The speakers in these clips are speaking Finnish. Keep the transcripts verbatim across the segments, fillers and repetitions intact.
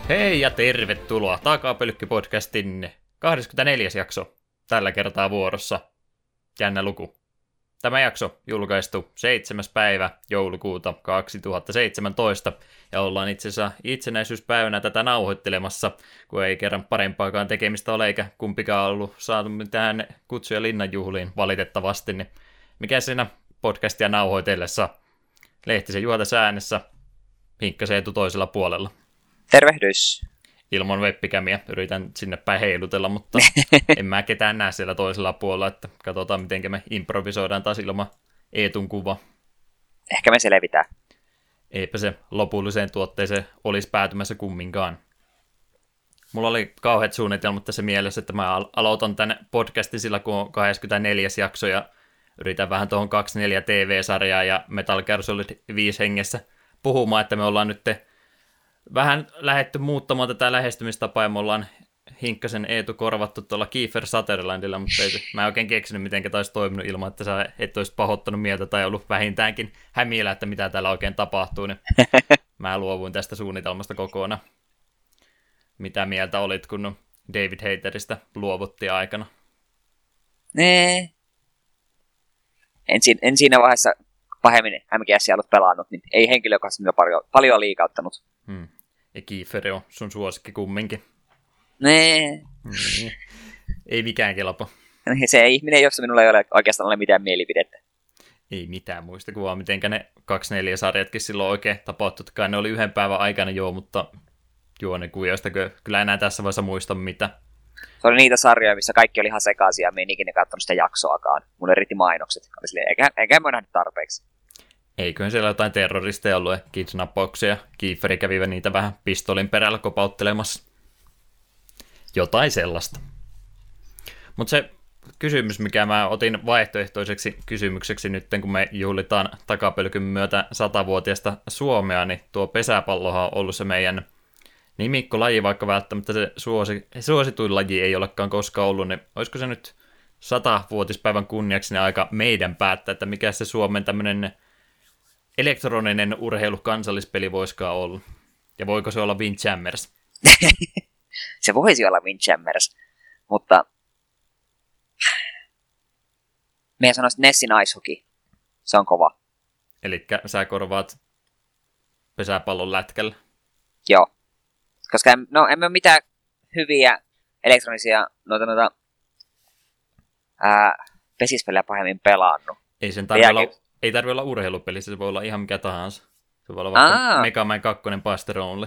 Hei ja tervetuloa Takapölkky-podcastin kahdeskymmenesneljäs jakso tällä kertaa vuorossa. Jännä luku. Tämä jakso julkaistu seitsemäs päivä joulukuuta kaksituhattaseitsemäntoista ja ollaan itse asiassa itsenäisyyspäivänä tätä nauhoittelemassa, kun ei kerran parempaakaan tekemistä ole eikä kumpikaan ollut saatu mitään kutsuja linnanjuhliin valitettavasti, niin mikä siinä podcastia nauhoitellessa? Lehtisen Juha tässä äänessä, Hinkkasen Eetu toisella puolella. Tervehdys. Ilman webbikämiä yritän sinne päin heilutella, mutta en mä ketään näe siellä toisella puolella, että katsotaan miten me improvisoidaan taas ilman Eetun kuva. Ehkä me selvitään. Eipä se lopulliseen tuotteeseen olisi päätymässä kumminkaan. Mulla oli kauheat suunnitelmat tässä mielessä, että mä aloitan tämän podcastin sillä, kun on kahdeskymmenesneljäs jakso ja yritän vähän tuohon kaksikymmentäneljä T V-sarjaa ja Metal Gear Solid viisi hengessä puhumaan, että me ollaan nyt vähän lähdetty muuttamaan tätä lähestymistapaa ja me ollaan Hinkkasen Eetu korvattu tuolla Kiefer Sutherlandilla, mutta ei, mä en oikein keksinyt, miten taisi toiminut ilman, että sä et olisi pahoittanut mieltä tai ollut vähintäänkin hämillä, että mitä täällä oikein tapahtuu, niin mä luovuin tästä suunnitelmasta kokonaan. Mitä mieltä olit, kun David Hayteristä luovuttiin aikana? Nee. En, si- en siinä vaiheessa pahemmin M G S ollut pelannut, niin ei henkilökohtaisesti minua paljon, paljon liikauttanut. Hmm. Ja Kiefer on sun suosikki kumminkin. Nee. Hmm. Ei mikään kelpo. Se ihminen, jossa minulla ei ole oikeastaan ole mitään mielipidettä. Ei mitään muista kuvaa, mitenkä ne kaksikymmentäneljä-sarjatkin silloin oikein tapahtui. Ne oli yhden päivän aikana joo, mutta joo, ne kujoista kyllä enää tässä vaiheessa muista mitä. Se oli niitä sarjoja, missä kaikki oli ihan sekaisin ja me en ikinä katsonut sitä jaksoakaan. Mulla eritti mainokset. Oli silleen, eikä, eikä mä nähnyt tarpeeksi. Eiköhän siellä jotain terroristeja ollut ja kidnappauksia. Kieferi kävi niitä vähän pistolin perällä kopauttelemassa. Jotain sellaista. Mutta se kysymys, mikä mä otin vaihtoehtoiseksi kysymykseksi nyt, kun me juhlitaan Takapölkyn myötä satavuotiaista Suomea, niin tuo pesäpallohan on ollut se meidän nimikkolaji, vaikka välttämättä se suosi, suosituin laji ei olekaan koskaan ollut, niin olisiko se nyt satavuotispäivän kunniaksi niin aika meidän päättää, että mikä se Suomen tämmöinen elektroninen urheilukansallispeli voisikaan olla? Ja voiko se olla Windjammers? Se voisi olla Windjammers, mutta meidän sanoisi Nessin Ice Hockey. Se on kova. Elikkä sä korvaat pesäpallon lätkällä? Joo. Koska en, no, emme ole mitään hyviä elektronisia noita, noita ää, pesispelejä pahemmin pelannut. Ei sen tarvitse olla, ei tarvitse olla urheilupeli, se voi olla ihan mikä tahansa. Se voi olla vaikka Aa. Mega Man kaksi Buster Only.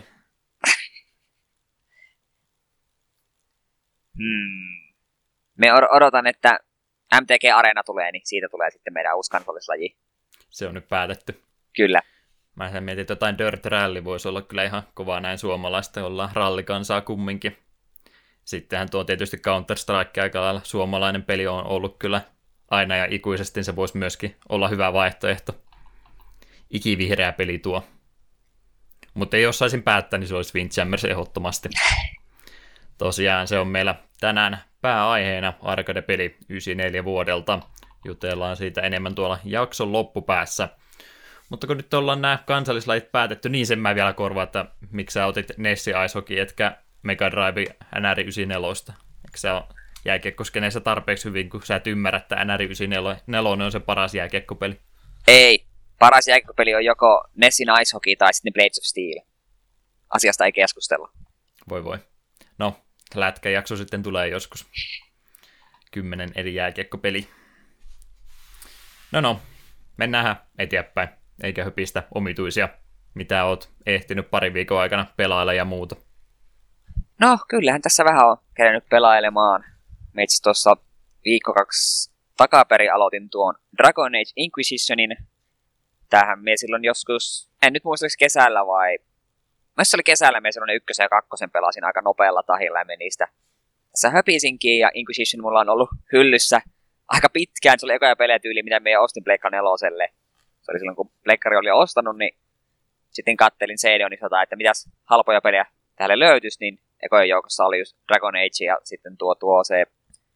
Hmm. Me odotan, että M T G Arena tulee, niin siitä tulee sitten meidän uusi kansallislaji. Se on nyt päätetty. Kyllä. Mä mietin, että jotain Dirt Rally voisi olla kyllä ihan kovaa näin suomalaista, ollaan rallikansaa kumminkin. Sittenhän tuo tietysti Counter-Strike aika lailla suomalainen peli on ollut kyllä aina ja ikuisesti, se voisi myöskin olla hyvä vaihtoehto. Ikivihreä peli tuo. Mutta jos saisin päättää, niin se olisi Windjammers ehdottomasti. Tosiaan se on meillä tänään pääaiheena arcade-peli yhdeksänkymmentäneljä vuodelta. Jutellaan siitä enemmän tuolla jakson loppupäässä. Mutta kun nyt ollaan nämä kansallislajit päätetty, niin sen mä vielä korvaan, että miksi sä otit Nessi Ice Hockey, etkä Mega Drive N R yhdeksänkymmentäneljä. Eikö se ole jääkiekkoskeneessä tarpeeksi hyvin, kun sä et ymmärrä, että N R yhdeksänkymmentäneljä on se paras jääkiekkopeli? Ei. Paras jääkiekkopeli on joko Nessin Ice Hockey tai sitten Blades of Steel. Asiasta ei keskustella. Voi voi. No, lätkäjakso sitten tulee joskus. Kymmenen eri jääkiekkopeli. No no, mennään eteenpäin. Eikä höpistä omituisia, mitä oot ehtinyt pari viikon aikana pelailla ja muuta. No, kyllähän tässä vähän on kerännyt pelailemaan. Meitsi tuossa viikko kaksi takaperin aloitin tuon Dragon Age Inquisitionin. Tämähän me silloin joskus, en nyt muista kesällä vai... Mä se oli kesällä, me sellainen ykkösen ja kakkosen pelasin aika nopealla tahilla ja me niistä tässä höpisinkin. Ja Inquisition mulla on ollut hyllyssä aika pitkään. Se oli ekoja pelejä tyyli, mitä me ostin Pleikka neloselle. Se oli silloin, kun Pleikkari oli jo ostanut, niin sitten kattelin C D Onista, että mitäs halpoja pelejä täällä löytyisi, niin ekojen joukossa oli just Dragon Age ja sitten tuo, tuo se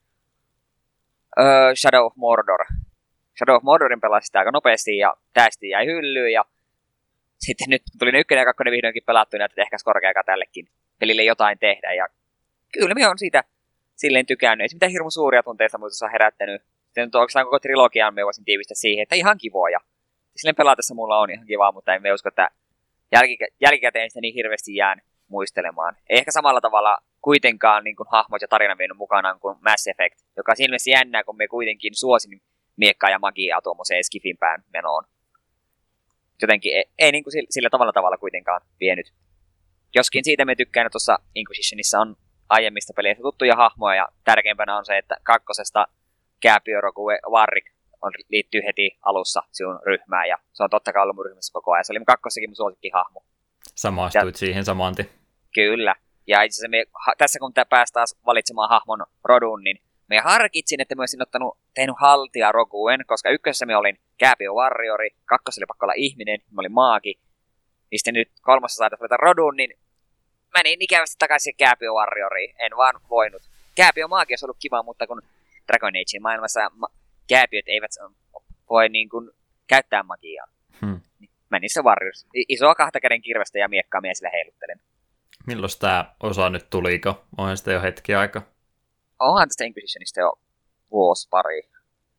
öö, Shadow of Mordor. Shadow of Mordorin pelasin sitä aika nopeasti ja tästä jäi hyllyyn ja sitten nyt tuli ne ykkönen ja kakkonen vihdoinkin pelattu, niin että ehkä korkeakaan tällekin pelille jotain tehdä. Ja kyllä me on siitä silleen tykännyt. Ei se mitään hirmu suuria tunteista muutossa herättänyt. Sitten oikeastaan koko trilogian me voisin tiivistää siihen, että ihan kivoja. Silleen pelatessa mulla on ihan kivaa, mutta en me usko, että jälkikä- jälkikäteen sitä niin hirveästi jään muistelemaan. Ei ehkä samalla tavalla kuitenkaan niin kuin hahmot ja tarina vienyt mukanaan kuin Mass Effect, joka on ilmeisesti jännää, kun me kuitenkin suosin miekkaa ja magiaa tuommoiseen skifinpään menoon. Jotenkin ei, ei niin kuin sillä, sillä tavalla tavalla kuitenkaan vienyt. Joskin siitä me tykkään, että tuossa Inquisitionissa on aiemmista peleistä tuttuja hahmoja, ja tärkeimpänä on se, että kakkosesta Caepio Rogue Warrick on, liittyy heti alussa sinun ryhmään, ja se on totta kai ollut mun ryhmässä koko ajan. Se oli kakkossakin mun suosikkihahmo. Samastuit ja, siihen samanti. Kyllä. Ja itse asiassa me, tässä kun päästään valitsemaan hahmon rodun, niin me harkitsin, että mä olisin ottanut, tehnyt haltia Roguen, koska ykkösessä me olin Caepio Warriori, kakkosessa oli pakko olla ihminen, mä olin maagi. Niin sitten nyt kolmassa saatais valita rodun, niin mä niin ikävästi takaisin Caepio Warrioriin, en vaan voinut. Caepio maagi olisi ollut kiva, mutta kun Dragon Agein maailmassa ma- Caepiot eivät voi niin kuin käyttää magiaa. Hmm. Niin menin se Warriors. Isoa kahta käden kirvestä ja miekkaa miesillä heiluttelen. Milloin tämä osa nyt tuliko? Onhan sitä jo hetki aika. Onhan tästä Inquisitionista jo vuosi pari.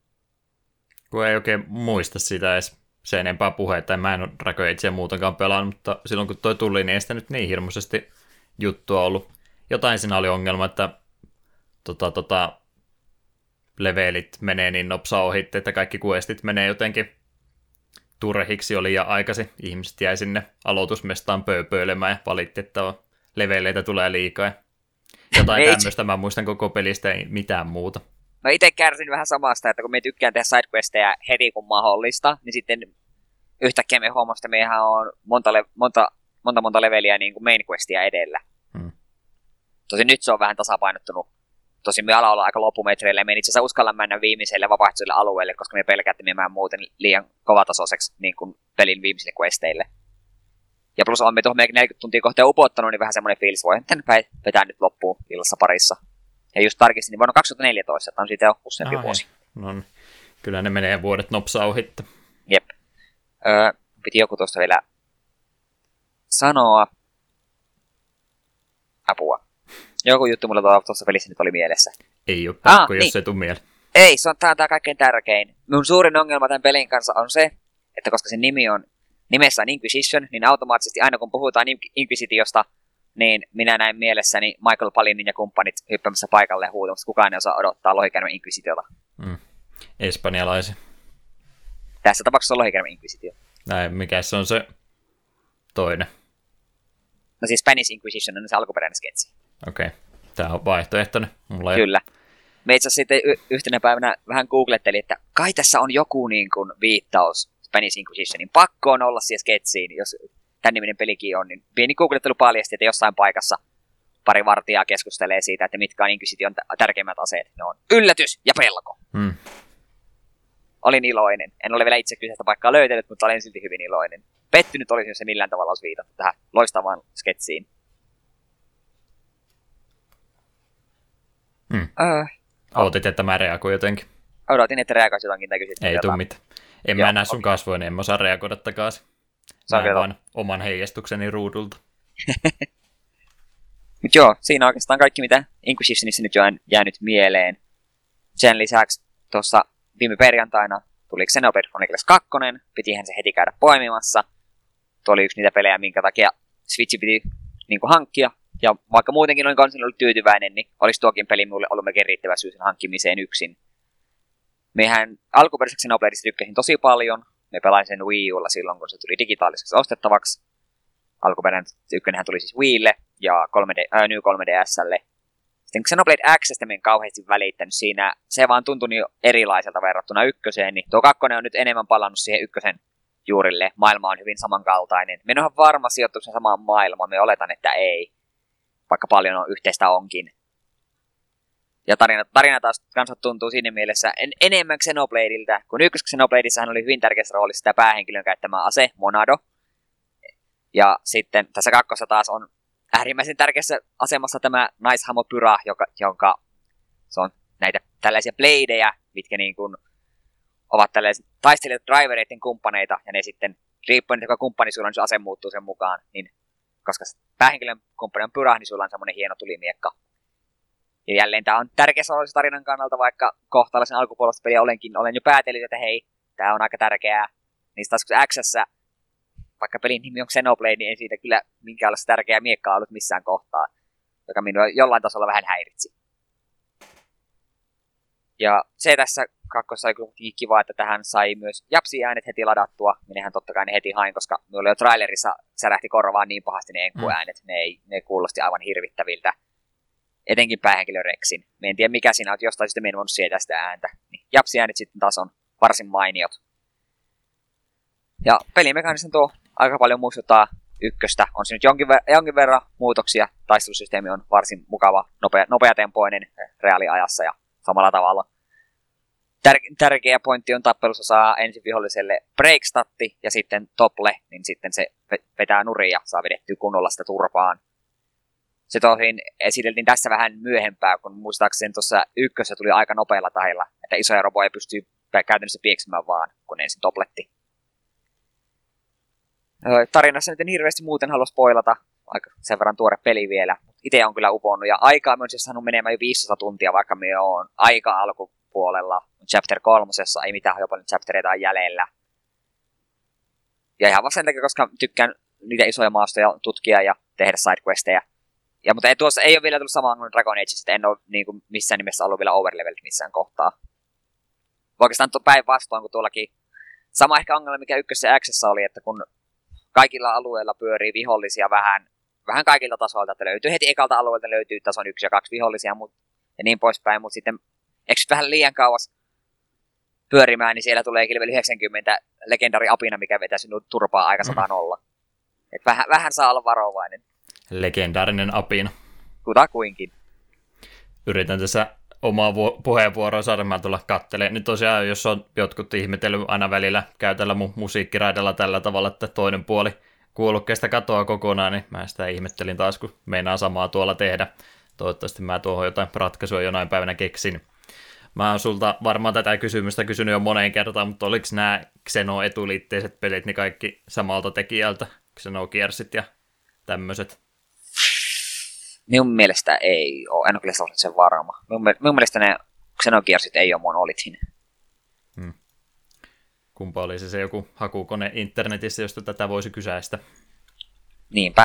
Kun ei oikein muista sitä edes sen enempää puheita. Mä en ole Dragon Agea muutenkaan pelannut, mutta silloin kun toi tuli, niin ei sitä nyt niin hirmuisesti juttua ollut. Jotain siinä oli ongelma, että tota, tota, levelit menee niin nopsaa ohi, että kaikki questit menee jotenkin turhiksi, oli ja aikaisin. Ihmiset jäi sinne aloitusmestaan pööpöilemään ja valitti, että leveleitä tulee liikaa. Jotain tämmöistä, mä muistan koko pelistä, ei mitään muuta. No itse kärsin vähän samasta, että kun me tykkään tehdä sidequesteja heti kun mahdollista, niin sitten yhtäkkiä me huomasimme, että meihän on monta, le- monta, monta, monta leveliä niin kuin main questia edellä. Hmm. Tosin nyt se on vähän tasapainottunut. Tosin me ala olla aika loppumetreillä, ja me en itse asiassa uskalla mennä viimeiselle vapaaehtoiselle alueelle, koska me pelkäämme, että me mennään muuten liian kovatasoiseksi niin kuin pelin viimeisille questeille. Ja plus on me tuohon neljäkymmentä tuntia kohteen upottanut, niin vähän semmoinen fiilis, voi tämän vetää nyt loppuun illassa parissa. Ja just tarkistin, niin vuonna kaksituhattaneljätoista, että on siitä jo useampi ah, vuosi. No niin. Kyllä ne menee vuodet nopsaa ohitte. Jep. Öö, piti joku tuosta vielä sanoa. Apua. Joku juttu mulla tuossa pelissä nyt oli mielessä. Ei ole pakko, ah, jos niin. se ei tule mieleen. Ei, se on tää, tää kaikkein tärkein. Mun suurin ongelma tämän pelin kanssa on se, että koska sen nimi on, nimessä on Inquisition, niin automaattisesti aina kun puhutaan Inquisitiosta, niin minä näin mielessäni Michael Palinin ja kumppanit hyppäämässä paikalle ja huutamassa. Kukaan ei osaa odottaa lohikärmen Inquisitiota. Mm. Espanjalaisia. Tässä tapauksessa on lohikärmen Inquisitio. Näin, mikä se on se toinen? No siis Spanish Inquisition on se alkuperäinen sketsi. Okei, okay. Tämä on vaihtoehtoinen. Mulla Kyllä. Me itse asiassa sitten y- yhtenä päivänä vähän googlettelin, että kai tässä on joku niin kuin viittaus Spanish Inquisitionin. Pakko on olla siihen sketsiin, jos tämän niminen pelikin on. Niin pieni googlettelu paljasti, että jossain paikassa pari vartijaa keskustelee siitä, että mitkä on Inquisition tärkeimmät aseet. Ne on yllätys ja pelko. Hmm. Olin iloinen. En ole vielä itse kyseistä paikkaa löytänyt, mutta olin silti hyvin iloinen. Pettynyt olisin, jos se millään tavalla olisi viitattu tähän loistavaan sketsiin. Hmm. Öö. Ootit, että mä reagoin jotenkin. Odotin, että reagoisi jotakin tai kysyt. Ei tule mitään. En Joo, mä näe sun okay. kasvoja, niin en mä osaa reagoida takaisin. Mä en vaan oman heijastukseni ruudulta. Mut joo, siinä on oikeastaan kaikki, mitä Inquisitionissa nyt jo on jäänyt mieleen. Sen lisäksi tuossa viime perjantaina tuli Xenoblade Chronicles kaksi, pitihän se heti käydä poimimassa. Tuo oli yksi niitä pelejä, minkä takia Switch piti niin kuin hankkia. Ja vaikka muutenkin olin konsolilla ollut tyytyväinen, niin olisi tuokin peli minulle ollut melkein riittävä syy sen hankkimiseen yksin. Mehän alkuperäiseksi Xenobladeista tykkäsin tosi paljon. Me pelain sen Wii Ulla silloin, kun se tuli digitaaliseksi ostettavaksi. Alkuperäinen ykkönenhän tuli siis Wiille ja kolme D, äh, New kolme D S:lle. Sitten Xenoblade X:stä me en kauheasti välittänyt siinä. Se vaan tuntui niin erilaiselta verrattuna ykköseen. Niin tuo kakkonen on nyt enemmän palannut siihen ykkösen juurille. Maailma on hyvin samankaltainen. Me en ole varma sijoittuksen samaan maailmaan. Me oletan, että ei. Vaikka paljon on yhteistä onkin. Ja tarina, tarina taas kanssa tuntuu siinä mielessä en, enemmän Xenobladeilta, kun ykkös Xenobladeissahan oli hyvin tärkeässä roolissa tämä päähenkilön käyttämä ase, Monado. Ja sitten tässä kakkossa taas on äärimmäisen tärkeässä asemassa tämä naishahmo Pyra, joka, jonka se on näitä tällaisia bladeja, mitkä niin kuin ovat tällaisia taistelijat drivereiden kumppaneita, ja ne sitten, riippuen, että joka kumppani sulla on, niin se ase muuttuu sen mukaan, niin koska päähenkilön kumppani on Pyra, niin sulla on semmoinen hieno tulimiekka. Ja jälleen tämä on tärkeässä roolissa tarinan kannalta, vaikka kohtalaisen alkupuolesta peliä olenkin, olen jo päätellyt, että hei, tämä on aika tärkeää. Niin taas kun X:ssä, vaikka pelin nimi on Xenoblade, niin ei siitä kyllä minkäänlaista tärkeää miekkaa ollut missään kohtaa, joka minua jollain tasolla vähän häiritsi. Ja se tässä kakkossa oli kiva, että tähän sai myös japsi-äänet heti ladattua. Minähän totta kai ne heti hain, koska minulla jo trailerissa särähti korvaan niin pahasti ne enkuäänet. Mm. Ne, ei, ne kuulosti aivan hirvittäviltä. Etenkin päähenkilön Rexin. Me en tiedä mikä siinä on, että jostain sitten me en voinut sietää sitä ääntä. Niin japsi-äänet sitten taas on varsin mainiot. Ja pelimekanismi tuo aika paljon muistuttaa ykköstä. On siinä nyt jonkin, ver- jonkin verran muutoksia. Taistelusysteemi on varsin mukava, nopea, nopeatempoinen reaaliajassa ja samalla tavalla. Tär- tärkeä pointti on tappelussa saa ensin viholliselle break-statti ja sitten tople, niin sitten se vetää nurin ja saa vedettyä kunnolla sitä turpaan. Se tosin esiteltiin tässä vähän myöhempää, kun muistaakseni tuossa ykkössä tuli aika nopealla tahilla, että isoja roboja pystyy käytännössä pieksimään vaan, kun ensin topletti. Tarinassa nyt en hirveästi muuten halua spoilata, aika sen verran tuore peli vielä. Itse on kyllä uponnut ja aikaa myös siis saanut menemään jo viisisataa tuntia, vaikka me on aika alkupuolella. Chapter kolmosessa ei mitään jo paljon chaptereita on jäljellä. Ja ihan vaan sen takia, koska tykkään niitä isoja maastoja tutkia ja tehdä sidequesteja. Ja mutta ei, tuossa ei ole vielä tullut samaa kuin Dragon Ageissa, että en ole niin kuin missään nimessä ollut vielä overleveled missään kohtaa. Oikeastaan päinvastoin kuin tuollakin. Sama ehkä ongelma, mikä ykkössä ja X:ssä oli, että kun kaikilla alueilla pyörii vihollisia vähän, vähän kaikilta tasoilta, että löytyy heti ekalta alueelta löytyy tason yksi ja kaksi vihollisia mut, ja niin poispäin, mutta sitten eksyt vähän liian kauas pyörimään, niin siellä tulee level yhdeksänkymmentä legendari apina, mikä vetää sinut turpaa aika sata nolla. Et vähän, vähän saa olla varovainen. Legendaarinen apina. Kutakuinkin. Yritän tässä omaa vu- puheenvuoroa saada, mä tulla kattelemaan. Nyt tosiaan, jos on jotkut ihmetellyt aina välillä, käy tällä mun musiikkiraidella tällä tavalla, että toinen puoli kuulokkeesta katoaa kokonaan, niin mä sitä ihmettelin taas, kun meinaa samaa tuolla tehdä. Toivottavasti mä tuohon jotain ratkaisua jonain päivänä keksin. Mä oon sulta varmaan tätä kysymystä kysynyt jo moneen kertaan, mutta oliko nämä Xeno-etuliitteiset pelit niin kaikki samalta tekijältä? Xenogearsit ja tämmöiset? Minun mielestä ei ole, en ole kyllä sen varma. Minun, minun mielestä ne Xenogearsit ei ole Monolithin. Hmm. Kumpa olisi se joku hakukone internetissä, josta tätä voisi kysäistä? Niinpä.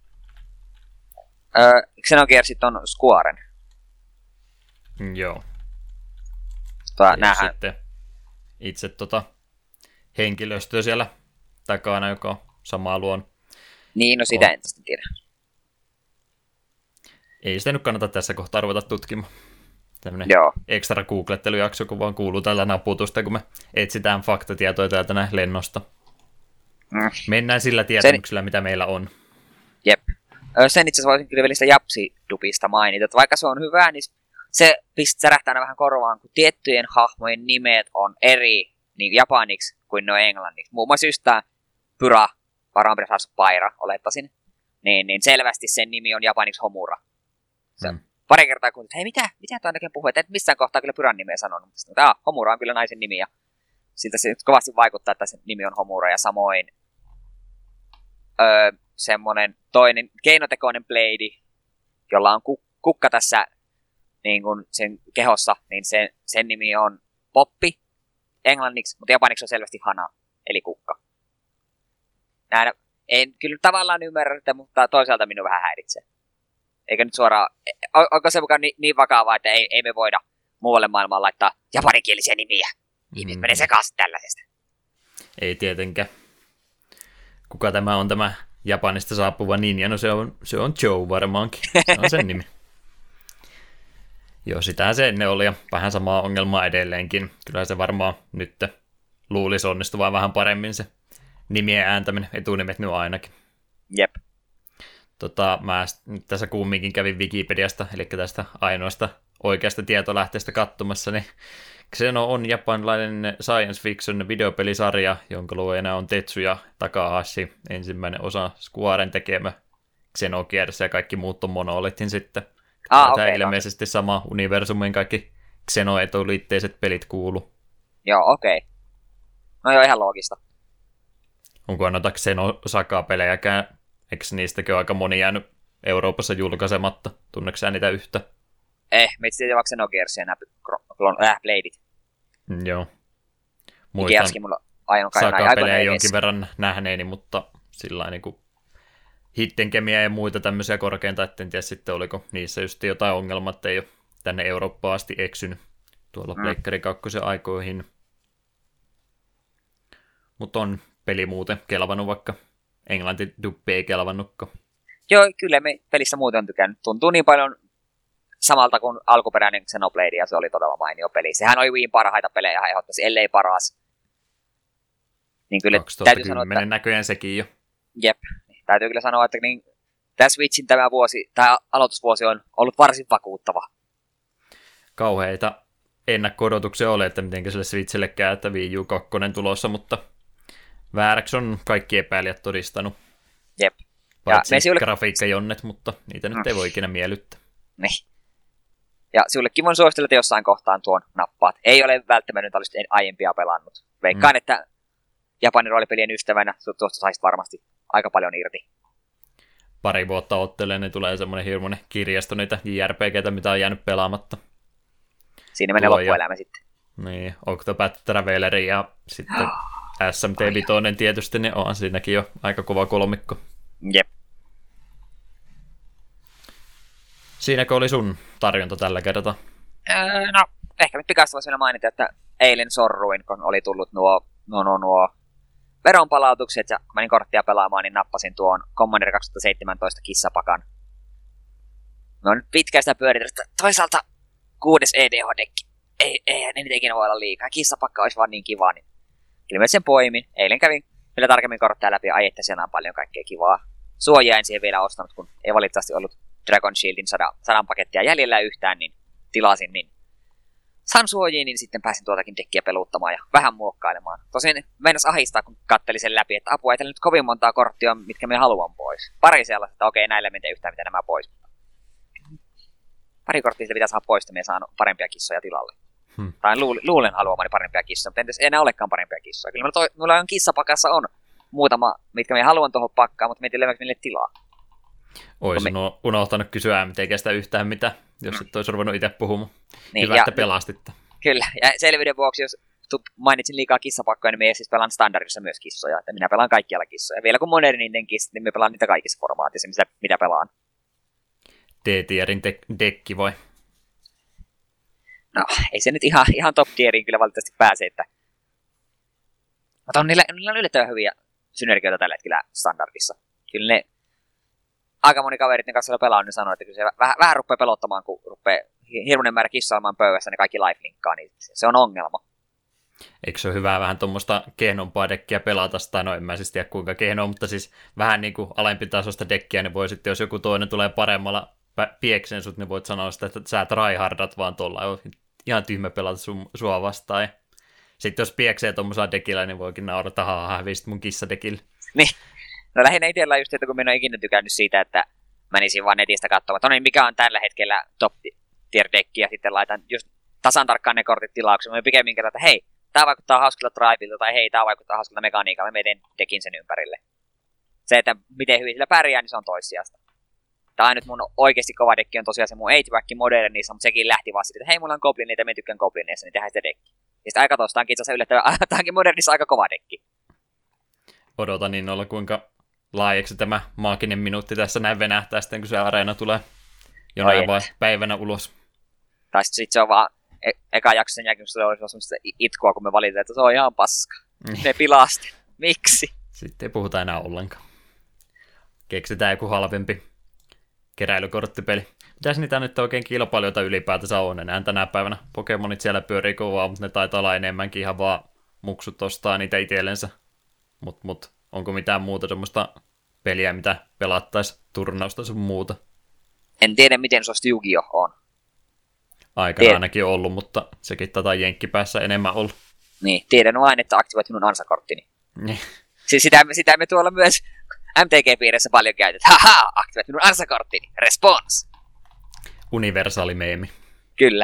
Öö, Xenogearsit on Squaren. Mm, joo. Tota, näähän... Sitten itse tota henkilöstöä siellä takana, joka on samaa luon. Niin, no sitä on. En sitten tiedä. Ei sitä nyt kannata tässä kohtaa ruveta tutkimaan. Tämmöinen Joo. ekstra googlettelujakso, kun vaan kuuluu tällä naputusta, kun me etsitään faktatietoja täältä näin lennosta. Mm. Mennään sillä tietämyksellä, Sen... mitä meillä on. Jep. Sen itse asiassa voisin kyllä vielä sitä Japsi-dupista mainita, että vaikka se on hyvä, niin se pistää särähtää aina vähän korvaan, kun tiettyjen hahmojen nimet on eri niin japaniksi kuin ne on englanniksi. Muun muassa just tämä Pyra, Parambrefas Paira, olettaisin, niin, niin selvästi sen nimi on japaniksi Homura. Se mm. Pari kertaa kun, että hei, mitä, mitä tuo ainakin puhuu, että et missään kohtaa kyllä Pyran nimeä sanonut. Mutta ah, Homura on kyllä naisen nimi, ja siltä se nyt kovasti vaikuttaa, että se nimi on Homura, ja samoin öö, semmoinen toinen keinotekoinen Blade, jolla on kuk- kukka tässä niin kuin sen kehossa, niin sen, sen nimi on Poppi englanniksi, mutta japaniksi on selvästi Hana, eli kukka. Näin, en kyllä tavallaan ymmärrä, mutta toisaalta minun vähän häiritsee. Eikä nyt suoraan, onko se mukaan niin, niin vakavaa, että ei, ei me voida muualle maailmaan laittaa japanikielisiä nimiä. Ihmiset mm. menee sekaisin tällaisesta. Ei tietenkään. Kuka tämä on tämä Japanista saapuva ninja? No se on, se on Joe varmaankin. Se on sen nimi. Joo, sitähän se ennen oli ja vähän samaa ongelmaa edelleenkin. Kyllä se varmaan nyt luulisi onnistuvan vähän paremmin se nimien ääntäminen, etunimet nyt ainakin. Jep. Tota, mä nyt tässä kumminkin kävin Wikipediasta, eli tästä ainoasta oikeasta tietolähteestä katsomassa, niin Xeno on japanilainen science fiction videopelisarja, jonka luojana on Tetsuya Takahashi, ensimmäinen osa Squaren tekemä Xenogears ja kaikki muut on Monolithin sitten. Ah, Tämä okay, ilmeisesti no. sama universumin kaikki Xeno-etuliitteiset pelit kuulu. Joo, okei. Okay. No joo, ihan loogista. Onko noita Xeno-saga-pelejäkään Eikö niistäkin ole aika moni jäänyt Euroopassa julkaisematta? Tunneeko sä niitä yhtä? Eh, meitä sitten vaikka Xenogears ja nämä äh, Bladeit. Mm, joo. Muistan mulla ainoa kai Saka-pelejä jonkin verran nähneeni, mutta sillä niin kuin Hidden Gemia ja muita tämmöisiä korkeinta, etten tiedä sitten oliko niissä just jotain ongelmaa, että ei ole tänne Eurooppaan asti eksynyt tuolla mm. Pleikkari kakkosen aikoihin. Mutta on peli muuten kelvannut, vaikka englanti-duppi ei kelvannutkaan. Joo, kyllä me pelissä muuten on tykännyt. Tuntuu niin paljon samalta kuin alkuperäinen Xenoblade, ja se oli todella mainio peli. Sehän oli Wiin parhaita pelejä ehdottomasti, ellei paras. Niin kyllä täytyy sanoa, että näköjään sekin jo. Jep, täytyy kyllä sanoa, että niin, tämä Switchin tämä vuosi, tämä aloitusvuosi on ollut varsin vakuuttava. Kauheita ennakko-odotuksia oli, että miten sille Switchille käy, että Wii U kaksi tulossa, mutta vääräksi on kaikki epäilijät todistanut. Jep. Paitsi ja grafiikkajonnet, mutta niitä nyt ei voi ikinä miellyttää. Niin. Ja sullekin voin suositella, että jossain kohtaan tuon nappaat. Ei ole välttämättä olisi aiempia pelannut. Veikkaan, mm. että Japanin roolipelien ystävänä tuosta saisit varmasti aika paljon irti. Pari vuotta ottelee, niin tulee semmoinen hirmuinen kirjasto niitä J R P G:tä, mitä on jäänyt pelaamatta. Siinä menee loppuelämä sitten. Niin, Octopath Traveler ja sitten S M T viisi tietysti, niin on siinäkin jo aika kova kolmikko. Jep. Siinäkö oli sun tarjonta tällä kertaa? Öö, no, ehkä nyt pikaisesti voisi vielä mainita, että eilen sorruin, kun oli tullut nuo, nuo, nuo, nuo veronpalautukset, ja kun menin korttia pelaamaan, niin nappasin tuon Commander kaksituhattaseitsemäntoista kissapakan. Me on nyt pitkään sitä pyöritellyt, että toisaalta kuudes E D H-dekki. Ei, ei, ei niitä ikinä voi olla liikaa. Kissapakka olisi vaan niin kiva, niin kyllä sen poimin. Eilen kävin vielä tarkemmin korttia läpi, ja ai, että siellä on paljon kaikkea kivaa. Suojaa en siihen vielä ostanut, kun ei valitettavasti ollut Dragon Shieldin sada, sadan pakettia jäljellä yhtään, niin tilasin, niin sain suojiin, niin sitten pääsin tuotakin dekkiä peluuttamaan ja vähän muokkailemaan. Tosin meinas ahistaa, kun kattelin sen läpi, että apua, ei tällä nyt kovin montaa korttia, mitkä me haluan pois. Pari sellaista, että okei, näillä menee yhtään, mitä nämä pois. Pari korttia sitä pitää saada pois, että me saan parempia kissoja tilalle. Hmm. Tai luulen, luulen haluamani parempia kissoja, mutta entäs ei enää olekaan parempia kissoja. Kyllä mulla, mulla on kissapakassa on muutama, mitkä me haluan tuohon pakkaan, mutta me ei tiedä, niille tilaa. Oisin me unohtanut kysyä M T G:stä yhtään mitä, jos et olisi ruvennut itse puhumaan. Niin, hyvä, että pelastitte. Kyllä, ja selvyyden vuoksi, jos mainitsin liikaa kissapakkoja, niin me siis pelaan standardissa myös kissoja. Että minä pelaan kaikkialla kissoja. Vielä kun modernin kissat, niin me pelaan niitä kaikissa formaatissa, mitä, mitä pelaan. D-tierin de- dekki vai? No, ei se nyt ihan, ihan top-tieriin kyllä valitettavasti pääse, että mutta on niillä, niillä on yllättävän hyviä synergioita tällä hetkellä standardissa. Kyllä ne aika moni kaverit, ne kanssa pelaa, niin sanoo, että kyllä se vähän, vähän rupeaa pelottamaan, kun rupeaa hirmuinen määrä kissailmaan pöydässä, ne kaikki life-linkkaa, niin se on ongelma. Eikö se ole hyvä vähän tuommoista kehnompaa dekkiä pelata, tai no en mä siis tiedä kuinka kehnoa, mutta siis vähän niin kuin alempi tasosta dekkiä, niin voi sitten, jos joku toinen tulee paremmalla piekseen sut, niin voit sanoa sitä, että sä tryhardat vaan tuolla, on ihan tyhmä pelata sun, sua vastaan. Sitten jos pieksee tuommoisella dekillä, niin voikin naurata, haa, hävisit mun kissadekille. Niin. No lähinnä itsellä just, että kun minä olen ikinä tykännyt siitä, että menisin vaan netistä katsomaan, että no niin, mikä on tällä hetkellä top tier dekki, ja sitten laitan just tasan tarkkaan ne kortit tilaukseen. Mä pikemmin kerran, että hei, tää vaikuttaa hauskalta tribilta, tai hei, tää vaikuttaa hauskalta mekaniikalta, mä teen dekin sen ympärille. Se, että miten hyvin sillä pärjää, niin se on toissijasta. Tää nyt mun oikeasti kova dekki on tosiaan se mun eight-pack modernissa, mutta sekin lähti vaan siitä, että hei, mulla on goblineita, mä tykkään goblineissa, niin tehdään sitä dekki. Ja sitten aika tosta onkin itse asiassa yllättävän, tämäkin modernissa aika kova dekki. Odotan niin olla, kuinka laajaksi tämä maaginen minuutti tässä näin venähtää sitten, kun se areena tulee jonain vai päivänä ulos. Tai sitten sit se on vaan e- eka jakso sen jälkeen, kun se oli semmoista itkua, kun me valitaan, että se on ihan paska. Ne pilasti. Miksi? Sitten ei puhuta enää ollenkaan. Keksitään joku halvempi keräilykorttipeli. Mitäs niitä nyt oikein kilpailijoita ylipäätänsä on enää tänä päivänä? Pokemonit siellä pyörii kovaa, mutta ne taitaa olla enemmänkin ihan vaan muksut ostaa niitä itsellensä. Mut, mut, onko mitään muuta semmoista peliä, mitä pelattaisi turnausta sun muuta? En tiedä, miten se Yu-Gi-Oh on. Aikana ainakin ollut, mutta sekin tätä jenkkipäässä enemmän ollut. Niin, tiedän vain, että aktivoit minun ansakorttini. Niin. Siis sitä, sitä me tuolla myös M T G-piirissä paljon käytetään. Haha, aktivoit minun ansakorttini. Response. Universaali meemi. Kyllä.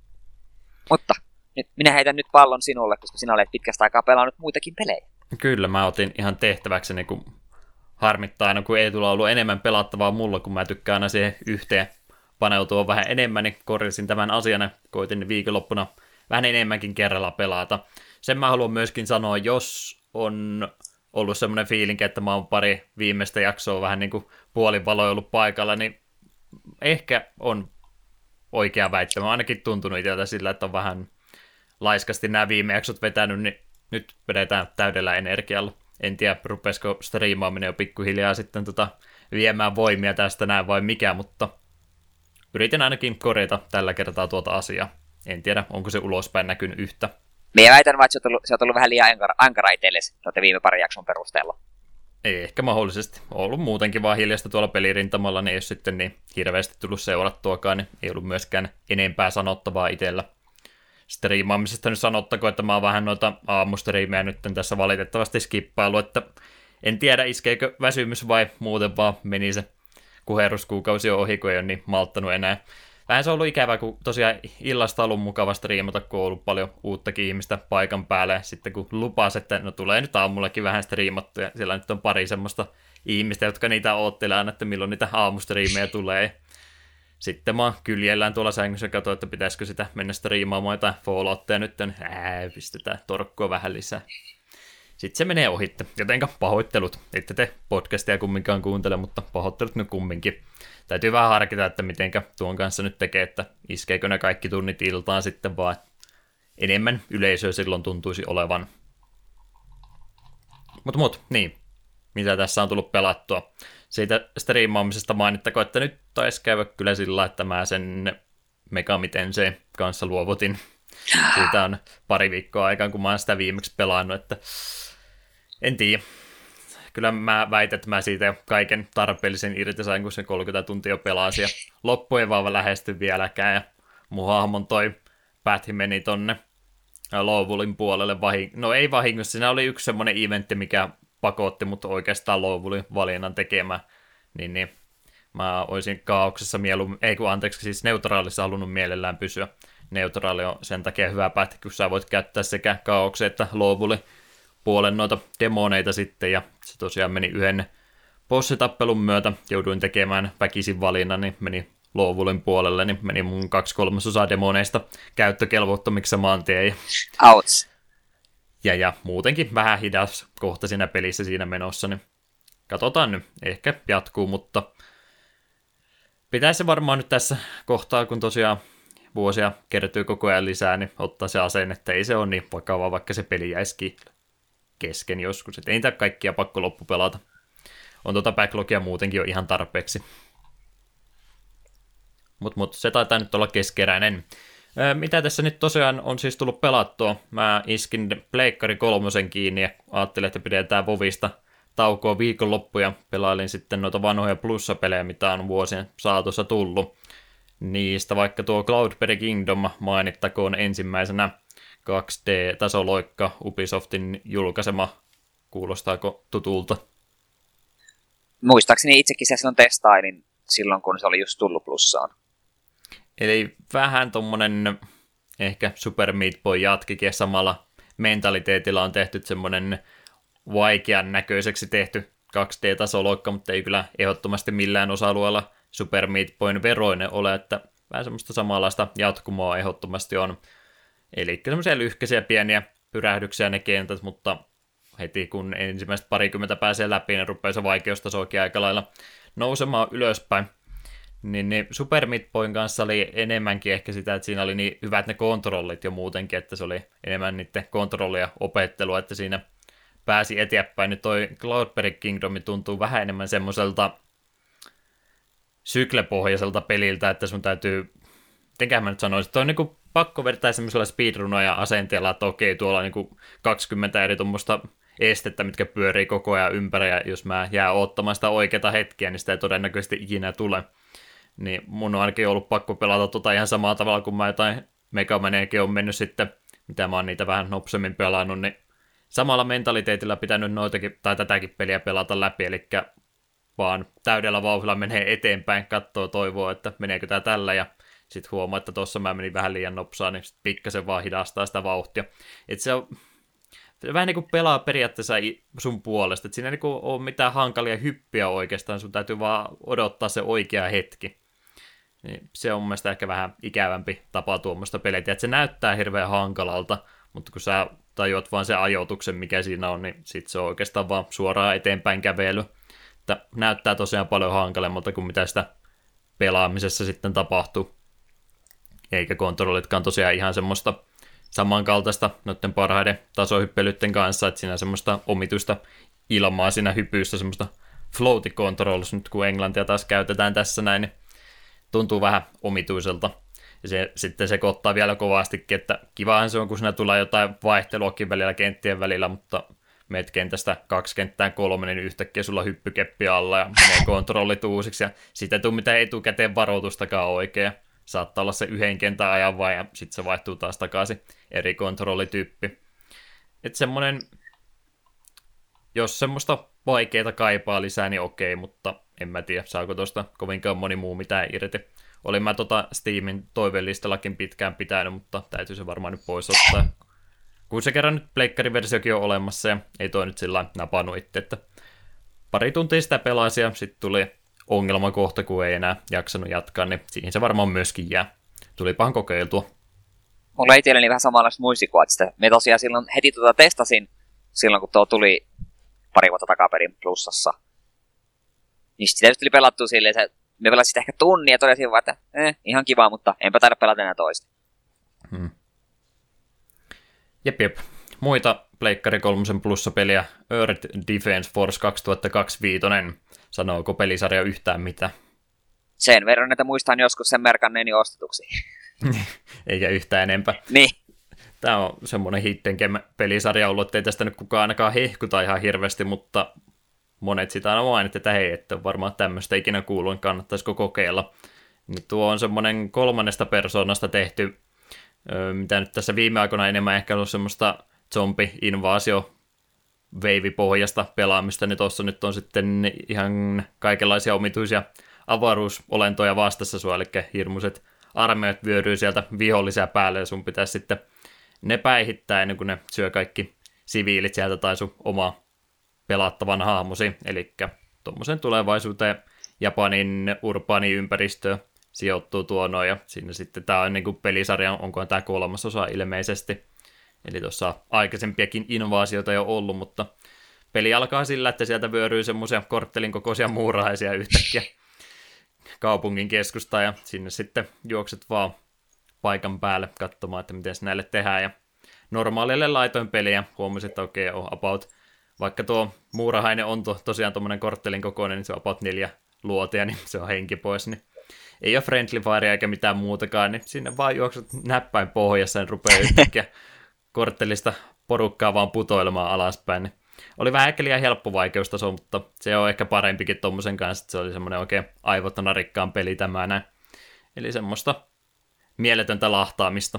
Mutta nyt minä heitän nyt pallon sinulle, koska sinä olet pitkästä aikaa pelannut muitakin pelejä. Kyllä, mä otin ihan tehtäväkseni, kun harmittaa aina, kun ei tule ollut enemmän pelattavaa mulla, kun mä tykkään aina siihen yhteen paneutua vähän enemmän, niin korjasin tämän asian ja koitin viikonloppuna vähän enemmänkin kerralla pelata. Sen mä haluan myöskin sanoa, jos on ollut semmoinen fiilinki, että mä oon pari viimeistä jaksoa vähän niin kuin puolivaloja ollut paikalla, niin ehkä on oikea väittämä. Ainakin tuntunut itseltä sillä, että on vähän laiskasti nämä viime jaksot vetänyt, niin nyt vedetään täydellä energialla. En tiedä, rupesiko striimaaminen jo pikkuhiljaa sitten tota viemään voimia tästä näin vai mikä, mutta yritin ainakin korjata tällä kertaa tuota asiaa. En tiedä, onko se ulospäin näkynyt yhtä. Minä väitän vaan, että se on ollut, se on ollut vähän liian ankara, ankara itsellesi noiden viime parin jakson perusteella. Ei ehkä mahdollisesti. On ollut muutenkin vaan hiljasta tuolla pelirintamalla, niin ei ole sitten niin hirveästi tullut seurattuakaan, niin ei ollut myöskään enempää sanottavaa itsellä. Striimaamisesta nyt sanottako, että mä oon vähän noita aamustriimejä nyt tässä valitettavasti skippailu, että en tiedä iskeekö väsymys vai muuten vaan meni se kuheruskuukausi on ohi, kun ei ole niin malttanut enää. Vähän se on ollut ikävää, kun tosiaan illasta on ollut mukava striimata, kun on ollut paljon uuttakin ihmistä paikan päälle. Ja sitten kun lupas, että no tulee nyt aamullakin vähän striimattu, ja siellä nyt on pari semmoista ihmistä, jotka niitä oottelee aina, että milloin niitä aamustriimejä tulee. Sitten mä kyljellään tuolla sängyssä ja katsoin, että pitäisikö sitä mennä striimaamaan jotain Falloutia nyt, ää, pistetään torkkua vähän lisää. Sitten se menee ohitte, jotenka pahoittelut. Ette te podcastia kumminkaan kuuntele, mutta pahoittelut nyt kumminkin. Täytyy vähän harkita, että mitenkä tuon kanssa nyt tekee, että iskeekö ne kaikki tunnit iltaan sitten vaan. Enemmän yleisöä silloin tuntuisi olevan. Mutta mut, niin. Mitä tässä on tullut pelattua? Siitä striimaamisesta mainittako, että nyt taisi käydä kyllä sillä, että mä sen Megami Tensei kanssa luovutin. Siitä on pari viikkoa aikaan, kun mä oon sitä viimeksi pelannut, että en tiedä. Kyllä mä väitän, että mä siitä jo kaiken tarpeellisen irti sain, kun se kolmekymmentä tuntia jo pelasi. Ja loppu ei vaan lähesty vieläkään. Ja mun hahmon toi päthi meni tonne Lowwolin puolelle. Vahing- no ei vahingossa, siinä oli yksi semmoinen eventti, mikä pakotti mut oikeastaan Lowwolin valinnan tekemään. Niin, niin mä olisin kaauksessa mieluummin, ei kun anteeksi, siis neutraalissa halunnut mielellään pysyä. Neutraali on sen takia hyvä pätkä, kun sä voit käyttää sekä kaauksen että Lowwolin puolen noita demoneita sitten, ja se tosiaan meni yhden bossitappelun myötä, jouduin tekemään väkisin valinnan, niin meni Lowwolin puolelle, niin meni mun kaksi kolmasosaa demoneista käyttökelvottomiksi samaan tien. Outs. Ja, ja muutenkin vähän hidas kohta siinä pelissä siinä menossa, niin katsotaan nyt, ehkä jatkuu, mutta pitäisi se varmaan nyt tässä kohtaa, kun tosiaan vuosia kertyy koko ajan lisää, niin ottaa se asenne, että ei se ole niin vakava, vaikka se peli jäisikin kesken joskus. Et ei niitä kaikkia pakko loppupelata. On tuota backlogia muutenkin jo ihan tarpeeksi. Mutta mut, se taitaa nyt olla keskeräinen. Ää, mitä tässä nyt tosiaan on siis tullut pelattua? Mä iskin Pleikkari kolmosen kiinni ja ajattelin, että pidetään Vovista taukoa viikonloppu ja pelailin sitten noita vanhoja plussapelejä, mitä on vuosien saatossa tullut. Niistä vaikka tuo Cloudberry Kingdom mainittakoon ensimmäisenä kaksi D-tasoloikka Ubisoftin julkaisema. Kuulostaako tutulta? Muistaakseni itsekin se silloin testailin silloin, kun se oli just tullut plussaan. Eli vähän tommonen ehkä Super Meat Boy jatkikin, samalla mentaliteetilla on tehty semmonen vaikean näköiseksi tehty kaksi D-tasoloikka, mutta ei kyllä ehdottomasti millään osa-alueella Super Meat Boyn veroinen ole, että vähän semmoista samanlaista jatkumoa ehdottomasti on. Eli semmoisia lyhkäisiä pieniä pyrähdyksiä ne kentät, mutta heti kun ensimmäistä parikymmentä pääsee läpi, niin rupeaa se vaikeustasoakin aika lailla nousemaan ylöspäin. Niin, niin Super Meat Boyn kanssa oli enemmänkin ehkä sitä, että siinä oli niin hyvät ne kontrollit jo muutenkin, että se oli enemmän niiden kontrollia opettelua, että siinä pääsi eteenpäin. Nyt toi Cloudberry Kingdom tuntuu vähän enemmän semmoiselta syklepohjaiselta peliltä, että sun täytyy, mitenköhän mä nyt sanoisin, että on niinku pakko vertaa semmoisella speedrunoja asenteella, että okei, tuolla on niinku kaksikymmentä eri tuommoista estettä, mitkä pyörii koko ajan ympäri, ja jos mä jää odottamaan sitä oikeata hetkeä, niin sitä ei todennäköisesti ikinä tule. Niin mun on ainakin ollut pakko pelata tota ihan samalla tavalla, kun mä jotain Mega Maneakin on mennyt sitten, mitä mä oon niitä vähän nopsemmin pelannut, niin samalla mentaliteetillä pitänyt noitakin, tai tätäkin peliä pelata läpi, eli vaan täydellä vauhdilla menee eteenpäin, katsoo, toivoo, että meneekö tää tällä, ja sitten huomaa, että tuossa mä menin vähän liian nopsaa, niin sitten pikkasen vaan hidastaa sitä vauhtia. Et se on se vähän niin kuin pelaa periaatteessa sun puolesta, että siinä ei niin kuin ole mitään hankalia hyppiä oikeastaan, sun täytyy vaan odottaa se oikea hetki. Niin se on mun mielestä ehkä vähän ikävämpi tapa tuommoista peliä, että se näyttää hirveän hankalalta, mutta kun sä tajuat vaan sen ajoituksen, mikä siinä on, niin sit se on oikeastaan vaan suoraan eteenpäin kävely. Että näyttää tosiaan paljon hankalemmalta kuin mitä sitä pelaamisessa sitten tapahtuu. Eikä kontrollitkaan tosiaan ihan semmoista samankaltaista noiden parhaiden tasohyppelyiden kanssa, että siinä semmoista omituista ilmaa siinä hypyssä, semmoista floaty controls, nyt kun englantia taas käytetään tässä näin, niin tuntuu vähän omituiselta. Ja se sitten sekoittaa vielä kovastikin, että kivahan se on, kun siinä tulee jotain vaihteluakin välillä kenttien välillä, mutta meet kentästä kaksi kenttään kolme, niin yhtäkkiä sulla on hyppykeppi alla ja menee kontrollit uusiksi, ja siitä ei tule mitään etukäteen varoitustakaan oikein. Saattaa olla se yhden kentän ajan vai, ja sitten se vaihtuu taas takaisin eri kontrollityyppi. Että semmoinen, jos semmoista vaikeita kaipaa lisää, niin okei, mutta en mä tiedä, saako tuosta kovinkaan moni muu mitään irti. Olin mä tota Steamin toivelistallakin pitkään pitänyt, mutta täytyy se varmaan nyt pois ottaa. Kun se kerran nyt pleikkariversiokin on olemassa, ja ei toi nyt sillä napannut itse, että pari tuntia sitä pelasi, ja sitten tuli ongelmakohta, kun ei enää jaksanut jatkaa, niin siihen se varmaan myöskin jää. Tulipahan kokeiltua. Mulla ei itselleni vähän samanlaista muistikuva, että me tosiaan silloin heti tuota testasin, silloin kun tuo tuli pari vuotta takaperin plussassa. Niin sitä just tuli pelattua silleen, että me pelasin sitä ehkä tunnin ja todesin vaan, että eh, ihan kiva, mutta enpä taida pelata enää toista. Hmm. Jep, jep. Muita Pleikkari kolmosen plussapeliä, Earth Defense Force kaksituhattakaksikymmentäviisi. Sanooko pelisarja yhtään mitä? Sen verran, että muistan joskus sen merkanneeni ostetuksi. Eikä yhtään enempää. Niin. Tämä on semmoinen hidden pelisarja ollut, ettei tästä nyt kukaan ainakaan hehkuta ihan hirveästi, mutta monet sitä aina mainit, että hei, että varmaan tämmöistä ikinä kuuluu, niin kannattaisiko kokeilla. Niin tuo on semmoinen kolmannesta persoonasta tehty, mitä nyt tässä viime aikoina enemmän ehkä ollut semmoista zombi-invaasio veivipohjasta pelaamista, niin tuossa nyt on sitten ihan kaikenlaisia omituisia avaruusolentoja vastassa sua, eli hirmuiset armeijat vyöryy sieltä vihollisia päälle, ja sun pitäisi sitten ne päihittää ennen kuin ne syö kaikki siviilit sieltä tai sun oma pelattavan hahmosi, eli tuommoisen tulevaisuuteen Japanin urbaaniympäristöön sijoittuu tuo noin, ja siinä sitten tämä on niin kuin pelisarjan, onkohan tämä kolmas osa ilmeisesti, eli tuossa aikaisempiakin invaasioita jo ollut, mutta peli alkaa sillä, että sieltä vyöryy semmoisia korttelin kokoisia muurahaisia yhtäkkiä kaupungin keskustaan, ja sinne sitten juokset vaan paikan päälle katsomaan, että miten näille tehdään, ja normaalille laitoin peliä, huomasin, että okei, okay, on about, vaikka tuo muurahainen on to, tosiaan tuommoinen korttelin kokoinen, niin se on about neljä luotia, niin se on henki pois, niin ei ole friendly fire eikä mitään muutakaan, niin sinne vaan juoksut näppäin pohjassa, niin rupeaa yhtäkkiä korttelista porukkaa vaan putoilemaan alaspäin, niin oli vähän ehkä liian helppo vaikeustaso, mutta se on ehkä parempikin tommosen kanssa, että se oli semmoinen oikein aivot narikkaan peli tämä näin. Eli semmoista mieletöntä lahtaamista.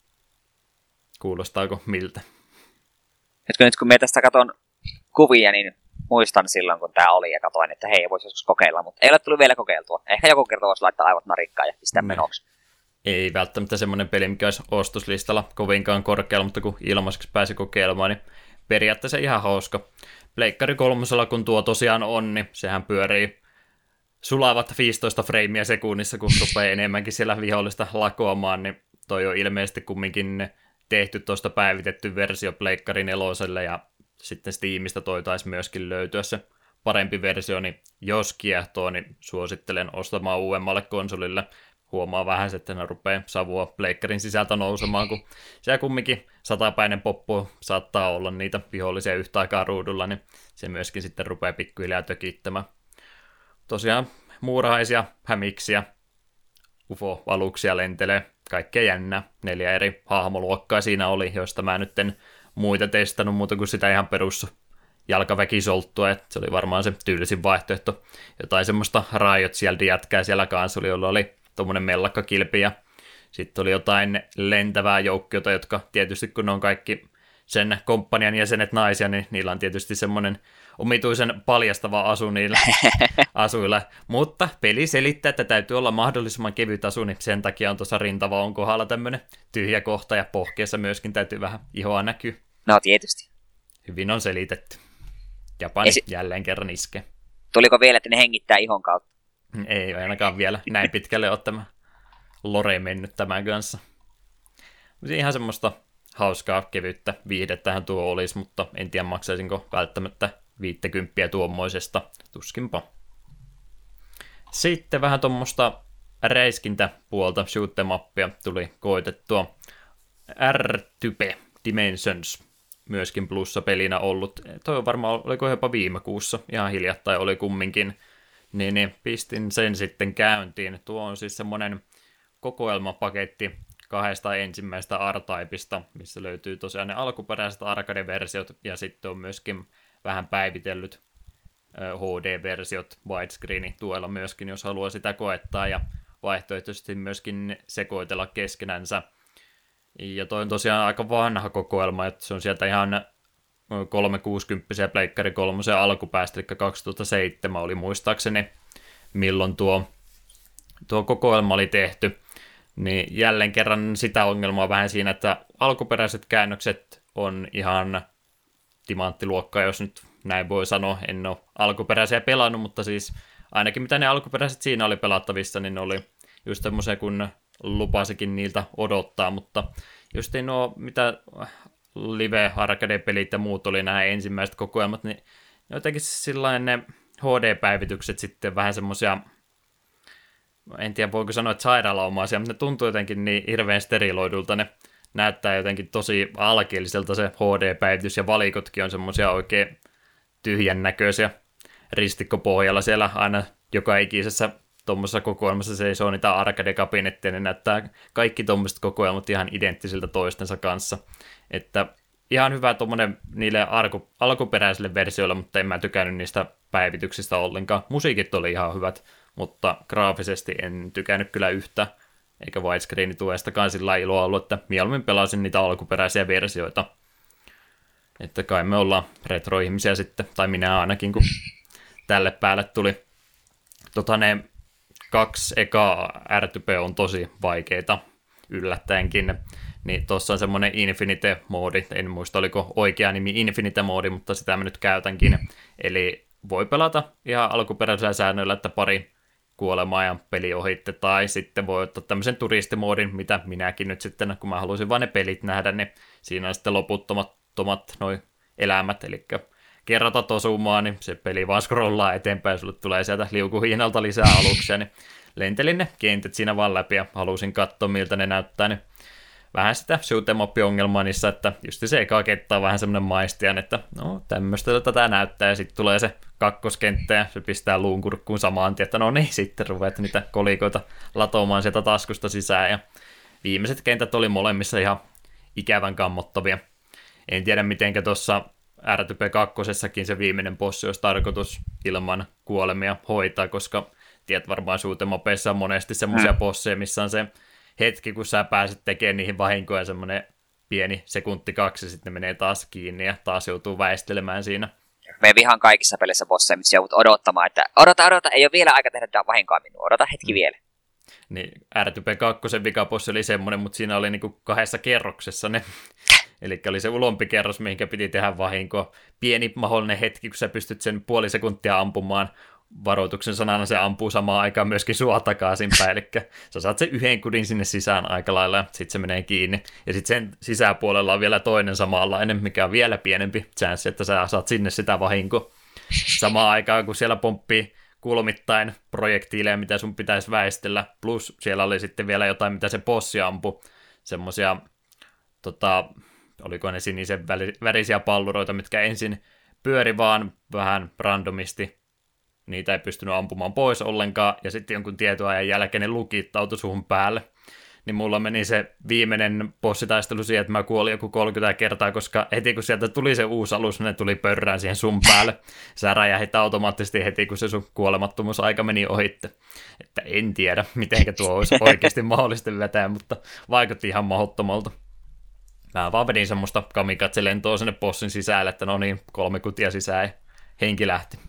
Kuulostaako miltä? Nyt, nyt kun me tästä katon kuvia, niin muistan silloin, kun tämä oli ja katoin, että hei, voisi joskus kokeilla, mutta ei ole tullut vielä kokeiltua. Ehkä joku kerta voisi laittaa aivot narikkaan ja pistää menoksi. Ei välttämättä semmoinen peli, mikä olisi ostoslistalla kovinkaan korkealla, mutta kun ilmaiseksi pääsi kokeilemaan, niin periaatteessa ihan hauska. Pleikkari kolmosella, kun tuo tosiaan on, niin sehän pyörii sulavat viisitoista freimiä sekunnissa, kun rupeaa enemmänkin siellä vihollista lakoamaan, niin toi on ilmeisesti kumminkin tehty tuosta päivitetty versio Pleikkari neloselle, ja sitten Steamista toi taisi myöskin löytyä se parempi versio, niin jos kiehtoo, niin suosittelen ostamaan uudemmalle konsolille. Huomaa vähän, että ne rupeaa savua pleikkarin sisältä nousemaan, kun siellä kumminkin satapäinen poppu saattaa olla niitä vihollisia yhtä aikaa ruudulla, niin se myöskin sitten rupeaa pikkuhiljaa tökittämään. Tosiaan muurahaisia, hämiksiä, U F O-aluksia lentelee, kaikkea jännää. Neljä eri hahmoluokkaa siinä oli, joista mä nyt en muita testannut muuta kuin sitä ihan perus jalkaväkisolttua, että se oli varmaan se tyylisin vaihtoehto. Jotain semmoista Riot sieltä jätkää siellä kanssa oli, jolla oli tuommoinen mellakkakilpi, ja sitten oli jotain lentävää joukkiota, jotka tietysti kun ne on kaikki sen komppanian jäsenet naisia, niin niillä on tietysti semmoinen omituisen paljastava asu niillä asuilla, mutta peli selittää, että täytyy olla mahdollisimman kevyt asu, niin sen takia on tuossa rintavaun kohdalla tämmöinen tyhjä kohta, ja pohkeessa myöskin täytyy vähän ihoa näkyä. No tietysti. hyvin on selitetty. Japani si- jälleen kerran iskee. Tuliko vielä, että ne hengittää ihon kautta? Ei ainakaan vielä näin pitkälle ole tämä lore mennyt tämän kanssa. Ihan semmoista hauskaa, kevyttä viihdettähän tuo olisi, mutta en tiedä maksaisinko välttämättä viittäkymppiä tuommoisesta, tuskinpa. Sitten vähän tuommoista räiskintäpuolta, shoot-em-upia tuli koitettua. R-Type Dimensions, myöskin plussa-pelinä ollut. Toi on varmaan, oliko jopa viime kuussa, ihan hiljattain oli kumminkin. Niin, niin pistin sen sitten käyntiin. Tuo on siis semmoinen kokoelmapaketti kahdesta ensimmäistä R-Typesta, missä löytyy tosiaan ne alkuperäiset arcade-versiot, ja sitten on myöskin vähän päivitellyt H D-versiot widescreen tuella myöskin, jos haluaa sitä koettaa, ja vaihtoehtoisesti myöskin sekoitella keskenänsä. Ja toi on tosiaan aika vanha kokoelma, että se on sieltä ihan kolmesataakuusikymmentä Pleikkari kolmosen alkupäästä, eli kaksituhattaseitsemän oli muistaakseni, milloin tuo, tuo kokoelma oli tehty. Niin jälleen kerran sitä ongelmaa vähän siinä, että alkuperäiset käännökset on ihan timanttiluokkaa, jos nyt näin voi sanoa. En ole alkuperäisiä pelannut, mutta siis ainakin mitä ne alkuperäiset siinä oli pelattavissa, niin ne oli just semmoisia, kun lupasikin niiltä odottaa, mutta just ei nuo, mitä live arcade-pelit ja muut oli nämä ensimmäiset kokoelmat, niin jotenkin sillain ne H D-päivitykset sitten vähän semmoisia, en tiedä voiko sanoa, että sairaalaumaisia, mutta ne tuntuu jotenkin niin hirveän steriloidulta, ne näyttää jotenkin tosi alkeelliselta se H D-päivitys, ja valikotkin on semmoisia oikein tyhjän näköisiä ristikkopohjalla siellä aina joka ikisessä tuommoisessa kokoelmassa seisoo niitä arcade-kabinetteja, ne näyttää kaikki tuommoiset kokoelmat ihan identtisiltä toistensa kanssa, että ihan hyvä tuommoinen niille alku, alkuperäisille versioille, mutta en mä tykännyt niistä päivityksistä ollenkaan. Musiikit oli ihan hyvät, mutta graafisesti en tykännyt kyllä yhtä, eikä widescreen-tuestakaan sillä iloa ollut, että mieluummin pelasin niitä alkuperäisiä versioita. Että kai me ollaan retro-ihmisiä sitten, tai minä ainakin, kun tälle päälle tuli. Tota ne kaksi ekaa R-Type on tosi vaikeita yllättäenkin. Niin tuossa on semmoinen Infinite-moodi, en muista oliko oikea nimi Infinite-moodi, mutta sitä mä nyt käytänkin. Eli voi pelata ihan alkuperäisellä säännöillä, että pari kuolemaa ja peli ohitte, tai sitten voi ottaa tämmöisen turistimoodin, mitä minäkin nyt sitten, kun mä halusin vain ne pelit nähdä, niin siinä on sitten loputtomat noi elämät, eli kerratat osumaa, niin se peli vaan scrollaa eteenpäin, sulle tulee sieltä liukuhiinalta lisää aluksia, niin lentelin ne kentät siinä vaan läpi ja halusin katsoa, miltä ne näyttää, niin vähän sitä shoot-em-up-ongelmaa niissä, että just se eka kenttä on vähän semmoinen maistian, että no tämmöistä tätä näyttää, ja sitten tulee se kakkoskenttä, ja se pistää luun kurkkuun samaan tien, että no niin, sitten ruveet niitä kolikoita latoamaan sieltä taskusta sisään, ja viimeiset kentät oli molemmissa ihan ikävän kammottavia. En tiedä, mitenkä tuossa R-Type kakkosessakin se viimeinen bossi olisi tarkoitus ilman kuolemia hoitaa, koska tiedät varmaan shoot-em-upeissa on monesti semmoisia bosseja, missä on se hetki, kun sä pääset tekemään niihin vahinkoja, semmoinen pieni sekunti kaksi, sitten ne menee taas kiinni ja taas joutuu väistelemään siinä. Me vihaan kaikissa peleissä bosseja, missä joudut odottamaan, että odota, odota, ei ole vielä aika tehdä vahinkoa minua, odota hetki mm. vielä. Niin, R-Type kakkosen vikabossi oli semmoinen, mutta siinä oli niinku kahdessa kerroksessa ne. Eli oli se ulompi kerros, mihinkä piti tehdä vahinkoa. Pieni mahdollinen hetki, kun sä pystyt sen puoli sekuntia ampumaan, varoituksen sanana se ampuu samaan aikaan myöskin sua takaisinpäin, eli sä saat sen yhden kudin sinne sisään aika lailla, ja sitten se menee kiinni. Ja sitten sen sisäpuolella on vielä toinen samanlainen, mikä on vielä pienempi chanssi, että sä saat sinne sitä vahinkoa. Samaan aikaan, kun siellä pomppii kulmittain projektiileja, mitä sun pitäisi väistellä, plus siellä oli sitten vielä jotain, mitä se bossi ampui, semmosia, tota, oliko ne sinisen värisiä palluroita, mitkä ensin pyöri vaan vähän randomisti, niitä ei pystynyt ampumaan pois ollenkaan, ja sitten jonkun tietoajan jälkeen ne lukittautui suhun päälle. Niin mulla meni se viimeinen bossitaistelu siihen, että mä kuolin joku kolmekymmentä kertaa, koska heti kun sieltä tuli se uusi alus, ne tuli pörrään siihen sun päälle. Sä räjähit automaattisesti heti, kun se sun kuolemattomuusaika meni ohitte. Että en tiedä, miten tuo olisi oikeasti mahdollista vetää, mutta vaikutti ihan mahdottomalta. Mä vaan vedin semmoista kamikatselentoa sinne bossin sisälle, että no niin, kolme kutia sisään ja henki lähti.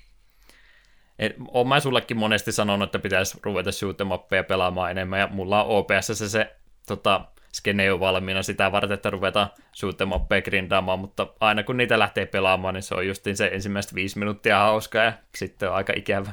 Olen mä sullekin monesti sanonut, että pitäisi ruveta shoot-em-uppeja pelaamaan enemmän, ja mulla on O P S se, se tota, skene on valmiina sitä varten, että ruvetaan shoot-em-uppeja grindaamaan, mutta aina kun niitä lähtee pelaamaan, niin se on justiin se ensimmäiset viisi minuuttia hauskaa ja sitten on aika ikävä.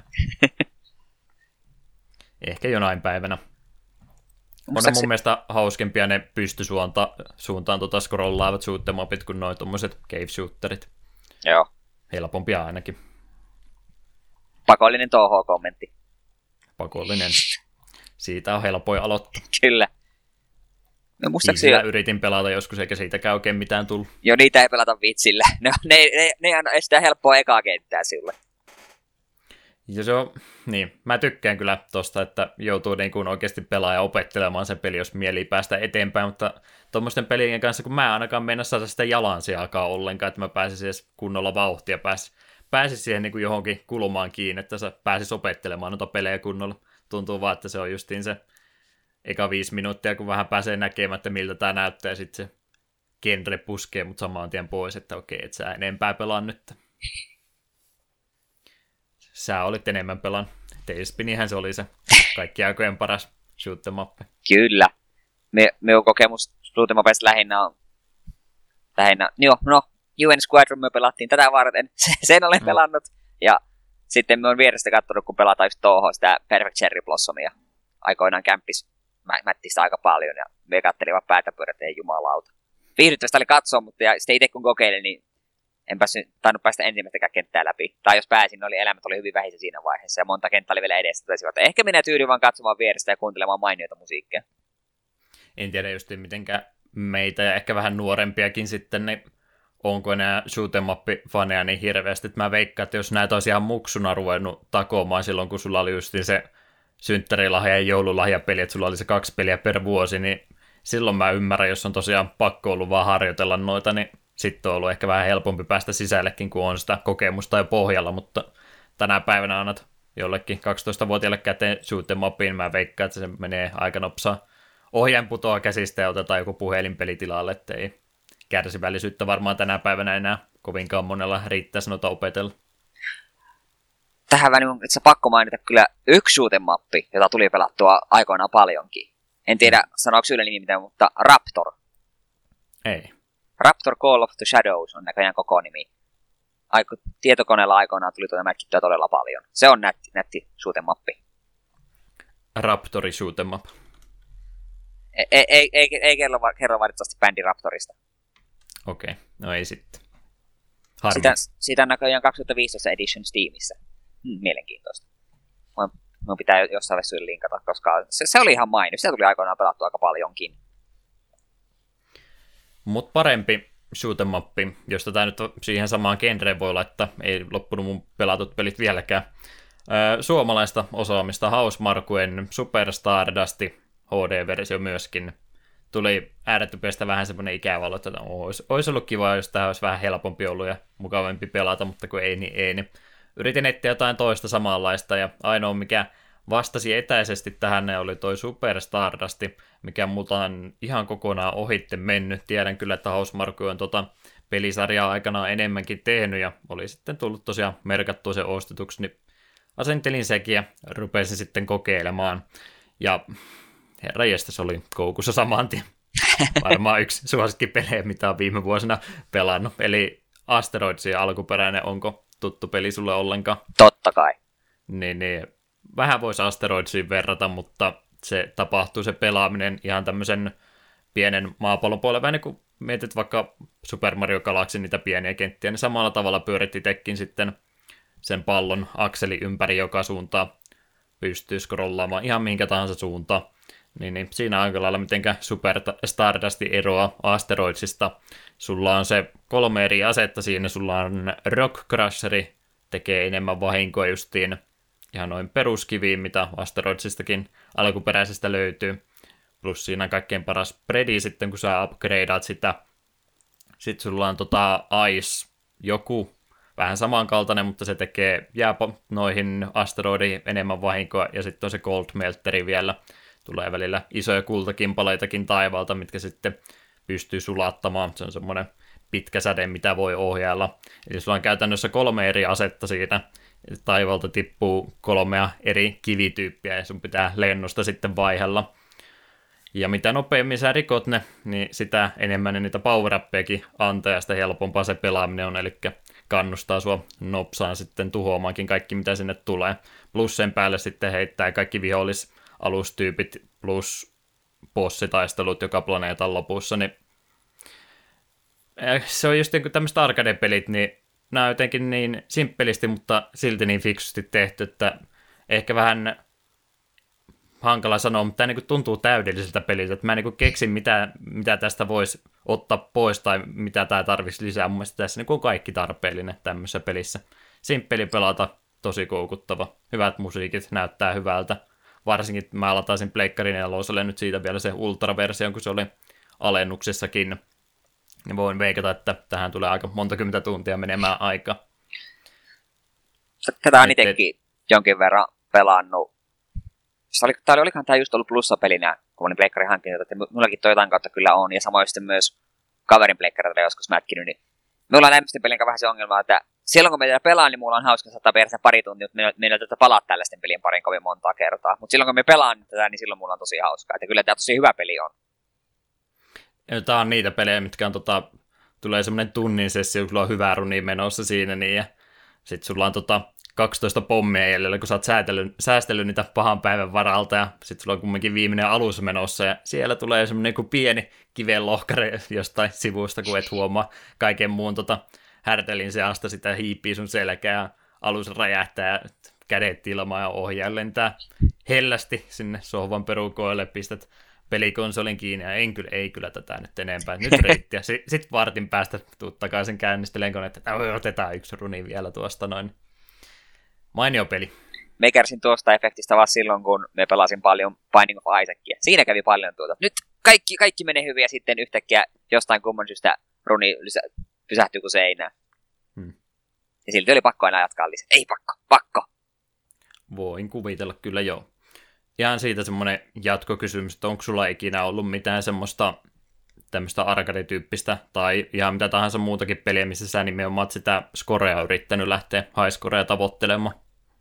Ehkä jonain päivänä. On ne mun mielestä hauskempia ne pystysuuntaan suuntaan tota scrollaavat shoot-em-upit kuin noi tommoset cave-shooterit. Joo. Helpompia ainakin. Pakollinen T H-kommentti. Pakollinen. Siitä on helpoin aloittaa. Kyllä. No, muistaakseni jo... yritin pelata joskus, eikä siitäkään oikein mitään tullut. Joo, niitä ei pelata vitsillä. No, ne, ne, ne on sitä helppoa ekaa kenttää sinulle. Ja se on, niin, mä tykkään kyllä tosta, että joutuu niin kuin oikeasti pelaamaan ja opettelemaan sen peli, jos mieli päästä eteenpäin, mutta tuommoisten pelien kanssa, kun mä ainakaan mennä saada sitä jalansiakaan ollenkaan, että mä pääsisin edes kunnolla vauhtia, pääs, pääsis siihen niin kuin johonkin kulmaan kiinni, että sä pääsis opettelemaan noita pelejä kunnolla. Tuntuu vaan, että se on justiin se eka viisi minuuttia, kun vähän pääsee näkemään, että miltä tää näyttää, ja sitten se genre puskee mut samaan tien pois, että okei, et sä enempää pelaa nyt. Sä olit enemmän pelan. Tailspinihän se oli se kaikki aikojen paras shoot-em-up. Kyllä. Me, me on kokemus shoot-em-upista lähinnä on... Lähinnä, joo, no, U N Squadron me pelattiin tätä varten. Sen olen no. pelannut. Ja sitten me on vierestä katsonut, kun pelataan just tuohon sitä Perfect Cherry Blossomia. Aikoinaan kämppis mä, mätti sitä aika paljon ja me katselin vaan päätä pyörät, ei jumalauta. Viihdyttävästä oli katsoa, mutta ja sitten itse kun kokeilin, niin en päässyt, tainnut päästä ensimmäistäkään kenttää läpi. Tai jos pääsin, niin oli elämät oli hyvin vähissä siinä vaiheessa ja monta kenttää oli vielä edessä. Että ehkä minä tyydyin vaan katsomaan vierestä ja kuuntelemaan mainioita musiikkia. En tiedä just mitenkään meitä ja ehkä vähän nuorempiakin sitten, niin onko enää shoot-em-up-faneja niin hirveästi, että mä veikkaan, että jos näitä olisi ihan muksuna ruvennut takomaan silloin, kun sulla oli just se synttärilahja ja joululahjapeli, että sulla oli se kaksi peliä per vuosi, niin silloin mä ymmärrän, jos on tosiaan pakko ollut vaan harjoitella noita, niin sitten on ollut ehkä vähän helpompi päästä sisällekin, kun on sitä kokemusta jo pohjalla, mutta tänä päivänä annat jollekin kaksitoistavuotiaille käteen shoot-em-upiin, mä veikkaan, että se menee aika nopsaa. Ohjaan putoaa käsistä ja otetaan joku puhelinpeli tilalle, että ei kärsivällisyyttä varmaan tänä päivänä enää kovinkaan monella riittäisi noita opetella. Tähän väliin on itse pakko mainita kyllä yksi shoot-em-up, jota tuli pelattua aikoinaan paljonkin. En tiedä, sanoiko yleinen nimi mitään, mutta Raptor. Ei. Raptor Call of the Shadows on näköjään koko nimi. Aiku, tietokoneella aikoinaan tuli tuota mätkittyä todella paljon. Se on nätti, nätti shoot-em-up. Raptori shoot-em-up. Ei, ei, ei, ei, ei kerro, kerro valitettavasti bändi Raptorista. Okei, okay. No ei sitten. Sitä, sitä on näköjään kaksituhattaviisitoista edition Steamissa. Hmm, mielenkiintoista. Mun, mun pitää jossain vaiheessa linkata, koska se, se oli ihan mainio. Sitä tuli aikoinaan pelattua aika paljonkin. Mut parempi shoot-em-up, josta tää nyt siihen samaan genreen voi laittaa, ei loppunut mun pelatut pelit vieläkään. Öö, suomalaista osaamista Housemarquen Super Stardust H D-versio myöskin. Tuli äärettöpästä vähän semmoinen ikävalo, että olisi, olisi ollut kiva, jos tämä olisi vähän helpompi ollut ja mukavampi pelata, mutta kun ei, niin ei. Niin yritin etsiä jotain toista samanlaista, ja ainoa mikä vastasi etäisesti tähän oli toi Super Stardust, mikä multa on ihan kokonaan ohitte mennyt. Tiedän kyllä, että Housemarque on tota pelisarjaa aikanaan enemmänkin tehnyt, ja oli sitten tullut tosiaan merkattua se ostetuksi, niin asentelin sekin ja rupesin sitten kokeilemaan. Ja herranjestas oli koukussa saman tien. Varmaan yksi suosikkipelejä, mitä on viime vuosina pelannut. Eli Asteroidsin alkuperäinen, onko tuttu peli sulle ollenkaan? Totta kai. Niin, niin. Vähän voisi Asteroidsiin verrata, mutta se tapahtuu se pelaaminen ihan tämmöisen pienen maapallon puolella. Vähän niin kuin mietit vaikka Super Mario Galaxy niitä pieniä kenttiä, niin samalla tavalla pyöritti tekin sitten sen pallon akseli ympäri joka suuntaan. Pystyy scrollaamaan ihan minkä tahansa suuntaan. Niin, niin siinä aika lailla mitenkä Super Stardust eroaa Asteroidsista. Sulla on se kolme eri asetta siinä. Sulla on Rock Crusheri, tekee enemmän vahinkoa justiin ihan noin peruskiviin, mitä Asteroidsistakin alkuperäisestä löytyy. Plus siinä on kaikkein paras spreadi sitten, kun sä upgradeat sitä. Sitten sulla on tota Ice, joku vähän samankaltainen, mutta se tekee jääpä noihin asteroidiin enemmän vahinkoa. Ja sitten on se Gold Melteri vielä. Tulee välillä isoja kultakimpaleitakin taivaalta, mitkä sitten pystyy sulattamaan. Se on semmoinen pitkä säde, mitä voi ohjailla. Eli sulla on käytännössä kolme eri asetta siinä. Taivaalta tippuu kolmea eri kivityyppiä ja sun pitää lennosta sitten vaihella. Ja mitä nopeammin sä rikot ne, niin sitä enemmän ne niitä power-appejakin antaa ja sitä helpompaa se pelaaminen on, eli kannustaa sua nopsaan sitten tuhoamaankin kaikki, mitä sinne tulee. Plus sen päälle sitten heittää kaikki vihollisalustyypit plus bossitaistelut joka planeetan lopussa, niin se on just niin kuin tämmöiset arcade-pelit, niin nämä on jotenkin niin simppelisti, mutta silti niin fiksusti tehty, että ehkä vähän hankala sanoa, mutta tämä niin kuin tuntuu täydelliseltä peliltä, että mä en niin kuin keksin, mitä, mitä tästä voisi ottaa pois tai mitä tämä tarvitsisi lisää. Mun mielestä tässä niin kuin on kaikki tarpeellinen tämmöisessä pelissä. Simppeli pelata, tosi koukuttava, hyvät musiikit, näyttää hyvältä. Varsinkin mä lataisin Pleikkarin neloselle nyt siitä vielä se ultra-version, kun se oli alennuksessakin. Ja voin veikata, että tähän tulee aika monta kymmentä tuntia menemään aikaa. Tätä on itsekin jonkin verran pelannut. Tämä oli, olikohan tämä just ollut plussapelinä, kun olin pleikkarin hankkinut, että minullakin toi jotain kautta kyllä on, ja samoin sitten myös kaverin pleikkarilla joskus mätkinyt, niin me ollaan nämmöisten pelin kanssa vähän se ongelma, että silloin kun me pelaa, niin mulla on hauska saattaa peristä pari tuntia, mutta me ei tätä palaa tällaisten pelin parin kovin montaa kertaa. Mutta silloin kun me pelaan tätä, niin silloin mulla on tosi hauskaa, että kyllä tämä tosi hyvä peli on. Ja tämä on niitä pelejä, mitkä on tota, tulee semmoinen tunnin sessio, kun sulla on hyvä runi menossa siinä, niin ja sitten sulla on tota kaksitoista pommia jäljellä, kun sä oot säästellyt, säästellyt niitä pahan päivän varalta, ja sitten sulla on kumminkin viimeinen alus menossa, ja siellä tulee semmoinen kuin pieni kiven lohkare jostain sivusta, kun et huomaa kaiken muun tota härtelin seasta, sitä hiipii sun selkää, ja alus räjähtää, ja kädet ilmaa ja ohjaa lentää hellästi sinne sohvan perukoille, pistät pelikonsolin kiinni, ja en kyllä, ei kyllä tätä nyt enempää, nyt reittiä. Sitten vartin päästä tuut takaisin käynnisteleen konetta, että otetaan yksi runi vielä tuosta noin. Mainio peli. Me kärsin tuosta efektistä vaan silloin, kun me pelasin paljon Binding of Isaacia. Siinä kävi paljon tuota. Nyt kaikki, kaikki menee hyvin, ja sitten yhtäkkiä jostain kumman syystä runi pysähtyy kuin seinään. Hmm. Ja silti oli pakko aina jatkaa lisää. Ei pakko, pakko. Voin kuvitella kyllä joo. Ihan siitä semmoinen jatkokysymys, että onko sulla ikinä ollut mitään semmoista tämmöistä arcade-tyyppistä tai ihan mitä tahansa muutakin peliä, missä sä nimenomaan sitä scorea yrittänyt lähteä high-scorea tavoittelemaan?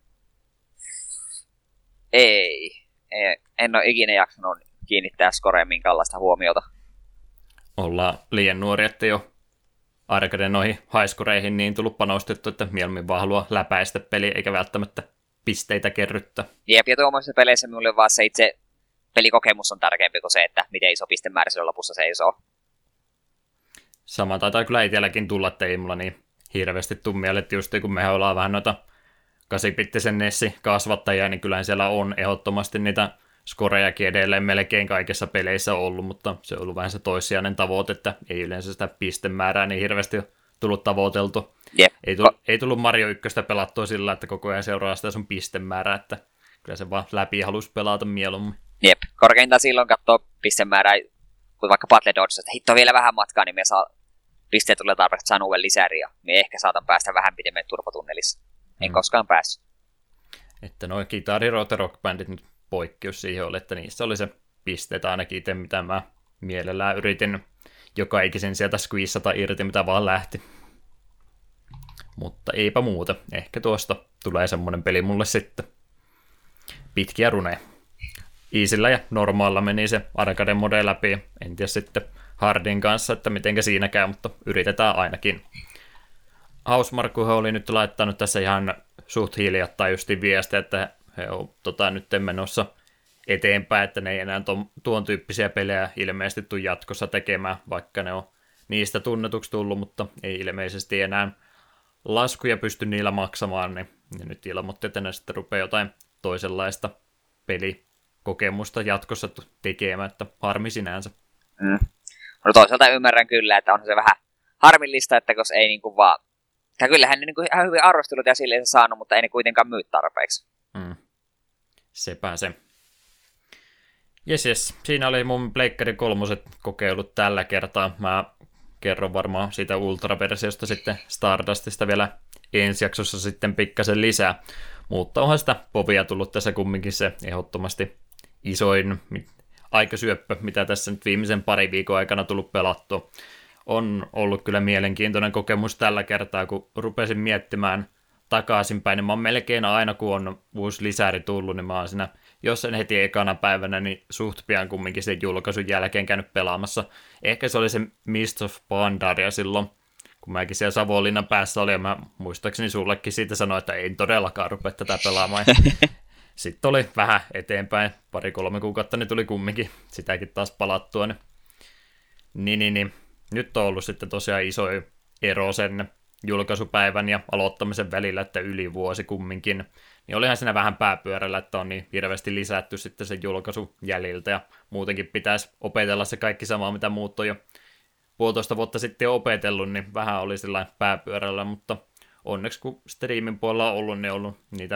Ei. En ole ikinä jaksanut kiinnittää scoreen minkäänlaista huomiota. Ollaan liian nuori, että jo arcade noihin high-scoreihin niin tullut panostettu, että mieluummin vaan haluaa läpäistä peliä eikä välttämättä pisteitä kerryttää. Jep, ja tuommoisissa peleissä minulle vaan se itse pelikokemus on tärkeämpi kuin se, että miten iso pistemäärä sillä lopussa seisoo. Sama taitaa kyllä itselläkin tulla, että ei mulla niin hirveästi tuu mieleen, että just kun mehän ollaan vähän noita kahdeksanbittisen Nessi kasvattajia, niin kyllähän siellä on ehdottomasti niitä scorejakin edelleen melkein kaikissa peleissä ollut, mutta se on ollut vähän se toissijainen tavoite, että ei yleensä sitä pistemäärää niin hirveästi tullut tavoiteltu. Yep. Ei, tullut, ei tullut Mario ykköstä pelattua sillä, että koko ajan seuraa sitä sun pistemäärää, että kyllä se vaan läpi halusi pelata mieluummin. Jep, korkeintaan silloin katsoo pistemäärää, kun vaikka Battle Dodge, että hitto vielä vähän matkaa, niin me saa, pisteet tulee tarpeeksi, saan uuden lisäri, ja me ehkä saatan päästä vähän pidemmän turvatunnelissa. En mm. koskaan päässyt. Että nuo Guitar Hero ja Rock Bandit nyt poikkeus siihen oli, että niissä oli se pisteet ainakin itse, mitä mä mielellään yritin joka ikisen sieltä squeezata irti, mitä vaan lähti. Mutta eipä muuta. Ehkä tuosta tulee semmoinen peli mulle sitten. Pitkiä runeja. Easyllä ja normaalilla meni se arcade mode läpi. En tiedä sitten hardin kanssa, että mitenkä siinä käy, mutta yritetään ainakin. Hausmarkkuhan oli nyt laittanut tässä ihan suht hiljattain justiin viestiä, että he on tota, nyt menossa eteenpäin, että ne ei enää ton, tuon tyyppisiä pelejä ilmeisesti tule jatkossa tekemään, vaikka ne on niistä tunnetuksi tullut, mutta ei ilmeisesti enää laskuja pysty niillä maksamaan, niin, niin nyt ilmoitti, että ne sitten rupeaa jotain toisenlaista pelikokemusta jatkossa tekemään, että harmi sinänsä. Mm. No toisaalta ymmärrän kyllä, että on se vähän harmillista, että jos ei niinku vaan... Ja kyllähän ne niinku ihan hyvin arvostelut ja silleen saanut, mutta ei ne kuitenkaan myy tarpeeksi. Mm. Sepä se. Jes, jes. Siinä oli mun Pleikkari kolmoset kokeilut tällä kertaa. Mä kerron varmaan siitä ultraversiosta sitten Stardustista vielä ensi jaksossa sitten pikkasen lisää. Mutta onhan sitä povia tullut tässä kumminkin se ehdottomasti isoin aikasyöppö, mitä tässä nyt viimeisen pari viikon aikana tullut pelattua. On ollut kyllä mielenkiintoinen kokemus tällä kertaa, kun rupesin miettimään takaisinpäin, niin mä oon melkein aina, kun on uusi lisäri tullut, niin mä oon siinä jos en heti ekana päivänä, niin suht pian kumminkin sen julkaisun jälkeen käynyt pelaamassa. Ehkä se oli se Mist of Pandaria silloin, kun mäkin siellä Savonlinnan päässä olin, ja mä muistaakseni sullekin siitä sanoin, että en todellakaan rupea tätä pelaamaan. Sitten oli vähän eteenpäin, pari-kolme kuukautta, niin tuli kumminkin sitäkin taas palattua. Niin, niin, niin, niin. Nyt on ollut sitten tosiaan iso ero sen julkaisupäivän ja aloittamisen välillä, että yli vuosi kumminkin. Niin olihan siinä vähän pääpyörällä, että on niin hirveästi lisätty sitten sen julkaisun jäljiltä, ja muutenkin pitäisi opetella se kaikki samaa, mitä muut on jo puolitoista vuotta sitten jo opetellut, niin vähän oli sillä pääpyörällä, mutta onneksi kun streamin puolella on ollut, niin on ollut niitä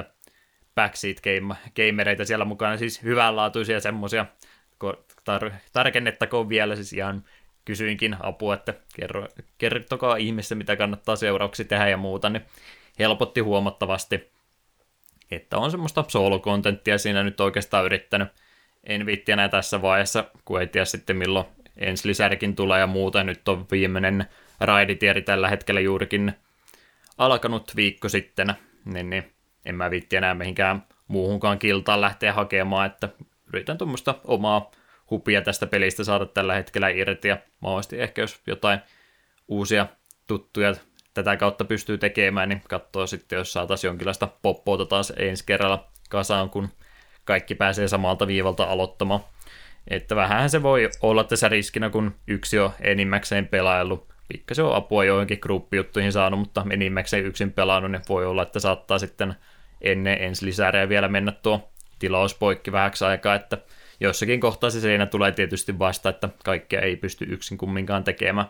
backseat-gamereita siellä mukana, siis hyvänlaatuisia semmoisia, tar- tarkennettakoon vielä, siis ihan kysyinkin apua, että kerro, kertokaa ihmeessä, mitä kannattaa seuraavaksi tehdä ja muuta, niin helpotti huomattavasti, että on semmoista solo-kontenttia siinä nyt oikeastaan yrittänyt. En viitti enää tässä vaiheessa, kun ei tiedä sitten milloin ensi lisärikin tulee ja muuta. Nyt on viimeinen raiditieri tällä hetkellä juurikin alkanut viikko sitten, niin, niin en mä viitti enää mihinkään muuhunkaan kiltaan lähteä hakemaan, että yritän tuommoista omaa hupia tästä pelistä saada tällä hetkellä irti, ja mahdollisesti ehkä jos jotain uusia tuttuja tätä kautta pystyy tekemään, niin katsoo sitten, jos saataisiin jonkinlaista poppouta taas ensi kerralla kasaan, kun kaikki pääsee samalta viivalta aloittamaan. Että vähän se voi olla tässä riskinä, kun yksi on enimmäkseen pelaillut. Pikkasen on apua joihinkin gruppijuttuihin saanut, mutta enimmäkseen yksin pelannut, niin voi olla, että saattaa sitten ennen ensi lisäriä vielä mennä tuo tilaus poikki vähäksi aikaa, että jossakin kohtaa se seinä tulee tietysti vasta, että kaikkea ei pysty yksin kumminkaan tekemään.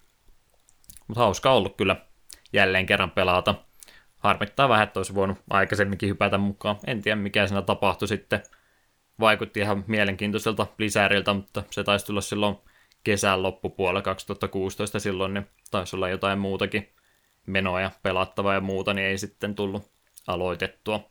Mutta hauska ollut kyllä jälleen kerran pelata. Harmittaa vähän, että olisi voinut aikaisemminkin hypätä mukaan. En tiedä, mikä siinä tapahtui sitten. Vaikutti ihan mielenkiintoiselta lisäriltä, mutta se taisi tulla silloin kesän loppupuolella kaksituhattakuusitoista silloin, niin taisi olla jotain muutakin menoja, pelattavaa ja muuta, niin ei sitten tullut aloitettua.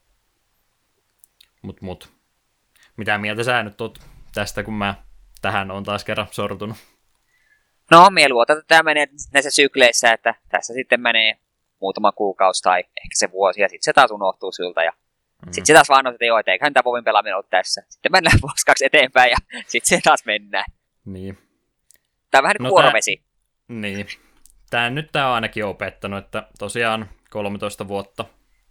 Mut mut. Mitä mieltä sä nyt oot tästä, kun mä tähän on taas kerran sortunut? No, mie luotan, että tämä menee näissä sykleissä, että tässä sitten menee muutama kuukausi tai ehkä se vuosi, ja sitten se taas unohtuu sulta, ja mm-hmm. sitten se taas vaan on, että joo, eiköhän tämä Vovin pelaaminen ollut tässä. Sitten mennään vuosi kaksi eteenpäin, ja sitten se taas mennään. Niin. Tämä on vähän niin kuin no, kuorovesi. Tää... Niin. Tämä nyt tämä on ainakin opettanut, että tosiaan kolmetoista vuotta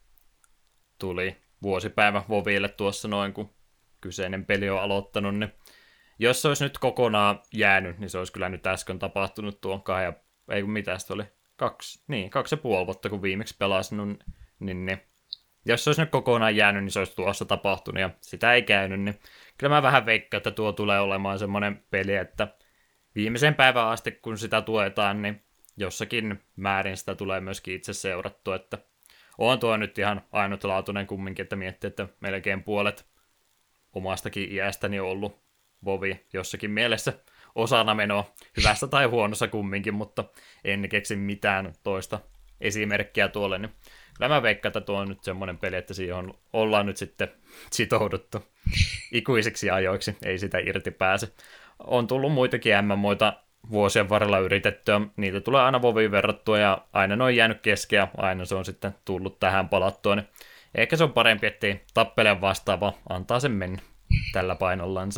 tuli vuosipäivä Voville tuossa noin, kun kyseinen peli on aloittanut, niin jos se olisi nyt kokonaan jäänyt, niin se olisi kyllä nyt äsken tapahtunut tuon kahden, ei kun mitä sitä oli, kaksi, niin, kaksi ja puoli vuotta, kun viimeksi pelasin, niin, niin jos se olisi nyt kokonaan jäänyt, niin se olisi tuossa tapahtunut, ja sitä ei käynyt, niin kyllä mä vähän veikkaan, että tuo tulee olemaan semmoinen peli, että viimeiseen päivään asti, kun sitä tuetaan, niin jossakin määrin sitä tulee myöskin itse seurattua, että on tuo nyt ihan ainutlaatuinen kumminkin, että miettii, että melkein puolet omastakin iästäni on ollut Vovi jossakin mielessä osana menoa, hyvässä tai huonossa kumminkin, mutta en keksi mitään toista esimerkkiä tuolle, niin kyllä mä veikkaan, että tuo on nyt semmoinen peli, että siihen ollaan nyt sitten sitouduttu ikuisiksi ajoiksi, ei sitä irti pääse. On tullut muitakin M M Oita vuosien varrella yritettyä, niitä tulee aina Voviin verrattua, ja aina ne on jäänyt kesken, ja aina se on sitten tullut tähän palattua, niin ehkä se on parempi, ettei tappele vastaava, antaa sen mennä tällä painollansa.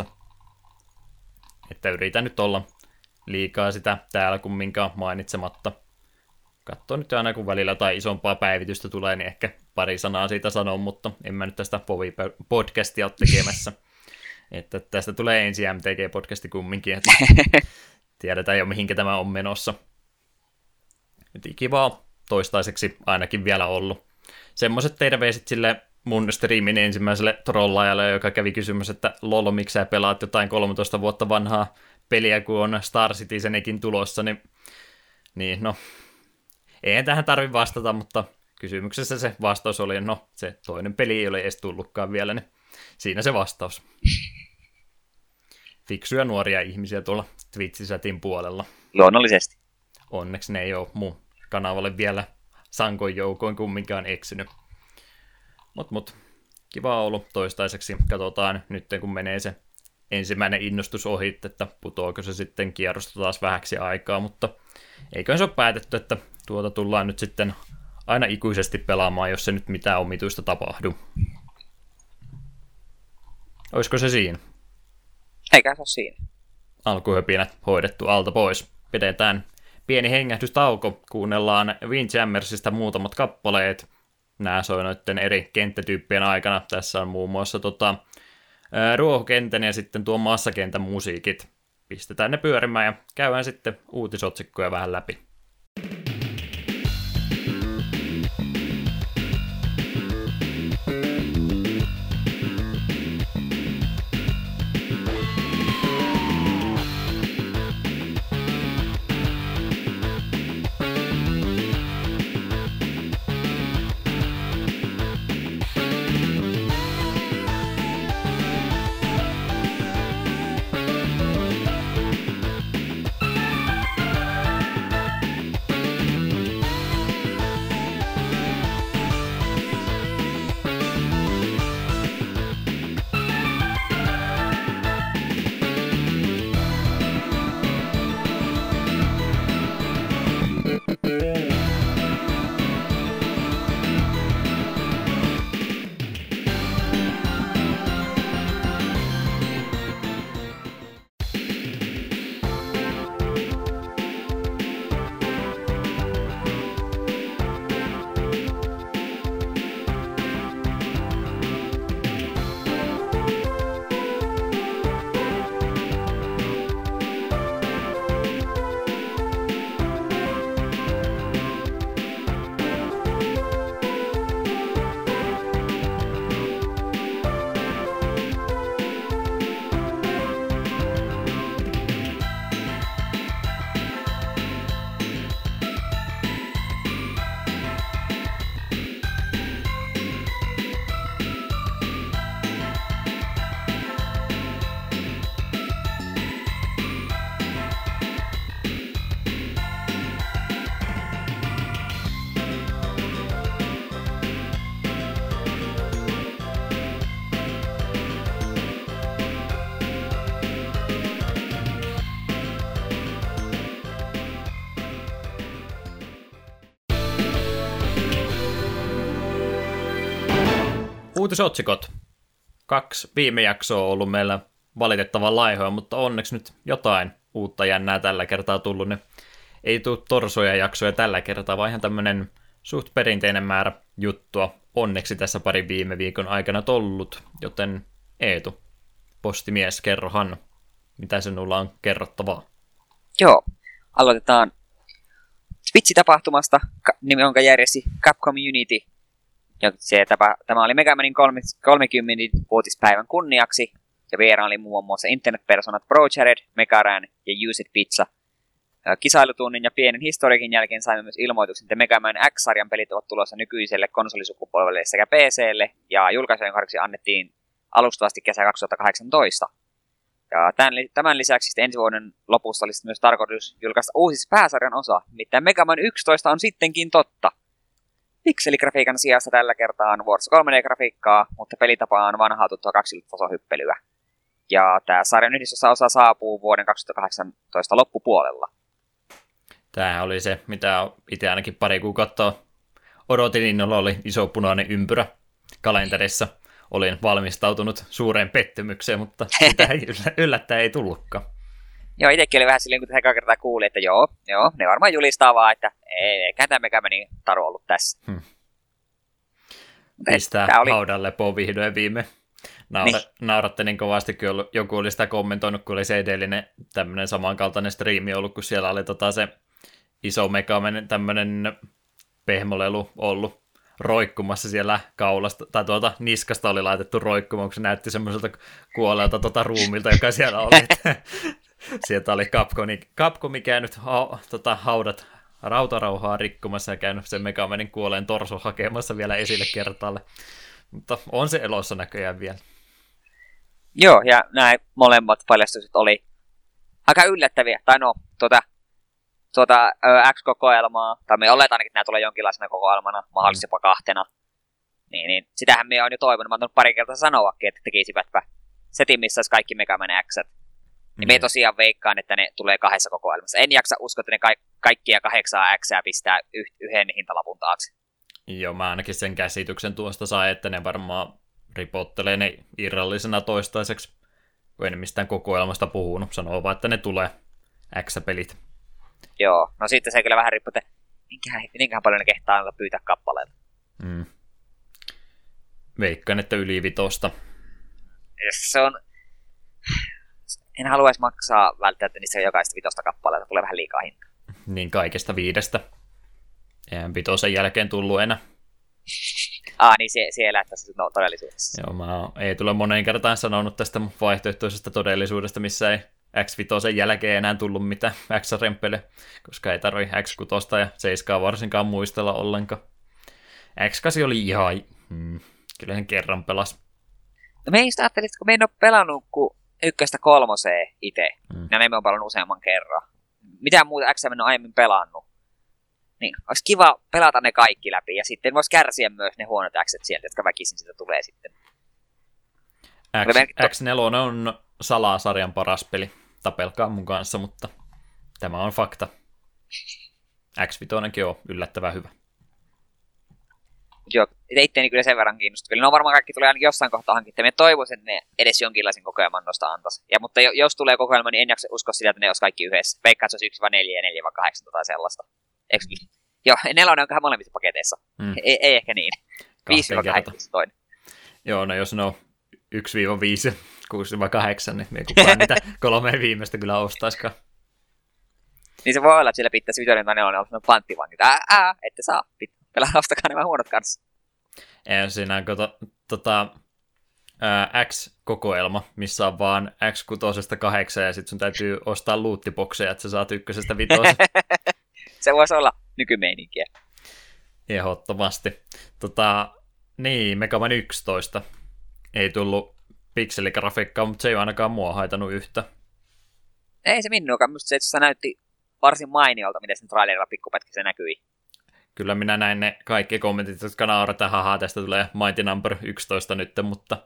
Että yritän nyt olla liikaa sitä täällä kumminkaan mainitsematta. Katso nyt aina, kun välillä tai isompaa päivitystä tulee, niin ehkä pari sanaa siitä sanon, mutta en mä nyt tästä Vovi-podcastia ole tekemässä. Että tästä tulee ensi M T G-podcasti kumminkin, että tiedetään jo mihinkä tämä on menossa. Nyt kivaa toistaiseksi ainakin vielä ollut. Semmoiset terveiset sille mun striimin ensimmäiselle trollaajalle, joka kävi kysymässä, että lolo, miksi sä pelaat jotain kolmetoista vuotta vanhaa peliä, kun on Star Citizenikin tulossa, niin, niin no, ei tähän tarvi vastata, mutta kysymyksessä se vastaus oli, no, se toinen peli ei ole edes tullutkaan vielä, niin siinä se vastaus. Fiksuja nuoria ihmisiä tuolla Twitch-chatin puolella. Luonnollisesti. Onneksi ne ei ole mun kanavalle vielä sankoin joukoin kumminkaan eksynyt. Mut mut, kiva ollut toistaiseksi. Katsotaan nyt, kun menee se ensimmäinen innostus ohi, että putoako se sitten kierrosta taas vähäksi aikaa, mutta eiköhän se ole päätetty, että tuota tullaan nyt sitten aina ikuisesti pelaamaan, jos se nyt mitään omituista tapahdu. Olisiko se siinä? Eikä se ole siinä. Alkuhöpinät hoidettu alta pois. Pidetään pieni hengähdystauko, kuunnellaan Windjammersista muutamat kappaleet. Nämä soi noiden eri kenttätyyppien aikana. Tässä on muun muassa tota, ruohokentän ja sitten tuo massakentän musiikit. Pistetään ne pyörimään ja käydään sitten uutisotsikkoja vähän läpi. Uutisotsikot. Kaksi viime jaksoa on ollut meillä valitettavan laihoja, mutta onneksi nyt jotain uutta jännää tällä kertaa tullut. Ne ei tule torsoja jaksoja tällä kertaa, vaan ihan tämmöinen suht perinteinen määrä juttua. Onneksi tässä pari viime viikon aikana tullut, joten Eetu, postimies, kerrohan, mitä sinulla on kerrottavaa. Joo, aloitetaan Twitch-tapahtumasta, jonka järjesti Capcom Unity. Se, tämä oli Mega Manin kolmekymmenvuotispäivän kunniaksi, ja vieraana oli muun muassa internetpersonat ProJared, Megaran ja Use It Pizza. Kisailutunnin ja pienen historiikin jälkeen saimme myös ilmoituksen, että Mega Man X-sarjan pelit ovat tulossa nykyiselle konsolisukupolvelle sekä P C:lle, ja julkaisujen kohdaksi annettiin alustavasti kesä kaksituhattakahdeksantoista. Ja tämän lisäksi sitten ensi vuoden lopussa olisi myös tarkoitus julkaista uusi pääsarjan osa, nimittäin Mega Man yksitoista on sittenkin totta. Pikseligrafiikan sijasta tällä kertaa on vuorossa kolme D-grafiikkaa, mutta pelitapa on vanhaa tuttua kaksiltasohyppelyä. Ja tämä sarjan yhdistysosa saapuu vuoden kaksituhattakahdeksantoista loppupuolella. Tämähän oli se, mitä itse ainakin pari kuukautta odotin, innolla oli iso punainen ympyrä kalenterissa. Olin valmistautunut suureen pettymykseen, mutta sitä ei yllättäen ei tullutkaan. Joo, itsekin oli vähän silleen, kun eka kertaa kuuli, että joo, joo, ne varmaan julistaa vaan, että ei, eikä tämä Mega Manin taru ollut tässä. Hmm. Pistää oli haudan lepoon vihdoin viime. Naura, niin. Nauratte niin kovasti, kun joku oli sitä kommentoinut, kun oli se edellinen tämmöinen samankaltainen striimi ollut, kun siellä oli tota se iso Mega Man tämmöinen pehmolelu ollut roikkumassa siellä kaulasta, tai tuota niskasta oli laitettu roikkumaan, kun se näytti semmoiselta kuolleelta tuota ruumilta, joka siellä oli. Sieltä oli Capcom, Capcom käynyt ha, tota, haudat rautarauhaa rikkomassa ja käynyt sen Mega Manin kuolleen torso hakemassa vielä esille kertaalle. Mutta on se elossa näköjään vielä. Joo, ja nämä molemmat paljastukset oli aika yllättäviä. Tai no, tuota, tuota X-kokoelmaa, tai me oletaan ainakin, että nämä tulee jonkinlaisena kokoelmana, mahdollisesti jopa kahtena. Niin, niin, sitähän me on jo toivonut. Mä oon pari kertaa sanoakin, että tekisivätpä setin, missä olisi kaikki Mega Man X:t. Niin mm. me tosiaan veikkaan, että ne tulee kahdessa kokoelmassa. En jaksa uskoa, että ne ka- kaikkia kahdeksaa Xää pistää yh- yhden hintalapun taakse. Joo, mä ainakin sen käsityksen tuosta sai, että ne varmaan ripottelee ne irrallisena toistaiseksi, kun en mistään kokoelmasta puhunut. Sanoo vaan, että ne tulee X-pelit. Joo, no sitten se kyllä vähän riippuu, että minkähän paljon ne kehtaa olla pyytää kappaleita. Mm. Veikkaan, että yli vitosta. Se on... En haluaisi maksaa välttämättä niistä jokaista vitosta kappaleita, tulee vähän liikaa hintaa. Niin kaikesta viidestä. Eihän vitosen jälkeen tullut enää. Ah, niin sie- siellä, että se no, todellisuudessa. Joo, mä ei tule moneen kertaan sanonut tästä vaihtoehtoisesta todellisuudesta, missä ei X viisi jälkeen enää tullut mitään X-rempele, koska ei tarvi X kuusi ja seitsemän varsinkaan muistella ollenkaan. X kahdeksan oli ihan... Hmm, kyllähän kerran pelas. No me just ajattelin, että kun me en ole pelannut kuin ykköstä kolmoseen itse, Hmm. ja me on pelannut useamman kerran. Mitään muuta X en ole aiemmin pelannut. Niin, olisi kiva pelata ne kaikki läpi, ja sitten voisi kärsiä myös ne huonot X:t sieltä, jotka väkisin sitä tulee sitten. X, X neljä on salasarjan paras peli. Tapelkaa mun kanssa, mutta tämä on fakta. X viisi on yllättävän hyvä. Joo, itseäni kyllä sen verran kiinnostaa. Kyllä ne on varmaan kaikki tulee ainakin jossain kohtaa hankittaa. Minä toivoisin, että ne edes jonkinlaisen kokoelman nosta antaisi. Ja, mutta jos tulee kokoelma, niin en jaksa uskoa sitä, että ne olisi kaikki yhdessä. Veikkaan, että se olisi yksi vai neljä ja neljä vai kahdeksan tai sellaista. Eikö? Joo, nelonen on molemmissa paketeissa. Mm. Ei, ei ehkä niin. viisi vai kahdeksan toinen. Joo, no jos ne on yksi viisi ja kuusi kahdeksan, niin ei kukaan niitä kolmeen viimeistä kyllä ostaisikaan. Niin se voi olla, että siellä pitäisi vitonen tai nelonen olla panttivangit. Ää, ää, ette saa. Pelaa, ostakaa nämä huonot kanssa. Ei siinä on to, tota, ää, X-kokoelma, missä on vaan X kuusi kahdeksan ja sitten sun täytyy ostaa luuttibokseja, että sä saat ykkösestä vitosen. Se voisi olla nykymeininkiä. Ehdottomasti. Tota, niin, Mega Man yksitoista. Ei tullut pikseligrafiikkaa, mutta se ei ole ainakaan mua haitanut yhtä. Ei se minuakaan. Minusta se itse näytti varsin mainiolta, miten sen trailerilla pikkupätkissä näkyi. Kyllä minä näin ne kaikki kommentit, jotka naurataan, haha, tästä tulee Mighty Number yksitoista nyt, mutta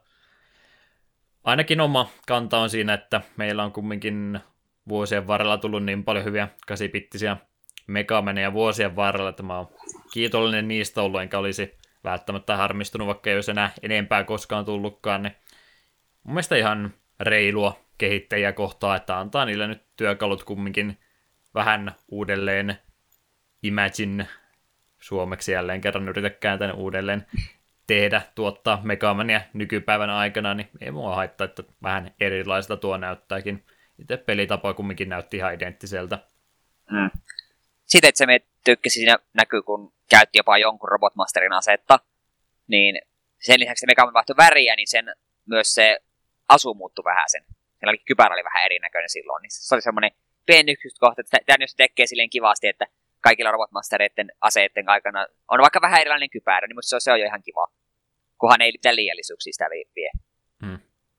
ainakin oma kanta on siinä, että meillä on kumminkin vuosien varrella tullut niin paljon hyviä kasipittisiä Megamania vuosien varrella, että mä oon kiitollinen niistä ollut, enkä olisi välttämättä harmistunut, vaikka ei olisi enää enempää koskaan tullutkaan, niin mun mielestä ihan reilua kehittäjiä kohtaa, että antaa niille nyt työkalut kumminkin vähän uudelleen Imagine suomeksi jälleen kerran yritä kääntää uudelleen tehdä, tuottaa Megamania nykypäivän aikana, niin ei mua haittaa, että vähän erilaiselta tuo näyttääkin. Itse pelitapa kumminkin näytti ihan identtiseltä. Mm. Sitten, että se me tykkäsi siinä näkyy, kun käytti jopa jonkun Robotmasterin asetta, niin sen lisäksi se Megaman vaihtoi väriä, niin sen myös se asu muuttui vähän sen. Siellä oli kypärä oli vähän erinäköinen silloin, niin se oli semmoinen pieni yksityiskohta, että tämän jos se tekee silleen kivasti, että kaikilla Robotmastereiden aseiden aikana on vaikka vähän erilainen kypärä, niin musta se on jo ihan kiva. Kunhan ei mitään liiallisuuksia sitä vie. Hmm.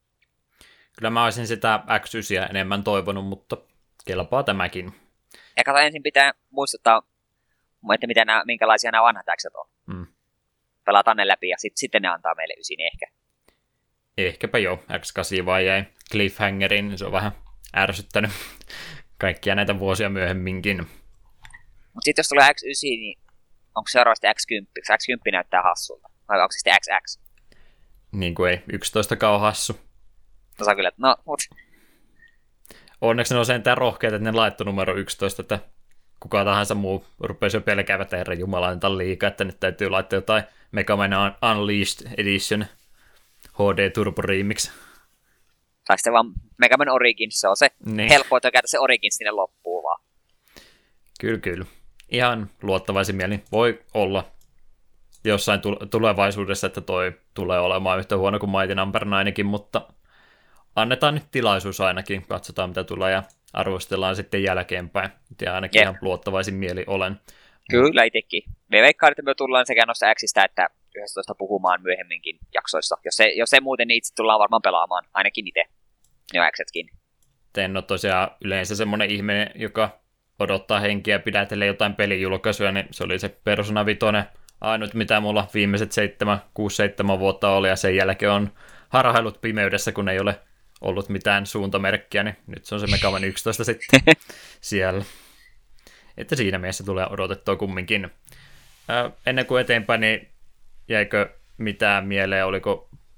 Kyllä mä olisin sitä X yhdeksän enemmän toivonut, mutta kelpaa tämäkin. Ja kato, ensin pitää muistuttaa, että mitä nämä, minkälaisia nämä vanhat X:t on. Hmm. Pelataan ne läpi ja sit, sitten ne antaa meille ysin ehkä. Ehkäpä jo. X kahdeksan vai jäi cliffhangerin, niin se on vähän ärsyttänyt kaikkia näitä vuosia myöhemminkin. Mutta sitten jos tulee X yhdeksän, niin onko seuraavasti X kymmenen? X kymmenen näyttää hassulta. Vai onko se sitten X X? Niin kuin ei yksitoista ole hassu. No saa kyllä, että no, mut. Onneksi ne on sentään rohkeat, että ne laittoi numero yksitoista, että kuka tahansa muu rupesi jo pelkäävät, että herra jumala, on liikaa, että nyt täytyy laittaa jotain Mega Man Unleashed Edition H D Turbo Remix. Tai sitten vaan Mega Man Origins, se on se niin helppo, että käytä se Origins sinne loppuun vaan. Kyllä, kyllä. Ihan luottavaisin mielin. Voi olla jossain tulevaisuudessa, että toi tulee olemaan yhtä huono kuin Mighty Number Ninekin, mutta annetaan nyt tilaisuus ainakin, katsotaan mitä tulee ja arvostellaan sitten jälkeenpäin. Ja ainakin yeah. ihan luottavaisin mieli olen. Kyllä itsekin. Me veikkaan, että me tullaan sekä noista Xistä että yhdestoista puhumaan myöhemminkin jaksoissa. Jos se, jos se muuten, niin itse tullaan varmaan pelaamaan, ainakin itse. Ne on Xetkin. En ole tosiaan yleensä semmoinen ihminen, joka odottaa henkiä pidätellä jotain pelijulkaisuja, niin se oli se Persona viisi ainut, mitä mulla viimeiset seitsemän, kuusi seitsemän vuotta oli, ja sen jälkeen on harhailut pimeydessä, kun ei ole ollut mitään suuntamerkkiä, niin nyt se on se Mega Man yksitoista sitten siellä. Että siinä mielessä tulee odotettua kumminkin. Ää, ennen kuin eteenpäin, niin jäikö mitään mieleen, oliko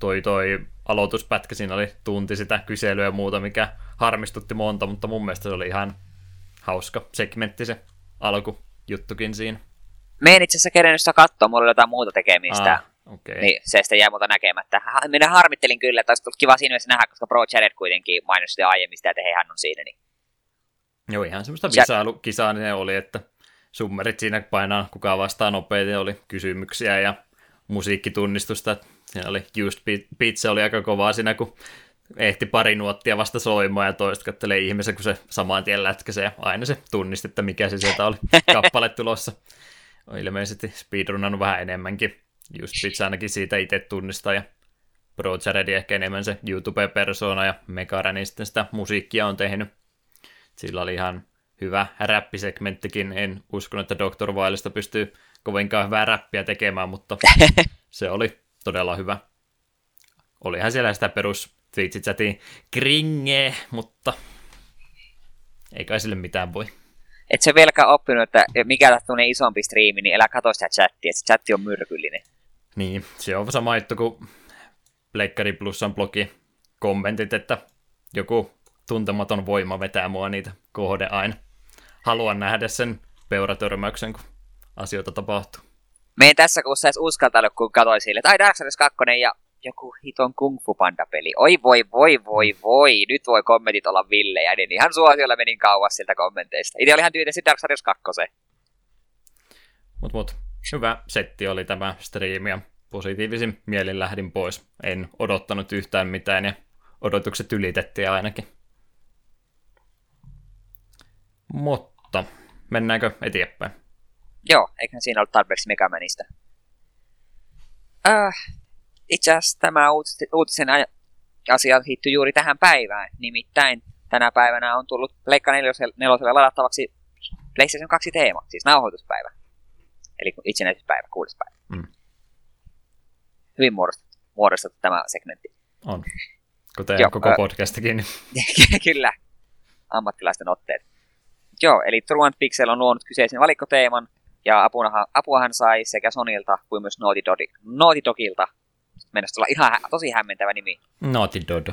toi toi aloituspätkä, siinä oli tunti sitä kyselyä ja muuta, mikä harmistutti monta, mutta mun mielestä se oli ihan hauska segmentti se alkujuttukin siinä. Me en itse asiassa kerennyt sitä katsoa, mulla oli jotain muuta tekemistä. Ah, okay. Niin se sitten jäi muuta näkemättä. Minä harmittelin kyllä, että olisi tullut kiva siinä mielessä nähdä, koska Pro Jared kuitenkin mainitsi aiemmin sitä, että hei, hän on siinä. Niin. Joo, ihan semmoista visailukisaa niin ne oli, että summerit siinä painaa kukaan vastaan nopeiten, oli kysymyksiä ja musiikkitunnistusta. Siinä oli just Pizza oli aika kovaa siinä, kun ehti pari nuottia vasta soimaan ja toista kattelee ihmisen, kun se saman tien lätkäsee ja aina se tunnisti, että mikä se sieltä oli kappale tulossa. On ilmeisesti speedrunnannut vähän enemmänkin. Just Pizza ainakin siitä itse tunnistaa ja Pro Jared ehkä enemmän se YouTube-persona ja Megarani sitten sitä musiikkia on tehnyt. Sillä oli ihan hyvä räppisegmenttikin. En uskonut, että doktor Wilesta pystyy kovinkaan hyvää räppiä tekemään, mutta se oli todella hyvä. Olihan siellä sitä perus Twitch-chatin kringe, mutta ei kai sille mitään voi. Et se vieläkään oppinut, että mikä tahtuu niin isompi striimi, niin älä katso sitä chattia, että se chatti on myrkyllinen. Niin, se on sama juttu kuin Pleikkari Plusan blogi kommentit, että joku tuntematon voima vetää mua niitä kohde aina. Haluan nähdä sen peuratörmäyksen, kun asioita tapahtuu. Me ei tässä kuussa edes uskaltanut, kun katsoin sille, että ai Dark Souls kaksi ja joku hiton Kung Fu Panda-peli. Oi voi voi voi voi, nyt voi kommentit olla villejä, niin ihan suosiolla menin kauas siltä kommenteista. Itse oli ihan tyytyväinen Dark Souls kaksi. Mut mut, hyvä setti oli tämä striimi ja positiivisin mielin lähdin pois. En odottanut yhtään mitään ja odotukset ylitettiin ainakin. Mutta mennäänkö eteenpäin? Joo, eiköhän siinä ollut tarpeeksi Megamanista. Äh, itse asiassa tämä uutis- uutisen asia liittyy juuri tähän päivään. Nimittäin tänä päivänä on tullut Pleikka neloselle ladattavaksi PlayStation kaksi teema, siis nauhoituspäivä. Eli itsenäisyyspäivä, kuudes päivä. Mm. Hyvin muodostettu, muodostettu tämä segmentti. On. Kuten Joo, koko äh, podcastikin. Kyllä, ammattilaisten otteet. Joo, eli Truant Pixel on luonut kyseisen valikkoteeman, ja apuahan, apuahan sai sekä Sonilta kuin myös Naughty, Dog, Naughty Dogilta. Mennäisi tulla ihan hä- tosi hämmentävä nimi. Naughty Dog.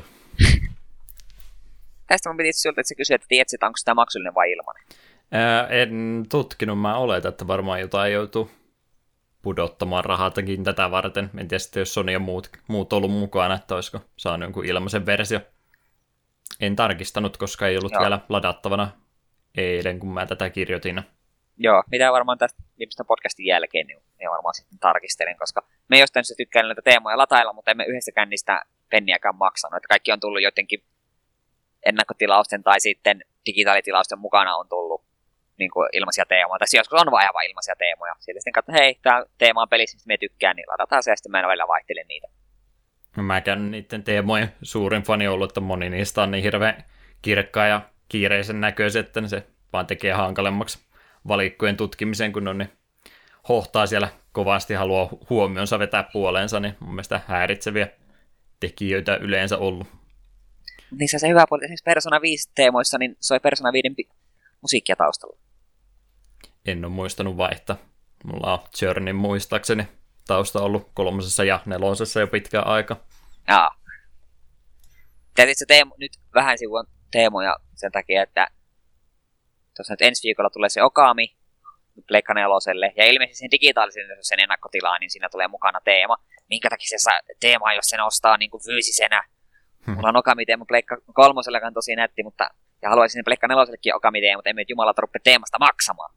Tästä mun piti siltä, että se kysyy, että tiedätkö, että onko sitä maksullinen vai ilmainen. Ää, en tutkinut, mä oletan, että varmaan jotain joutuu pudottamaan rahatakin tätä varten. En tiedä sitten, jos Sony ja muut, muut ollut mukana, että olisiko saanut jonkun ilmaisen versio. En tarkistanut, koska ei ollut Joo. vielä ladattavana eilen, kun mä tätä kirjoitin. Joo, mitä varmaan tästä viimeistä podcastin jälkeen, niin me varmaan sitten tarkistelen, koska me ei jostain tykkää näitä teemoja latailla, mutta emme yhdessäkään niistä penniäkään maksanut. Että kaikki on tullut jotenkin ennakkotilausten tai sitten digitaalitilausten mukana on tullut niin kuin ilmaisia teemoja. Tai joskus on aivan ilmaisia teemoja. Sitten sitten katsotaan, hei, tämä teema on pelissä, mistä me tykkään, niin ladataan se ja sitten mä en välillä vaihtele niitä. No mäkään niiden teemojen suurin fani ollut, että moni niistä on niin hirveän kirkkaa ja kiireisen näköisiä, että se vaan tekee hankalemmaksi valikkojen tutkimisen, kun on niin hohtaa siellä kovasti, haluaa huomionsa vetää puoleensa, niin mun mielestä häiritseviä tekijöitä yleensä ollut. Niissä se hyvä puoli, esimerkiksi Persona viisi teemoissa, niin soi Persona viiden pi- musiikkia taustalla. En ole muistanut vaihtaa. Mulla on Journeyn muistaakseni tausta ollut kolmosessa ja nelosessa jo pitkään aika. Jaa. Tietysti teemo, nyt vähän sivuan teemoja sen takia, että tuossa nyt ensi viikolla tulee se Okami Pleikka neloselle, ja ilmeisesti sen digitaalisen sen ennakkotilaa, niin siinä tulee mukana teema. Minkä takia se saa teemaa, jos sen ostaa niin kuin fyysisenä? Mulla on Okami-teema Pleikka kolmosellekaan tosi nätti, mutta ja haluaisin Pleikka nelosellekin Okami-teema, mutta emme jumalata rupea teemasta maksamaan.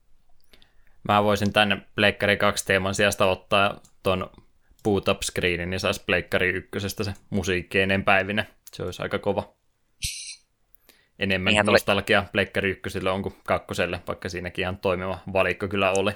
Mä voisin tänne Pleikkari kaksi teeman sijasta ottaa ton boot up screenin, niin saisi Pleikkari ykkösestä se musiikki ennen päivinä. Se olisi aika kova. Enemmän Niinhän nostalgia tuli... Pleikkari ykköselle on kuin kakkoselle, vaikka siinäkin ihan toimiva valikko kyllä oli.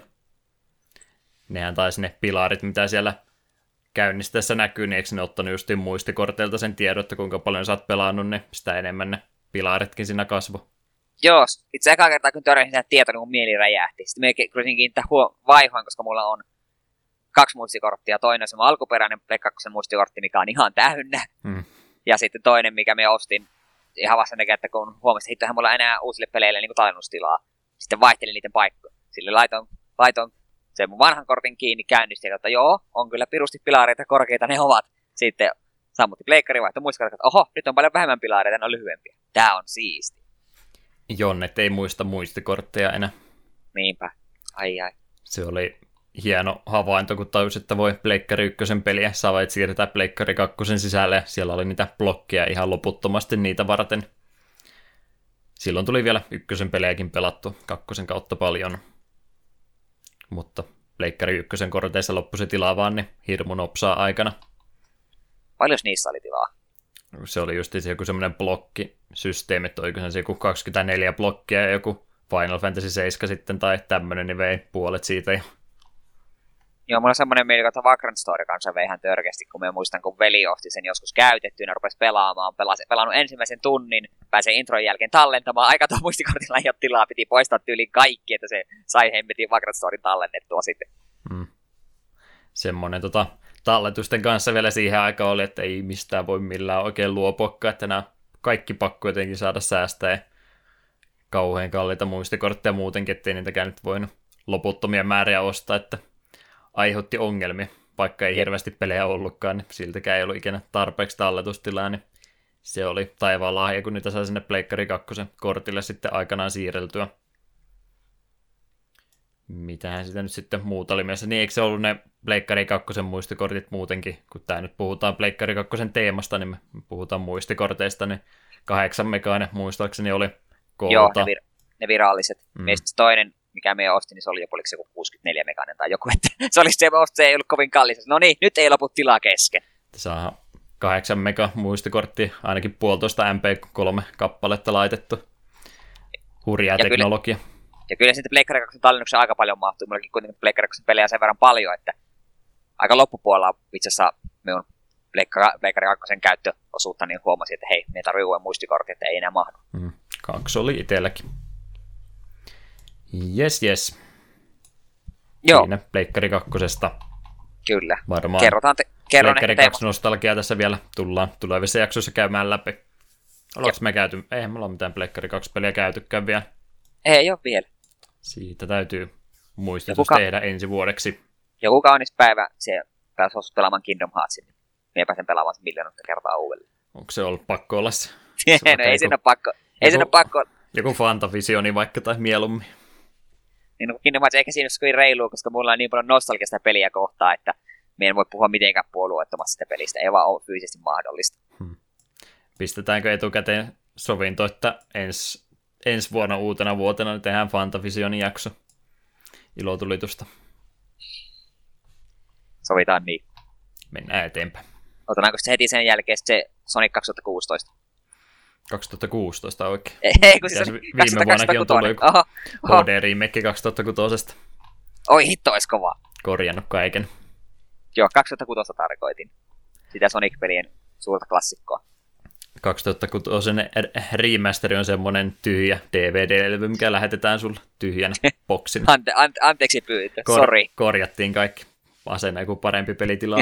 Nehän taisi ne pilarit, mitä siellä käynnistäessä näkyy, niin eikö ne ottanut justiin muistikorteilta sen tiedon, että kuinka paljon sä oot pelannut, niin sitä enemmän ne pilaritkin siinä kasvo. Joo, itse ekaa kertaa kun törmäsin sitä tietoa, niin mun mieli räjähti. Sitten me kruisin kiinnittää huo- vaihoin, koska mulla on kaksi muistikorttia. Toinen on se mun alkuperäinen Pleikka kakkosen muistikortti, mikä on ihan täynnä. Hmm. Ja sitten toinen, mikä me ostin ihan vasta näkee, että kun huomasin, että hittohan mulla enää uusille peleille niin kuin tallennustilaa. Sitten vaihtelin niiden paikkoja. Sille laitoin, laitoin sen mun vanhan kortin kiinni, käynnistin, että joo, on kyllä pirusti pilareita korkeita ne ovat. Sitten sammutti pleikkari, vaihtoi muistikortit, että oho, nyt on paljon vähemmän pilareita, ne on lyhyempiä. Tää on siisti. Jonnet ei muista muistikortteja enää. Niinpä. Ai ai. Se oli hieno havainto, kun tajus, että voi Pleikkari ykkösen peliä saa vain siirtää Pleikkari kakkosen sisälle, ja siellä oli niitä blokkeja ihan loputtomasti niitä varten. Silloin tuli vielä ykkösen pelejäkin pelattu kakkosen kautta paljon, mutta Pleikkari ykkösen korteissa loppui se tilaa vaan niin hirmu nopsaa aikana. Paljon niissä oli tilaa? Se oli just se joku semmoinen blokkisysteemi, että oliko se joku kaksikymmentäneljä blokkia ja joku Final Fantasy seitsemän sitten tai tämmöinen, niin vei puolet siitä. Ja... Joo, mulla on semmoinen mieli, että Vagrant Story kanssa vei ihan törkeästi, kun mä muistan, kun veli osti sen joskus käytettyä, ja rupesi pelaamaan, pelasi, pelannut ensimmäisen tunnin, pääsee intron jälkeen tallentamaan, aika tuon muistikortilla ei ole tilaa, piti poistaa tyyliin kaikki, että se sai hemmetin Vagrant Storyn tallennettua sitten. Hmm. Semmoinen tota, talletusten kanssa vielä siihen aikaan oli, että ei mistään voi millään oikein luopuakaan, että nämä kaikki pakko jotenkin saada säästää ja kauhean kalliita muistikortteja muutenkin, ettei niitäkään nyt voinut loputtomia määriä ostaa, että aiheutti ongelmia, vaikka ei hirveästi pelejä ollutkaan, niin siltäkään ei ollut ikinä tarpeeksi talletustilaa, niin se oli taivaan lahja, kun niitä sai sinne Pleikkari kakkosen kortille sitten aikanaan siirreltyä. Mitähän sitä nyt sitten muuta oli mielessä, niin eikö se ollut ne Pleikkari kakkosen muistikortit muutenkin, kun tämä nyt puhutaan Pleikkari kakkosen teemasta, niin me puhutaan muistikorteista, niin kahdeksan megainen muistaakseni oli koolta. Joo, ne, vir- ne viralliset. Mm. Meistä toinen, mikä me ostin, niin se oli jopa joku kuusikymmentäneljä megainen tai joku, että se olisi se, se ei ollut kovin kallis. No niin, nyt ei lopu tilaa kesken. Saa kahdeksan mega muistikortti, ainakin puolitoista M P kolme kappaletta laitettu. Hurjaa ja teknologia. Kyllä, ja kyllä sitten Pleikkari kakkosen tallennuksen aika paljon mahtuu. Mullakin kuitenkin Pleikkari kakkosen pelejä sen verran paljon, että aika loppupuolella itse asiassa minun Pleikkari kakkosen käyttöosuutta, niin huomasin, että hei, me tarvii uuden muistikortin, että ei enää mahdu. Mm, kaksi oli itselläkin. Jes, jes. Joo. Siinä Pleikkari kakkosesta. Kyllä. Varmaan kerrotaan te- kerron Pleikkari kaksi nostalgiaa tässä vielä tullaan tulevissa jaksoissa käymään läpi. Ollaanko me käyty? Eihän me olla mitään Pleikkari kaksi peliä käytykään vielä. Ei ole vielä. Siitä täytyy muistutus ka- tehdä ensi vuodeksi. Joku kaunis päivä se pääsi pelaamaan Kingdom Heartsin. Minä pääsen pelaamaan sen miljoonutta kertaa uudelleen. Onko se ollut pakko olla se? se no, ei siinä ole pakko. Ei siinä ole pakko. Joku Fantavisioni vaikka tai mieluummin. Niin no, Kingdom Hearts ehkä siinä olisi reilua, koska mulla on niin paljon nostalgista peliä kohtaa, että minä en voi puhua mitenkään puolueettomasti sitä pelistä. Ei vaan ole fyysisesti mahdollista. Hmm. Pistetäänkö etukäteen sovinto, että ens, ensi vuonna uutena vuotena niin tehdään Fantavisionin jakso ilotulitusta? Sovitaan niin. Mennään eteenpäin. Otetaanko se heti sen jälkeen se Sonic kaksituhattakuusitoista? kaksituhattakuusitoista oikein. Ei, kun siis viime vuonnakin on tullut joku H D-remake kaksituhattakuusi. Oi hitto, olisi kovaa. Korjannut kaiken. Joo, kaksituhattakuusi tarkoitin. Sitä Sonic-pelien suurta klassikkoa. kaksituhattakuusi remasteri on semmoinen tyhjä D V D-levy, mikä lähetetään sulle tyhjänä boksina. Ante, ante, anteeksi pyyntö, Kor- sori. Korjattiin kaikki. Asena joku parempi pelitila.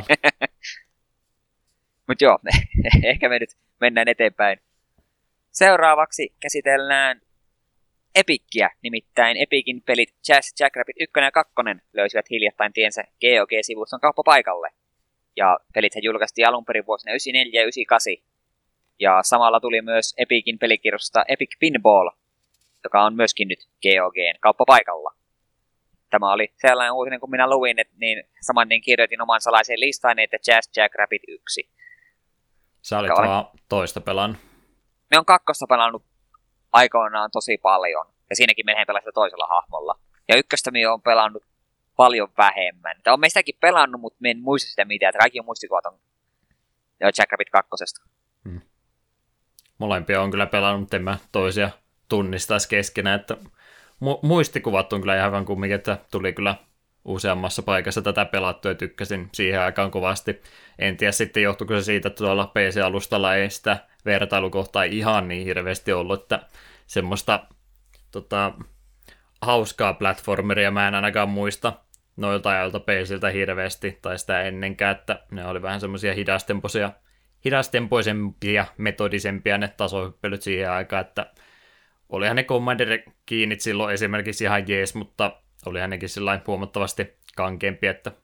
Mutta joo, ehkä me nyt mennään eteenpäin. Seuraavaksi käsitellään Epickiä, nimittäin Epicin pelit Jazz, Jackrabbit yksi ja kaksi löysivät hiljattain tiensä G O G-sivuston kauppapaikalle. Ja pelit julkaistiin alun perin vuosina yhdeksänkymmentäneljä ja yhdeksänkymmentäkahdeksan. Ja samalla tuli myös Epicin pelikirjoista Epic Pinball, joka on myöskin nyt G O G:n kauppapaikalla. Tämä oli sellainen uutinen, kun minä luin, että niin saman niin kirjoitin oman salaisen listaan, että Jazz Jackrabbit yksi. Sä olit olen... vaan toista pelannut. Me on kakkosta pelannut aikoinaan tosi paljon, ja siinäkin menee pelaa sitä toisella hahmolla. Ja ykköstä minä olen pelannut paljon vähemmän. Olen me sitäkin pelannut, mutta me en muista sitä mitään, että kaikki on muistikuvat on Jackrabbit kakkosesta. Hmm. Molempia on kyllä pelannut, mutta en mä toisia tunnistaisi keskenään, että mu- muistikuvat on kyllä ihan hyvän kumminkin, että tuli kyllä useammassa paikassa tätä pelattua ja tykkäsin siihen aikaan kovasti. En tiedä sitten johtuiko se siitä, että tuolla P C-alustalla ei sitä vertailukohtaa ihan niin hirveästi ollut, että semmoista tota, hauskaa platformeria mä en ainakaan muista noilta ajoilta P C:ltä hirveästi, tai sitä ennenkään, että ne oli vähän semmoisia hidastempoisia, hidastempoisempia, metodisempia ne tasohyppelyt siihen aikaan, että olihan ne Commander kiinnit silloin esimerkiksi ihan jees, mutta olihan nekin sillain huomattavasti kankeampi, että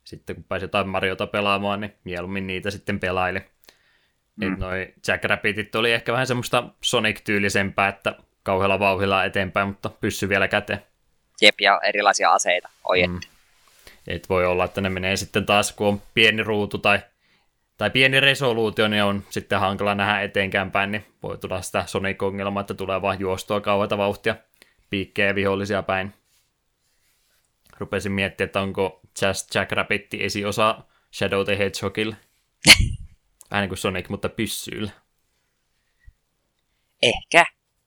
sitten kun pääsi jotain Mariota pelaamaan, niin mieluummin niitä sitten pelaili. Mm. Että noi Jackrabbitit oli ehkä vähän semmoista Sonic-tyylisempää, että kauhealla vauhdilla eteenpäin, mutta pyssy vielä käteen. Jep, ja erilaisia aseita. Oi mm. Et voi olla, että ne menee sitten taas, kun on pieni ruutu tai, tai pieni resoluutio, niin on sitten hankala nähdä eteenkään päin, niin voi tulla sitä Sonic-ongelmaa, että tulee vaan juostua kauheata vauhtia piikkejä vihollisia päin. Rupesin miettimään, että onko Just Jackrabbit esiosa Shadow the Hedgehogille. Vähän niin kuin Sonic, mutta pyssyillä. Ehkä.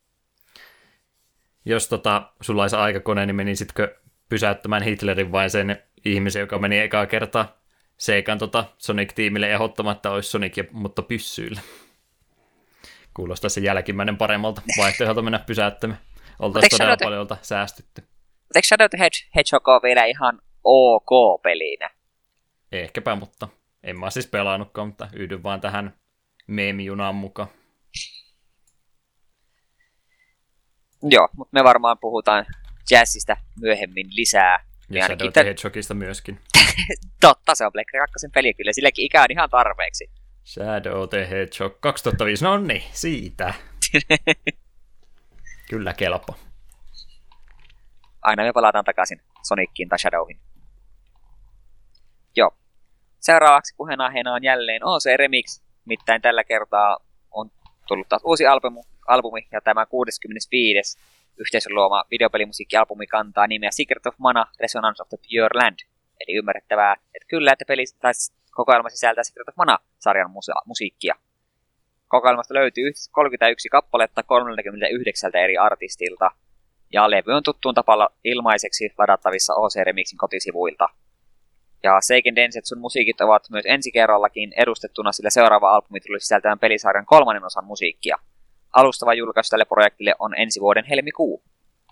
Jos tota, sulla olisi aikakone, niin menisitkö pysäyttämään Hitlerin vai sen ihmisen, joka meni ekaa kertaa seikan tota Sonic-tiimille ehdottamatta olisi Sonic, mutta pyssyillä. Kuulostaa se jälkimmäinen paremmalta vaihtoehdolta mennä pysäyttämään. Oltaisiin todella Shadow paljolta säästytty. Mutta eikö Shadow the Hedgehog ole vielä ihan ok pelinä? Ehkäpä, mutta en mä siis pelannutkaan, mutta yhdyn vaan tähän meemijunaan mukaan. Joo, mutta me varmaan puhutaan Jazzista myöhemmin lisää. Ja Shadow the Hedgehogista myöskin. Totta, se on Pleikkari kakkosen peli kyllä, silläkin ikä on ihan tarpeeksi. Shadow the Hedgehog kaksituhattaviisi, no niin, siitä. Kyllä kelpo. Aina me palataan takaisin Soniciin tai Shadowhin. Joo. Seuraavaksi puheenaiheena on jälleen O C Remix. Mittain tällä kertaa on tullut taas uusi albumi, albumi ja tämä kuudeskymmenesviides yhteisön luoma videopelimusiikkialbumi kantaa nimeä Secret of Mana, Resonance of the Pure Land. Eli ymmärrettävää, että kyllä, että peli tai kokoelma sisältää Secret of Mana-sarjan musa- musiikkia. Kokoelmasta löytyy kolmekymmentäyksi kappaletta kolmekymmentäyhdeksän eri artistilta, ja levy on tuttuun tapalla ilmaiseksi ladattavissa O C Remixin kotisivuilta. Ja Seiken Densetsun musiikit ovat myös ensi kerrallakin edustettuna, sillä seuraava albumi tuli sisältämään pelisarjan kolmannen osan musiikkia. Alustava julkaisu tälle projektille on ensi vuoden helmikuu.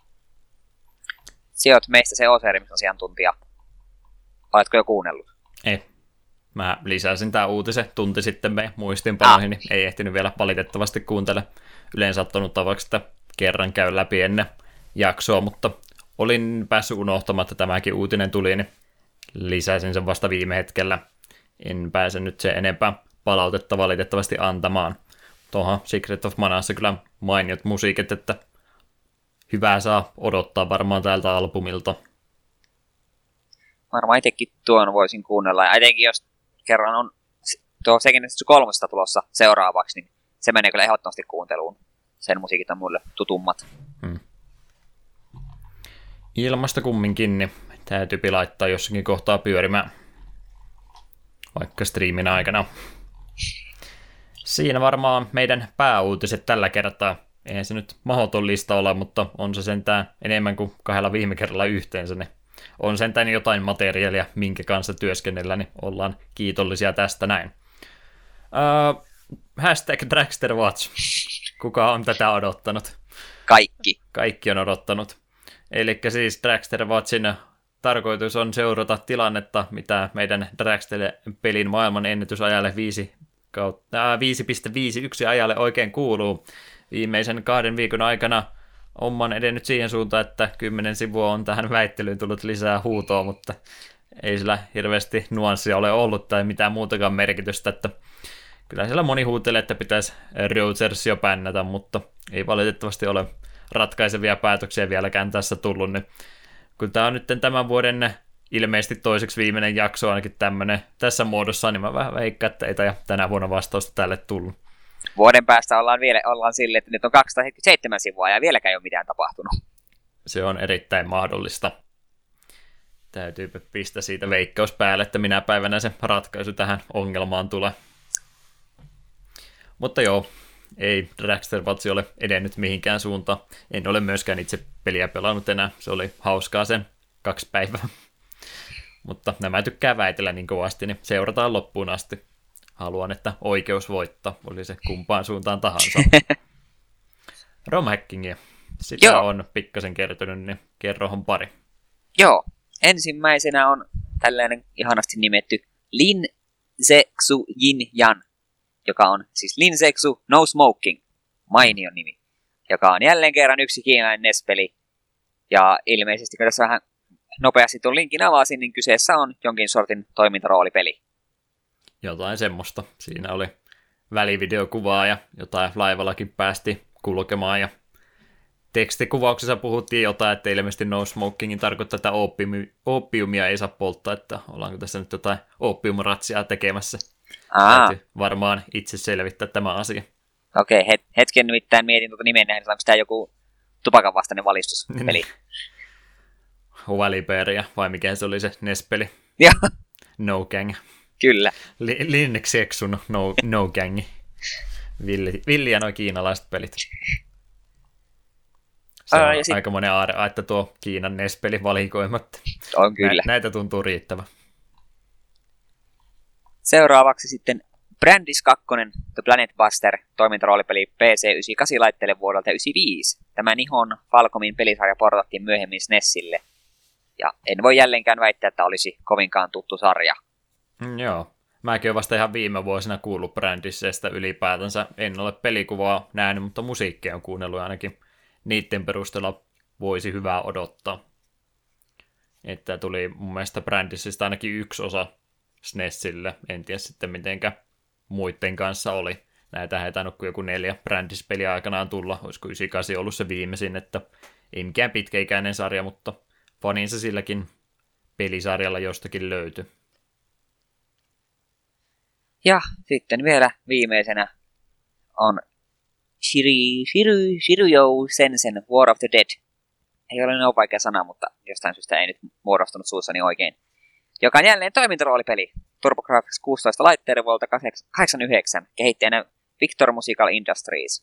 Sinä olet meistä se O C Remix-asiantuntija. Oletko jo kuunnellut? Ei. Mä lisäsin tää uutisen tunti sitten me muistinpanoihin, niin ei ehtinyt vielä valitettavasti kuuntele. Yleensä ottanut tavaksi, että kerran käy läpi ennen jaksoa, mutta olin päässyt unohtamaan, että tämäkin uutinen tuli, niin lisäsin sen vasta viime hetkellä. En pääse nyt sen enempää palautetta valitettavasti antamaan. Tuohon Secret of Manassa kyllä mainiot musiikit, että hyvää saa odottaa varmaan tältä albumilta. Varmaan itsekin tuon voisin kuunnella, ja etenkin jos kerran on tuo Seiken Densetsu kolmosta tulossa seuraavaksi, niin se menee kyllä ehdottomasti kuunteluun. Sen musiikit on mulle tutummat. Hmm. Ilmasta kumminkin, niin täytyypi laittaa jossakin kohtaa pyörimään, vaikka striimin aikana. Siinä varmaan meidän pääuutiset tällä kertaa. Eihän se nyt mahdoton lista ole, mutta on se sentään enemmän kuin kahdella viime kerralla yhteensä. Niin on sentään jotain materiaalia, minkä kanssa työskennellä, niin ollaan kiitollisia tästä näin. Uh, hashtag Dragster Watch. Kuka on tätä odottanut? Kaikki. Kaikki on odottanut. Eli siis Dragster Watchin tarkoitus on seurata tilannetta, mitä meidän Dragster-pelin maailman ennätysajalle viisi pilkku viisikymmentäyksi ajalle oikein kuuluu. Viimeisen kahden viikon aikana on edennyt siihen suuntaan, että kymmenen sivua on tähän väittelyyn tullut lisää huutoa, mutta ei sillä hirveästi nuanssia ole ollut tai mitään muutakaan merkitystä, että kyllä siellä moni huutelee, että pitäisi Rogers jo pännätä, mutta ei valitettavasti ole ratkaisevia päätöksiä vieläkään tässä tullut, niin kun tämä on nyt tämän vuoden ilmeisesti toiseksi viimeinen jakso ainakin tämmöinen tässä muodossa, niin mä vähän veikkaan, että ei taida tänä vuonna vastausta tälle tullut. Vuoden päästä ollaan, vielä, ollaan silleen, että nyt on kaksisataaseitsemänkymmentäseitsemän sivua ja vieläkään ei ole mitään tapahtunut. Se on erittäin mahdollista. Täytyy pistää siitä veikkaus päälle, että minä päivänä se ratkaisu tähän ongelmaan tulee. Mutta joo, ei Dragster Watch ole edennyt mihinkään suuntaan. En ole myöskään itse peliä pelannut enää. Se oli hauskaa sen kaksi päivää. Mutta nämä tykkää väitellä niin kovasti, niin seurataan loppuun asti. Haluan, että oikeus voittaa, oli se kumpaan suuntaan tahansa. Romhackingia. Sitä Joo. on pikkasen kertynyt, niin kerrohan pari. Joo, ensimmäisenä on tällainen ihanasti nimetty Lin Seksu Jin Jan, joka on siis Lin Seksu No Smoking, mainio nimi, joka on jälleen kerran yksi kiinalainen N E S-peli. Ja ilmeisesti kun tässä vähän nopeasti tuon linkin avasin, niin kyseessä on jonkin sortin toimintaroolipeli. Jotain semmoista. Siinä oli välivideokuvaa ja jotain laivallakin päästi kulkemaan ja tekstikuvauksessa puhuttiin jotain, että ilmeisesti no smokingin tarkoittaa, että opiumi, opiumia ei saa polttaa, että ollaanko tässä nyt jotain opiumratsiaa tekemässä. Aa. Täytyy varmaan itse selvittää tämä asia. Okei, het- hetken nimittäin mietin tuota nimen nähdä, onko tämä joku tupakan vastainen valistuspeli. Valiperia, vai mikä se oli se N E S-peli? Joo. No Gang. Kyllä. Li- Linux Exun No, no Gang. Villi, villi ja nuo kiinalaiset pelit. Se on Aa, sit... aikamoinen aare, että tuo Kiinan N E S-peli valikoimatta. On kyllä. Nä- näitä tuntuu riittävä. Seuraavaksi sitten Brandis kaksi, The Planet Buster, toimintaroolipeli P C yhdeksänkymmentäkahdeksan-laitteelle vuodelta yhdeksänkymmentäviisi. Tämä Nihon Falcomin pelisarja portattiin myöhemmin S N E Sille. Ja en voi jälleenkään väittää, että olisi kovinkaan tuttu sarja. Mm, joo. Mäkin olen vasta ihan viime vuosina kuullut Brandissestä ylipäätänsä. En ole pelikuvaa nähnyt, mutta musiikkia on kuunnellut ainakin. Niiden perusteella voisi hyvää odottaa. Että tuli mun mielestä Brandisista ainakin yksi osa S N E Sille. En tiedä sitten mitenkä muiden kanssa oli. Näitä ei tainnut kuin joku neljä Brandis-peliä aikanaan tulla. Olisiko yhdeksänkymmentäkahdeksan ollut se viimeisin, että ei mikään pitkäikäinen sarja, mutta faninsa silläkin pelisarjalla jostakin löytyi. Ja sitten vielä viimeisenä on Shiri, Shiru, Shiruyou Sensen War of the Dead. Ei ole niin vaikea sana, mutta jostain syystä ei nyt muodostunut suussani oikein. Joka on jälleen toimintaroolipeli. TurboGrafx kuusitoista laitteiden vuodelta kahdeksankymmentäyhdeksän, kehittäjänä Victor Musical Industries.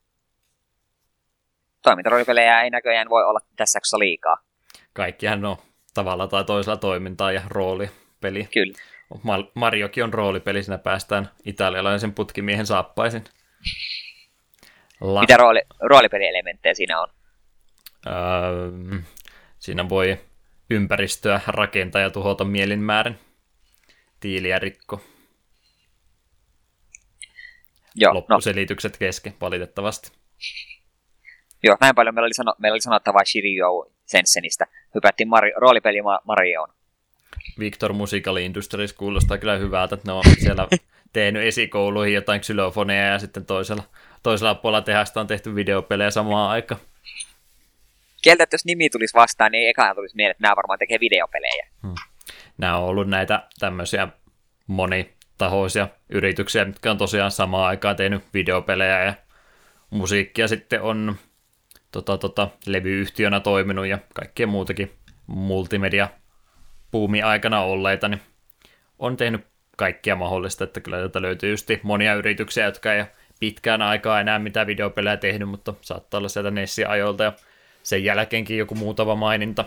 Toimintaroolipelejä ei näköjään voi olla tässä liikaa. Kaikkihan on tavalla tai toisella toimintaa ja roolipeli. Kyllä. Mariokin on roolipeli, siinä päästään italialaisen putkimiehen saappaisin. La- Mitä rooli, roolipelielementtejä siinä on? Öö, siinä voi ympäristöä rakentaa ja tuhota mielinmäärin. Tiiliä rikko. Joo, loppuselitykset no. kesken, valitettavasti. Joo, näin paljon meillä oli, sano, meillä oli sanottavaa Shiryu Sensenistä. Hypättiin Mari, roolipeli Marioon. Victor Musical Industries kuulostaa kyllä hyvältä, että ne on siellä tehnyt esikouluihin jotain xylofoneja ja sitten toisella, toisella puolella tehasta on tehty videopelejä samaan aikaan. Kieltä, että jos nimi tulisi vastaan, niin ekana tulisi mieleen, että nämä varmaan tekee videopelejä. Hmm. Nämä on ollut näitä tämmöisiä monitahoisia yrityksiä, mitkä on tosiaan samaan aikaan tehnyt videopelejä ja musiikkia sitten on tota, tota, levyyhtiönä toiminut ja kaikkea muutakin multimedia buumi aikana olleita, niin on tehnyt kaikkia mahdollista, että kyllä tätä löytyy just monia yrityksiä, jotka ei ole pitkään aikaa enää mitään videopelejä tehnyt, mutta saattaa olla sieltä Nessin ajoilta ja sen jälkeenkin joku muutama maininta.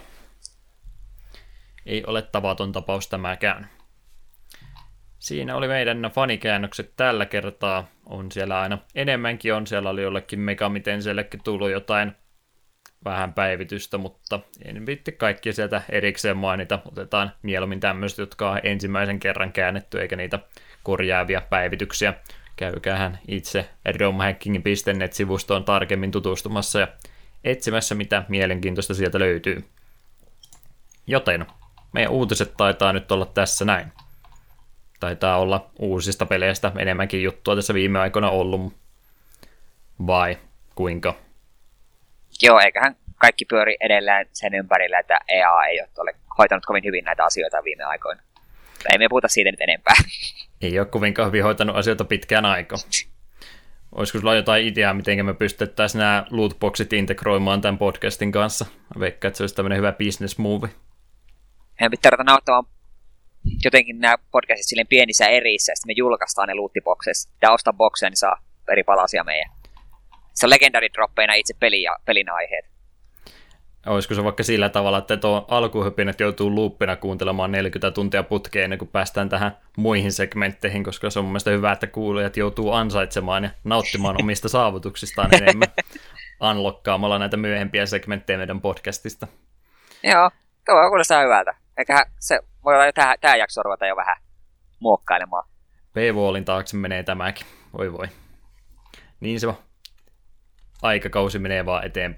Ei ole tavaton tapaus tämäkään. Siinä oli meidän fanikäännökset tällä kertaa. On siellä aina enemmänkin on. Siellä oli jollekin Megamitensellekin tullut jotain vähän päivitystä, mutta en viitti kaikkia sieltä erikseen mainita. Otetaan mieluummin tämmöiset, jotka on ensimmäisen kerran käännetty, eikä niitä korjaavia päivityksiä. Käykäähän itse romhacking piste net-sivustoon tarkemmin tutustumassa ja etsimässä, mitä mielenkiintoista sieltä löytyy. Joten meidän uutiset taitaa nyt olla tässä näin. Taitaa olla uusista peleistä enemmänkin juttua tässä viime aikoina ollut. Vai kuinka? Joo, eiköhän kaikki pyöri edelleen sen ympärillä, että E A ei ole hoitanut kovin hyvin näitä asioita viime aikoina. Ei me puhuta siitä nyt enempää. Ei ole kovinkaan hyvin hoitanut asioita pitkään aikaa. Olisiko sulla jotain ideaa, miten me pystyttäisiin nämä lootboxit integroimaan tämän podcastin kanssa? Veikkaan, että se olisi tämmöinen hyvä business move. Meidän pitää ruveta nauttamaan jotenkin nämä podcastit silleen pienissä erissä, ja sitten me julkaistaan ne lootboxissa. Pitää ostaa boxeja, niin saa eri palasia meidän. Se on legendary droppeina itse peli ja pelin aiheet. Olisiko se vaikka sillä tavalla, että tuo alkuhypinät joutuu luuppina kuuntelemaan neljäkymmentä tuntia putkeen ennen kuin päästään tähän muihin segmentteihin, koska se on mun mielestä hyvä, että kuulijat joutuu ansaitsemaan ja nauttimaan omista saavutuksistaan enemmän unlockkaamalla näitä myöhempiä segmenttejä meidän podcastista. Joo, tuo kuulostaa hyvältä. Eiköhän se voi olla jo tähän, tähän jaksoon ruveta jo vähän muokkailemaan. Paywallin taakse menee tämäkin. Voi voi. Niin se on. Aikakausi menee vaan eteenpäin.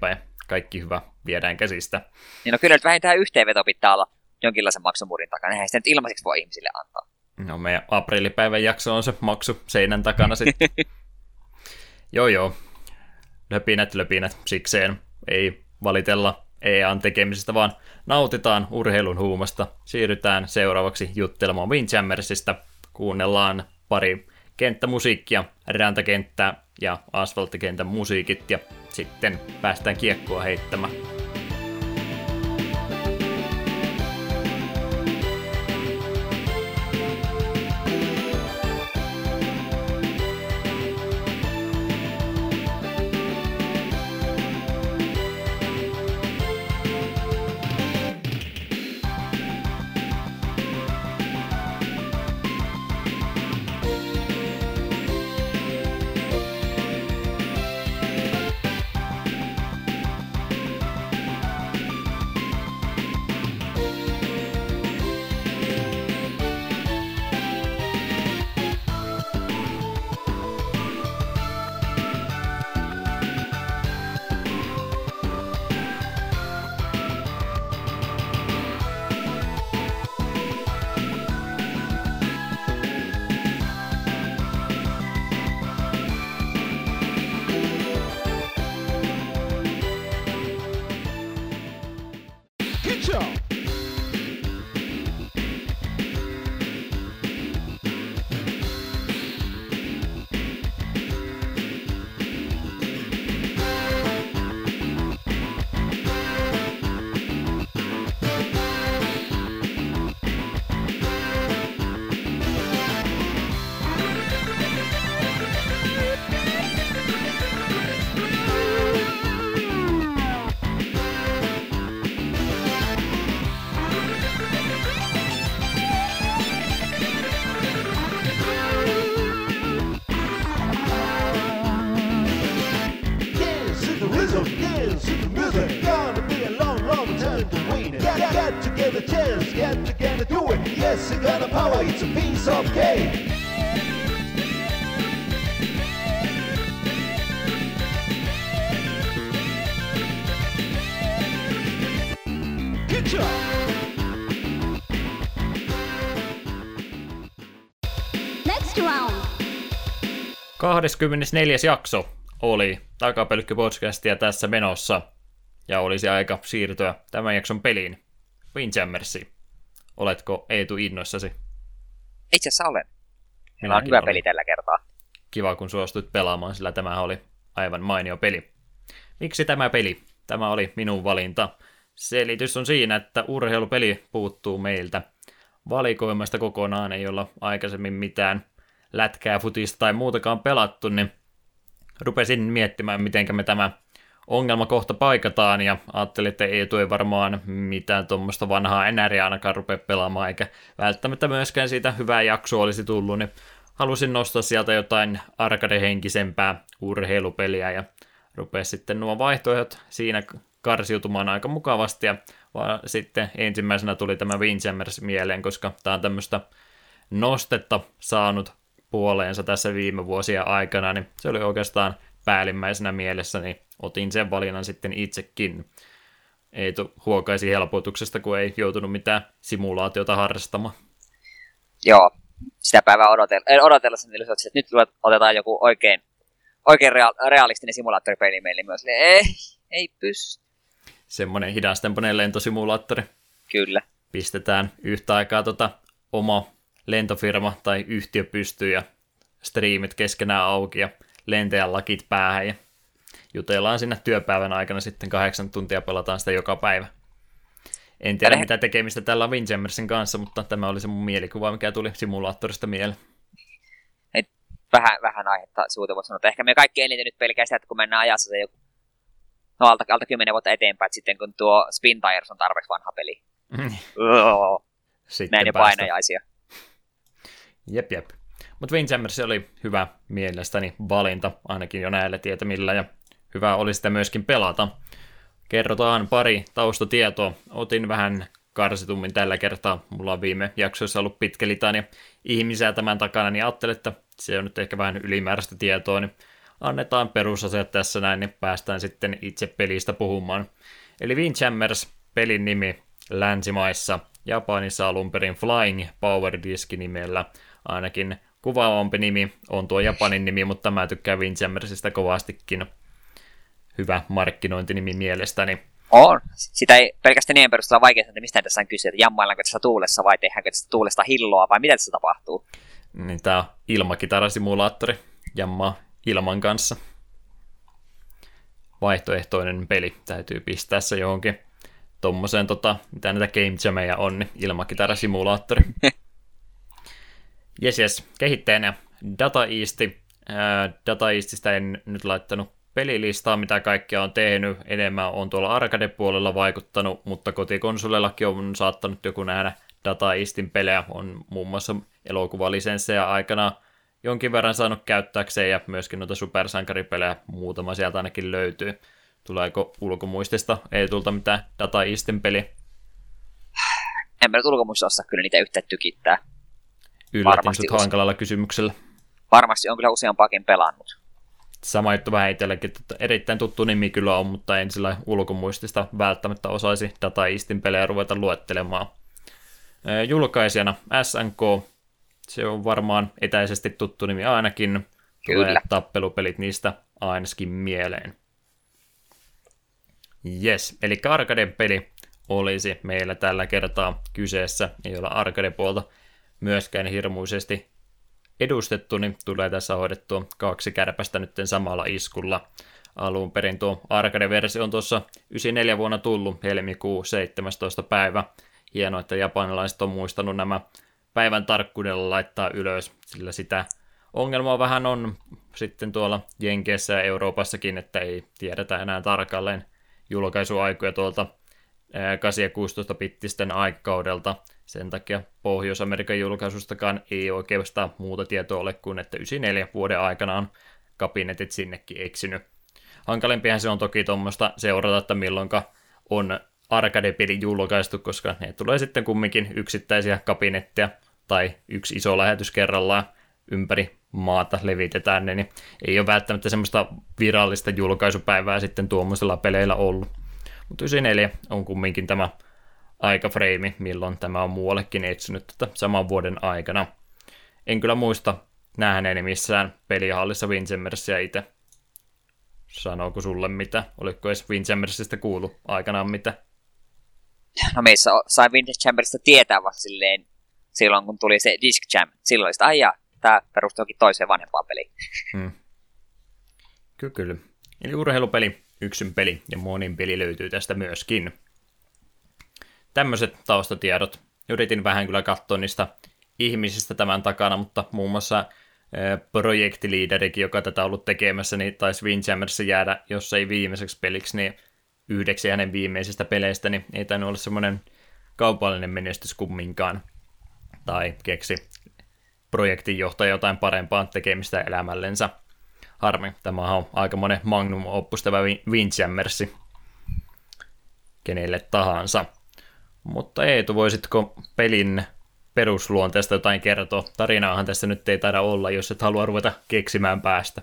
kaikki hyvä viedään käsistä. Niin no kyllä nyt vähintään yhteenveto pitää olla jonkinlaisen maksumuurin takana. Eihän sitä nyt ilmaiseksi voi ihmisille antaa. No meidän aprillipäivän jakso on se maksu seinän takana sitten. joo joo, löpinät löpinät sikseen. Ei valitella E A:n tekemisestä, vaan nautitaan urheilun huumasta. Siirrytään seuraavaksi juttelemaan Windjammersista. Kuunnellaan pari kenttämusiikkia, räntäkenttää ja asfalttikentän musiikit ja sitten päästään kiekkoa heittämään. kahdeskymmenesneljäs jakso oli Takapölkky-podcastia tässä menossa, ja olisi aika siirtyä tämän jakson peliin, Windjammersiin. Oletko Eetu innoissasi? Itse asiassa olen. Meillä on hyvä olen. Peli tällä kertaa. Kiva, kun suostuit pelaamaan, sillä tämä oli aivan mainio peli. Miksi tämä peli? Tämä oli minun valinta. Selitys on siinä, että urheilupeli puuttuu meiltä valikoimasta kokonaan, ei olla aikaisemmin mitään lätkää, futista tai muutakaan pelattu, niin rupesin miettimään, miten me tämä ongelma kohta paikataan, ja ajattelin, että ei tule varmaan mitään tuommoista vanhaa enäriä ainakaan rupea pelaamaan, eikä välttämättä myöskään siitä hyvää jaksoa olisi tullut, niin halusin nostaa sieltä jotain arcade-henkisempää urheilupeliä, ja rupesi sitten nuo vaihtoehdot siinä karsiutumaan aika mukavasti, ja vaan sitten ensimmäisenä tuli tämä Windjammers mieleen, koska tämä on tämmöistä nostetta saanut puoleensa tässä viime vuosien aikana, niin se oli oikeastaan päällimmäisenä mielessä, niin otin sen valinnan sitten itsekin. Ei huokaisi helpotuksesta, kun ei joutunut mitään simulaatiota harrastamaan. Joo, sitä päivää odotella, odotellessa, että nyt otetaan joku oikein, oikein realistinen simulaattoripeli meille myös. Ei, ei pysty. Semmoinen hidastempoinen lentosimulaattori. Kyllä. Pistetään yhtä aikaa tota oma lentofirma tai yhtiö pystyy ja striimit keskenään auki ja lentäjän lakit päähän ja jutellaan sinne työpäivän aikana sitten kahdeksan tuntia pelataan sitä joka päivä. En tiedä, mitä tekemistä tällä on Windjammersin kanssa, mutta tämä oli se mun mielikuva, mikä tuli simulaattorista mieleen. Et vähän, vähän aihetta suuta voisi sanoa, että ehkä me kaikki eniten nyt pelkää sitä, että kun mennään ajassa se joku no, alta, alta kymmenen vuotta eteenpäin, että sitten kun tuo Spin Tires on tarpeeksi vanha peli. Näin jo painajaisia. Jep, jep. Mutta Windjammers oli hyvä mielestäni valinta, ainakin jo näillä tietämillä, ja hyvä oli sitä myöskin pelata. Kerrotaan pari taustatietoa. Otin vähän karsitummin tällä kertaa. Mulla on viime jaksoissa ollut pitkä litania ihmisiä tämän takana, niin ajattelin, että se on nyt ehkä vähän ylimääräistä tietoa, niin annetaan perusasiat tässä näin, niin päästään sitten itse pelistä puhumaan. Eli Windjammers, pelin nimi länsimaissa, Japanissa alun perin Flying Power Disk nimellä, ainakin kuvaavampi nimi on tuo Japanin nimi, mutta mä tykkään Windjammersista kovastikin. Hyvä markkinointinimi mielestäni. On. Sitä ei pelkästään nimen perusteella vaikea, että mistä tässä on kyse, että jammaillaanko tässä tuulessa vai tehdäänkö tässä tuulesta hilloa vai mitä tässä tapahtuu. Niin tää on ilmakitarasimulaattori, jammaa ilman kanssa. Vaihtoehtoinen peli, täytyy pistää se johonkin tommoseen, tota, mitä näitä game jameja on, niin ilmakitarasimulaattori. Jes, jes, kehittäjänä Data East. Data Eastistä en nyt laittanut pelilistaa, mitä kaikkea on tehnyt. Enemmän on tuolla arcade-puolella vaikuttanut, mutta kotikonsoleillakin on saattanut joku nähdä Data Eastin pelejä. On muun muassa elokuvalisenssejä aikana jonkin verran saanut käyttääkseen, ja myöskin noita supersankaripelejä muutama sieltä ainakin löytyy. Tuleeko ulkomuistista Eetulta mitään Data Eastin peli? En mä nyt ulkomuista osaa kyllä niitä yhtä tykittää. Yllätin sut hankalalla kysymyksellä. Varmasti on kyllä useampaakin pelannut. Sama juttu vähän itselläkin, että erittäin tuttu nimi kyllä on, mutta en sillä ulkomuistista välttämättä osaisi Data Eastin pelejä ruveta luettelemaan. Julkaisijana S N K, se on varmaan etäisesti tuttu nimi ainakin. Kyllä. Tulee tappelupelit niistä ainakin mieleen. Yes, eli arcade-peli olisi meillä tällä kertaa kyseessä. Ei olla arcade-puolta myöskään hirmuisesti edustettu, niin tulee tässä hoidettua kaksi kärpästä nyt samalla iskulla. Alun perin tuo arcade-versio on tuossa yhdeksänkymmentäneljä vuonna tullut, helmikuun seitsemästoista päivä. Hienoa, että japanilaiset on muistanut nämä päivän tarkkuudella laittaa ylös, sillä sitä ongelmaa vähän on sitten tuolla Jenkeissä ja Euroopassakin, että ei tiedetä enää tarkalleen julkaisuaikoja tuolta kahdeksan- ja kuusitoista-bittisten aikakaudelta. Sen takia Pohjois-Amerikan julkaisustakaan ei oikeastaan muuta tietoa ole kuin, että yhdeksänkymmentäneljä vuoden aikana on kabinetit sinnekin eksynyt. Hankalempihan se on toki tuommoista seurata, että milloinka on arcade-peli julkaistu, koska ne tulee sitten kumminkin yksittäisiä kabinetteja tai yksi iso lähetys kerrallaan ympäri maata levitetään ne, niin ei ole välttämättä semmoista virallista julkaisupäivää sitten tuommoisella peleillä ollut. Mutta yhdeksänkymmentäneljä on kumminkin tämä aikafreimi, milloin tämä on muuallekin etsinyt tätä saman vuoden aikana. En kyllä muista nähneeni missään pelihallissa Windjammersia itse. Sanooko sulle mitä? Oliko edes Windjammersista kuullut aikanaan mitä? No meissä sai Windjammersista tietää vasta silleen, silloin kun tuli se Disc Jam. Silloin oli sitä, ai jaa, tää perustuukin toiseen vanhempaan peliin. Hmm. Kyllä, kyllä. Eli urheilupeli, yksin peli ja monin peli löytyy tästä myöskin. Tämmöiset taustatiedot. Yritin vähän kyllä katsoa niistä ihmisistä tämän takana, mutta muun muassa projektiliiderikin, joka tätä on ollut tekemässä, niin taisi Windjammerissa jäädä, jos ei viimeiseksi peliksi, niin yhdeksi hänen viimeisistä peleistä, niin ei tainnut olla semmoinen kaupallinen menestys kumminkaan. Tai keksi projektinjohtaja jotain parempaa tekemistä elämällensä. Harmi, tämä on aika monen magnum opus tämä Windjammersi kenelle tahansa. Mutta Eetu, voisitko pelin perusluonteesta jotain kertoa? Tarinaahan tässä nyt ei taida olla, jos et halua ruveta keksimään päästä.